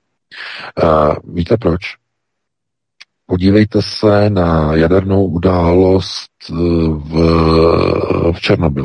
D: Uh, víte proč? Podívejte se na jadernou událost v, v Černobylu.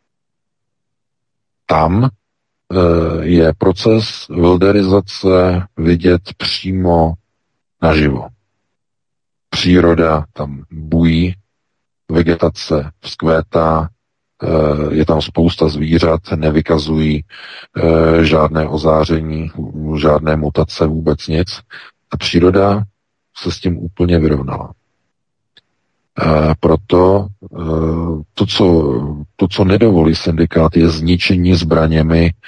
D: Tam uh, je proces wilderizace vidět přímo naživo. Příroda tam bují, vegetace vzkvétá, je tam spousta zvířat, nevykazují e, žádné ozáření, žádné mutace, vůbec nic. A příroda se s tím úplně vyrovnala. E, proto e, to, co, to, co nedovolí syndikát, je zničení zbraněmi e,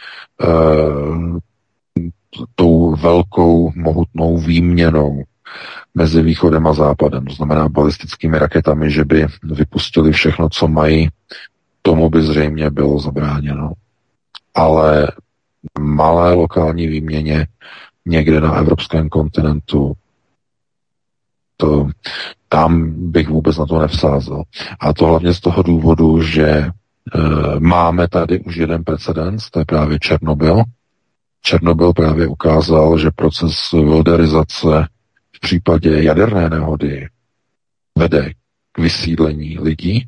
D: tou velkou, mohutnou výměnou mezi východem a západem. To znamená balistickými raketami, že by vypustili všechno, co mají. Tomu by zřejmě bylo zabráněno. Ale malé lokální výměně někde na evropském kontinentu, to, tam bych vůbec na to nevsázel. A to hlavně z toho důvodu, že e, máme tady už jeden precedens, to je právě Černobyl. Černobyl právě ukázal, že proces wilderizace v případě jaderné nehody vede k vysídlení lidí,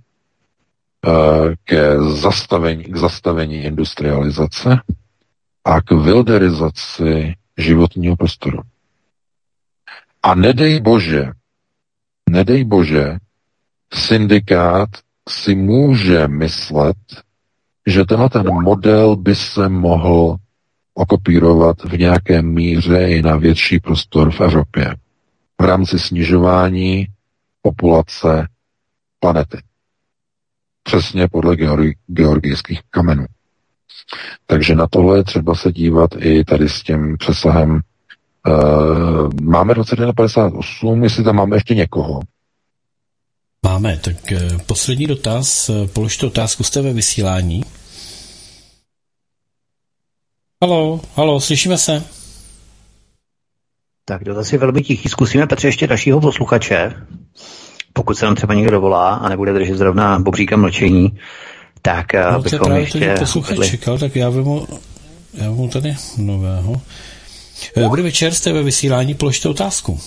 D: ke zastavení, k zastavení industrializace a k wilderizaci životního prostoru. A nedej bože, nedej bože, syndikát si může myslet, že tenhle ten model by se mohl okopírovat v nějaké míře i na větší prostor v Evropě v rámci snižování populace planety. přesně podle georgi, georgijských kamenů. Takže na tohle je třeba se dívat i tady s tím přesahem. Uh, máme dvacet jedna padesát osm, jestli tam máme ještě někoho.
B: Máme, tak uh, poslední dotaz. Položte otázku, jste ve vysílání. Halo, halo, slyšíme se?
C: Tak dotaz je velmi tichý. Zkusíme, Petře, ještě dalšího posluchače. Pokud se nám třeba někdo dovolá a nebude držet zrovna bobříka mlčení, tak no, bychom ještě...
B: posluchač čekal, tak já vemu, já vemu tady nového. Dobrý večer, jste ve vysílání, položte otázku.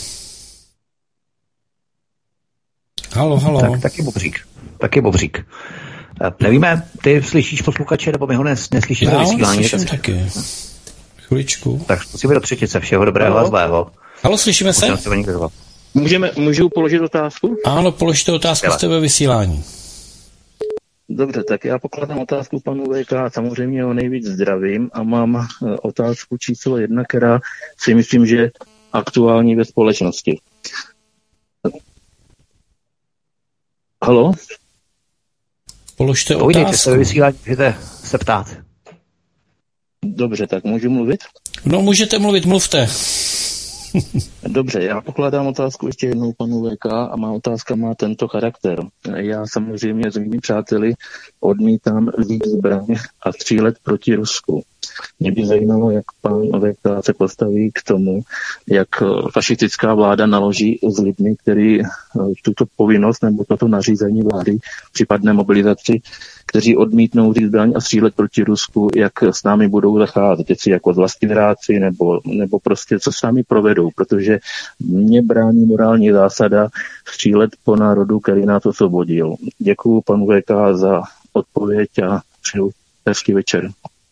B: Halo, halo.
C: Tak, taky bobřík. Taky bobřík. Nevíme, ty slyšíš posluchače, nebo my ho nes, neslyšíme
B: já
C: ve vysílání?
B: Já slyším taky. Chviličku.
C: Tak zkusíme do třetice. Všeho dobrého a zlého.
B: Halo, slyšíme se?
P: Můžeme, můžu položit otázku?
B: Ano, položte otázku, jste ve vysílání.
P: Dobře, tak já pokládám otázku panu V K, samozřejmě ho nejvíc zdravím a mám otázku číslo jedna, která si myslím, že je aktuální ve společnosti. Halo?
B: Položte
C: Povídejte
B: otázku.
C: se ve vysílání, můžete se ptát.
P: Dobře, tak můžu mluvit?
B: No, můžete mluvit, mluvte.
P: Dobře, já pokládám otázku ještě jednou panu V K a má otázka má tento charakter. Já samozřejmě s mými přáteli odmítám vzít zbraň a střílet proti Rusku. Mě by zajímalo, jak pan V K se postaví k tomu, jak fašistická vláda naloží s lidmi, kteří tuto povinnost nebo toto nařízení vlády případné mobilizaci, kteří odmítnou vzít zbraň a střílet proti Rusku, jak s námi budou zacházet, jestli jako vlastidráci nebo, nebo prostě co s námi provedou, protože mě brání morální zásada střílet po národu, který nás osvobodil. Děkuju panu V K za odpověď a přeju hezký večer.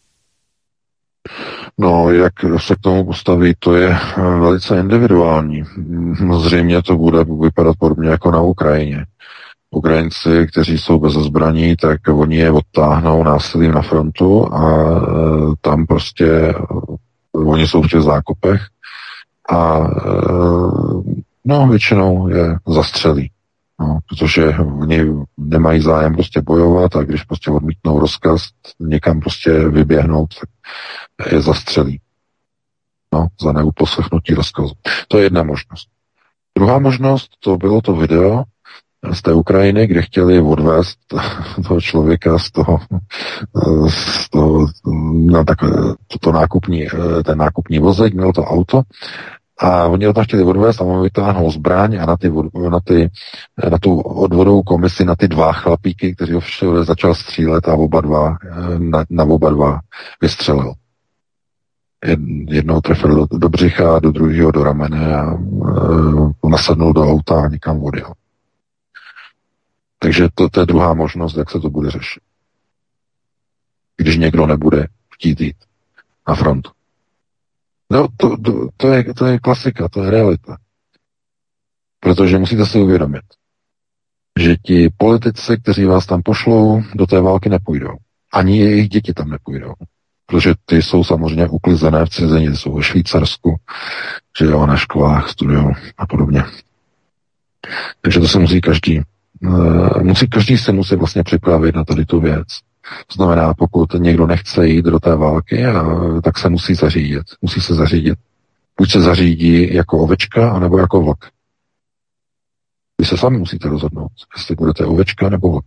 D: No, jak se k tomu postaví, to je velice individuální. Zřejmě to bude vypadat podobně jako na Ukrajině. Ukrajinci, kteří jsou bez zbraní, tak oni je odtáhnou násilím na frontu a e, tam prostě e, oni jsou v těch zákopech a e, no, většinou je zastřelí. No, protože oni nemají zájem prostě bojovat a když prostě odmítnou rozkaz někam prostě vyběhnout, tak je zastřelí. No, za neuposlechnutí rozkazu. To je jedna možnost. Druhá možnost, to bylo to video z té Ukrajiny, kde chtěli odvést toho člověka z toho, z toho na takové, toto nákupní, ten nákupní vozek, mělo to auto, a oni ho tam chtěli odvést a on vytáhnul zbraň a na, ty, na, ty, na tu odvodovou komisi, na ty dva chlapíky, kteří ho všude začal střílet a oba dva, na, na oba dva vystřelil. Jednoho trefil do, do břicha a do druhého do ramene a e, nasadnul do auta a někam odjel. Takže to, to je druhá možnost, jak se to bude řešit. Když někdo nebude chtít jít na frontu. No, to, to, to, je, to je klasika, to je realita. Protože musíte si uvědomit, že ti politici, kteří vás tam pošlou, do té války nepůjdou. Ani jejich děti tam nepůjdou. Protože ty jsou samozřejmě uklizené v cizině, jsou ve Švýcarsku, že jo, na školách studují a podobně. Takže to se musí každý, uh, musí, každý se musí vlastně připravit na tady tu věc. To znamená, pokud někdo nechce jít do té války, tak se musí zařídit. Musí se zařídit. Buď se zařídí jako ovečka, anebo jako vlk. Vy se sami musíte rozhodnout, jestli budete ovečka nebo vlk.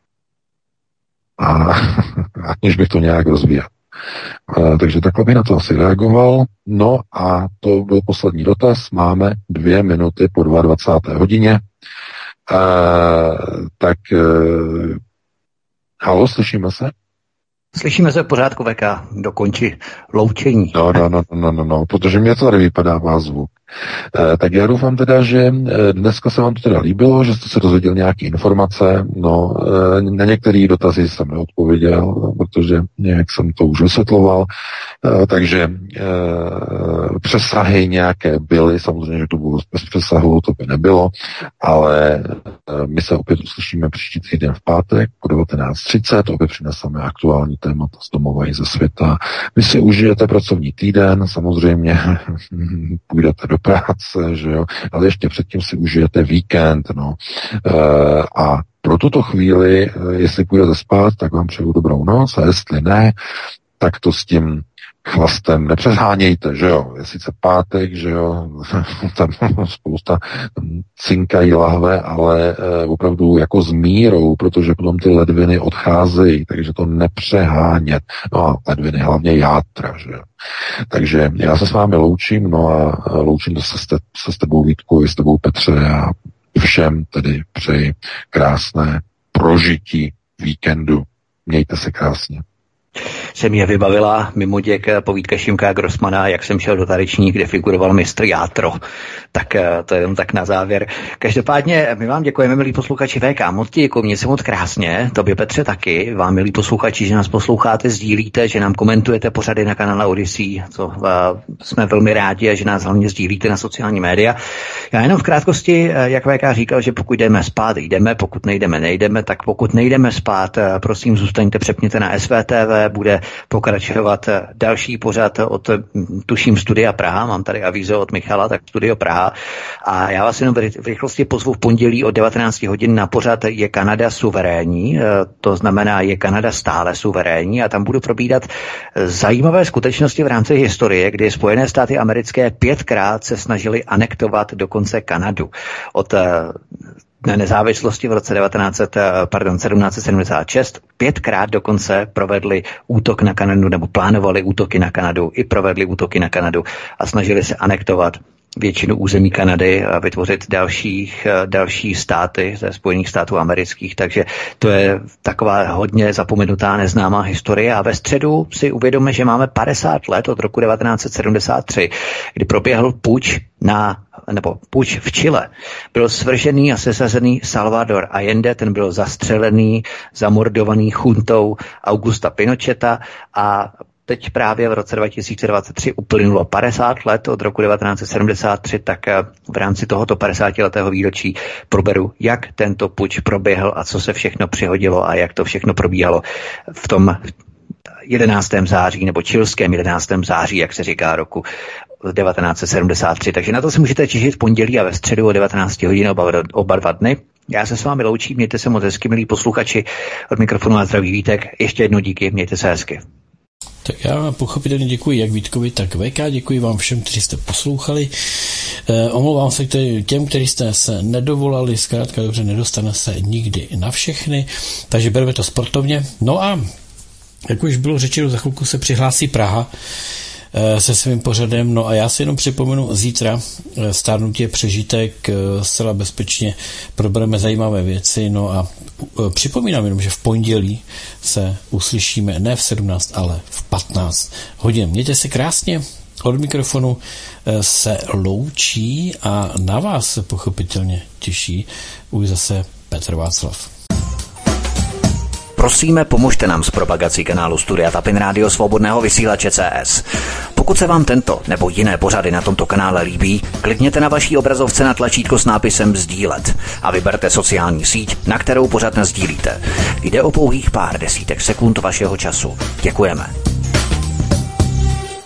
D: A aniž bych to nějak rozvíjel. Takže takhle bych na to asi reagoval. No a to byl poslední dotaz. Máme dvě minuty po dvacáté druhé hodině. E, tak e, halo, slyšíme se?
C: Slyšíme se v pořádku, V K, dokonči loučení.
D: No, no, no, no, no, no, protože mě to tady vypadá má zvuk. E, tak já doufám teda, že dneska se vám to teda líbilo, že jste se dozvěděl nějaké informace. No, e, na některé dotazy jsem neodpověděl, protože nějak jsem to už vysvětloval. E, takže e, přesahy nějaké byly, samozřejmě, že to bylo bez přesahu, to by nebylo, ale e, my se opět uslyšíme příští týden v pátek po devatenáct třicet, opět přineseme aktuální témata z domova i ze světa. Vy si užijete pracovní týden, samozřejmě půjdete do práce, že jo, ale ještě předtím si užijete víkend, no, e, a pro tuto chvíli, jestli půjdete spát, tak vám přeju dobrou noc a jestli ne, tak to s tím chlastem nepřehánějte, že jo, je sice pátek, že jo, tam spousta cinkají lahve, ale e, opravdu jako s mírou, protože potom ty ledviny odcházejí, takže to nepřehánět. No a ledviny, hlavně játra, že jo. Takže já se s vámi loučím, no a loučím se, se, se s tebou Vítku i s tebou Petře a všem tedy přeji krásné prožití víkendu. Mějte se krásně.
C: Se mě vybavila mimoděk povídka Šimka Grossmana, jak jsem šel do taneční, kde figuroval mistr Játro. Tak to je jenom tak na závěr. Každopádně my vám děkujeme, milí posluchači V K. Moc děkuji, mě se moc krásně. Tobě, Petře, taky. Vám, milí posluchači, že nás posloucháte, sdílíte, že nám komentujete pořady na kanále Odyssey, co jsme velmi rádi a že nás hlavně sdílíte na sociální média. Já jenom v krátkosti, jak V K říkal, že pokud jdeme spát, jdeme, pokud nejdeme, nejdeme, tak pokud nejdeme spát, prosím, zůstaňte, přepněte na S V T V, bude pokračovat další pořad od, tuším, Studia Praha, mám tady avízo od Michala, tak Studio Praha. A já vás jenom v rychlosti pozvu v pondělí od devatenáct hodin na pořad Je Kanada suverénní, to znamená Je Kanada stále suverénní a tam budu probídat zajímavé skutečnosti v rámci historie, kdy Spojené státy americké pětkrát se snažili anektovat dokonce Kanadu. Od na nezávislosti v roce devatenáct set, pardon, sedmnáct set sedmdesát šest pětkrát dokonce provedli útok na Kanadu, nebo plánovali útoky na Kanadu, i provedli útoky na Kanadu a snažili se anektovat většinu území Kanady a vytvořit dalších, další státy ze Spojených států amerických, takže to je taková hodně zapomenutá neznámá historie a ve středu si uvědomíme, že máme padesát let od roku devatenáct set sedmdesát tři, kdy proběhl puč na nebo puč v Chile. Byl svržený a sesazený Salvador Allende, ten byl zastřelený, zamordovaný chuntou Augusta Pinocheta a teď právě v roce dva tisíce dvacet tři uplynulo padesát let od roku devatenáct set sedmdesát tři, tak v rámci tohoto padesátiletého výročí proberu, jak tento puč proběhl a co se všechno přihodilo a jak to všechno probíhalo v tom jedenáctého září nebo chilském jedenáctého září, jak se říká, roku devatenáct set sedmdesát tři. Takže na to se můžete těšit v pondělí a ve středu o devatenáct hodin oba, oba dva dny. Já se s vámi loučím, mějte se moc hezky, milí posluchači, od mikrofonu a zdraví Vítek. Ještě jednou díky, mějte se hezky.
B: Tak já pochopitelně děkuji jak Vítkovi, tak V K, děkuji vám všem, kteří jste poslouchali. E, omlouvám se těm, kteří jste se nedovolali, zkrátka dobře, nedostane se nikdy na všechny, takže bereme to sportovně. No a jak už bylo řečeno, za chvilku se přihlásí Praha e, se svým pořadem, no a já si jenom připomenu zítra e, stárnutí je přežitek, e, zcela bezpečně probereme zajímavé věci, no a e, připomínám jenom, že v pondělí se uslyšíme ne v sedmnáct, ale v patnáct hodin. Mějte se krásně, od mikrofonu e, se loučí a na vás se pochopitelně těší už zase Petr Václav.
A: Prosíme, pomožte nám s propagací kanálu Studia Tapin Rádio Svobodného vysílače C S. Pokud se vám tento nebo jiné pořady na tomto kanále líbí, klikněte na vaší obrazovce na tlačítko s nápisem sdílet a vyberte sociální síť, na kterou pořad nasdílíte. Jde o pouhých pár desítek sekund vašeho času. Děkujeme.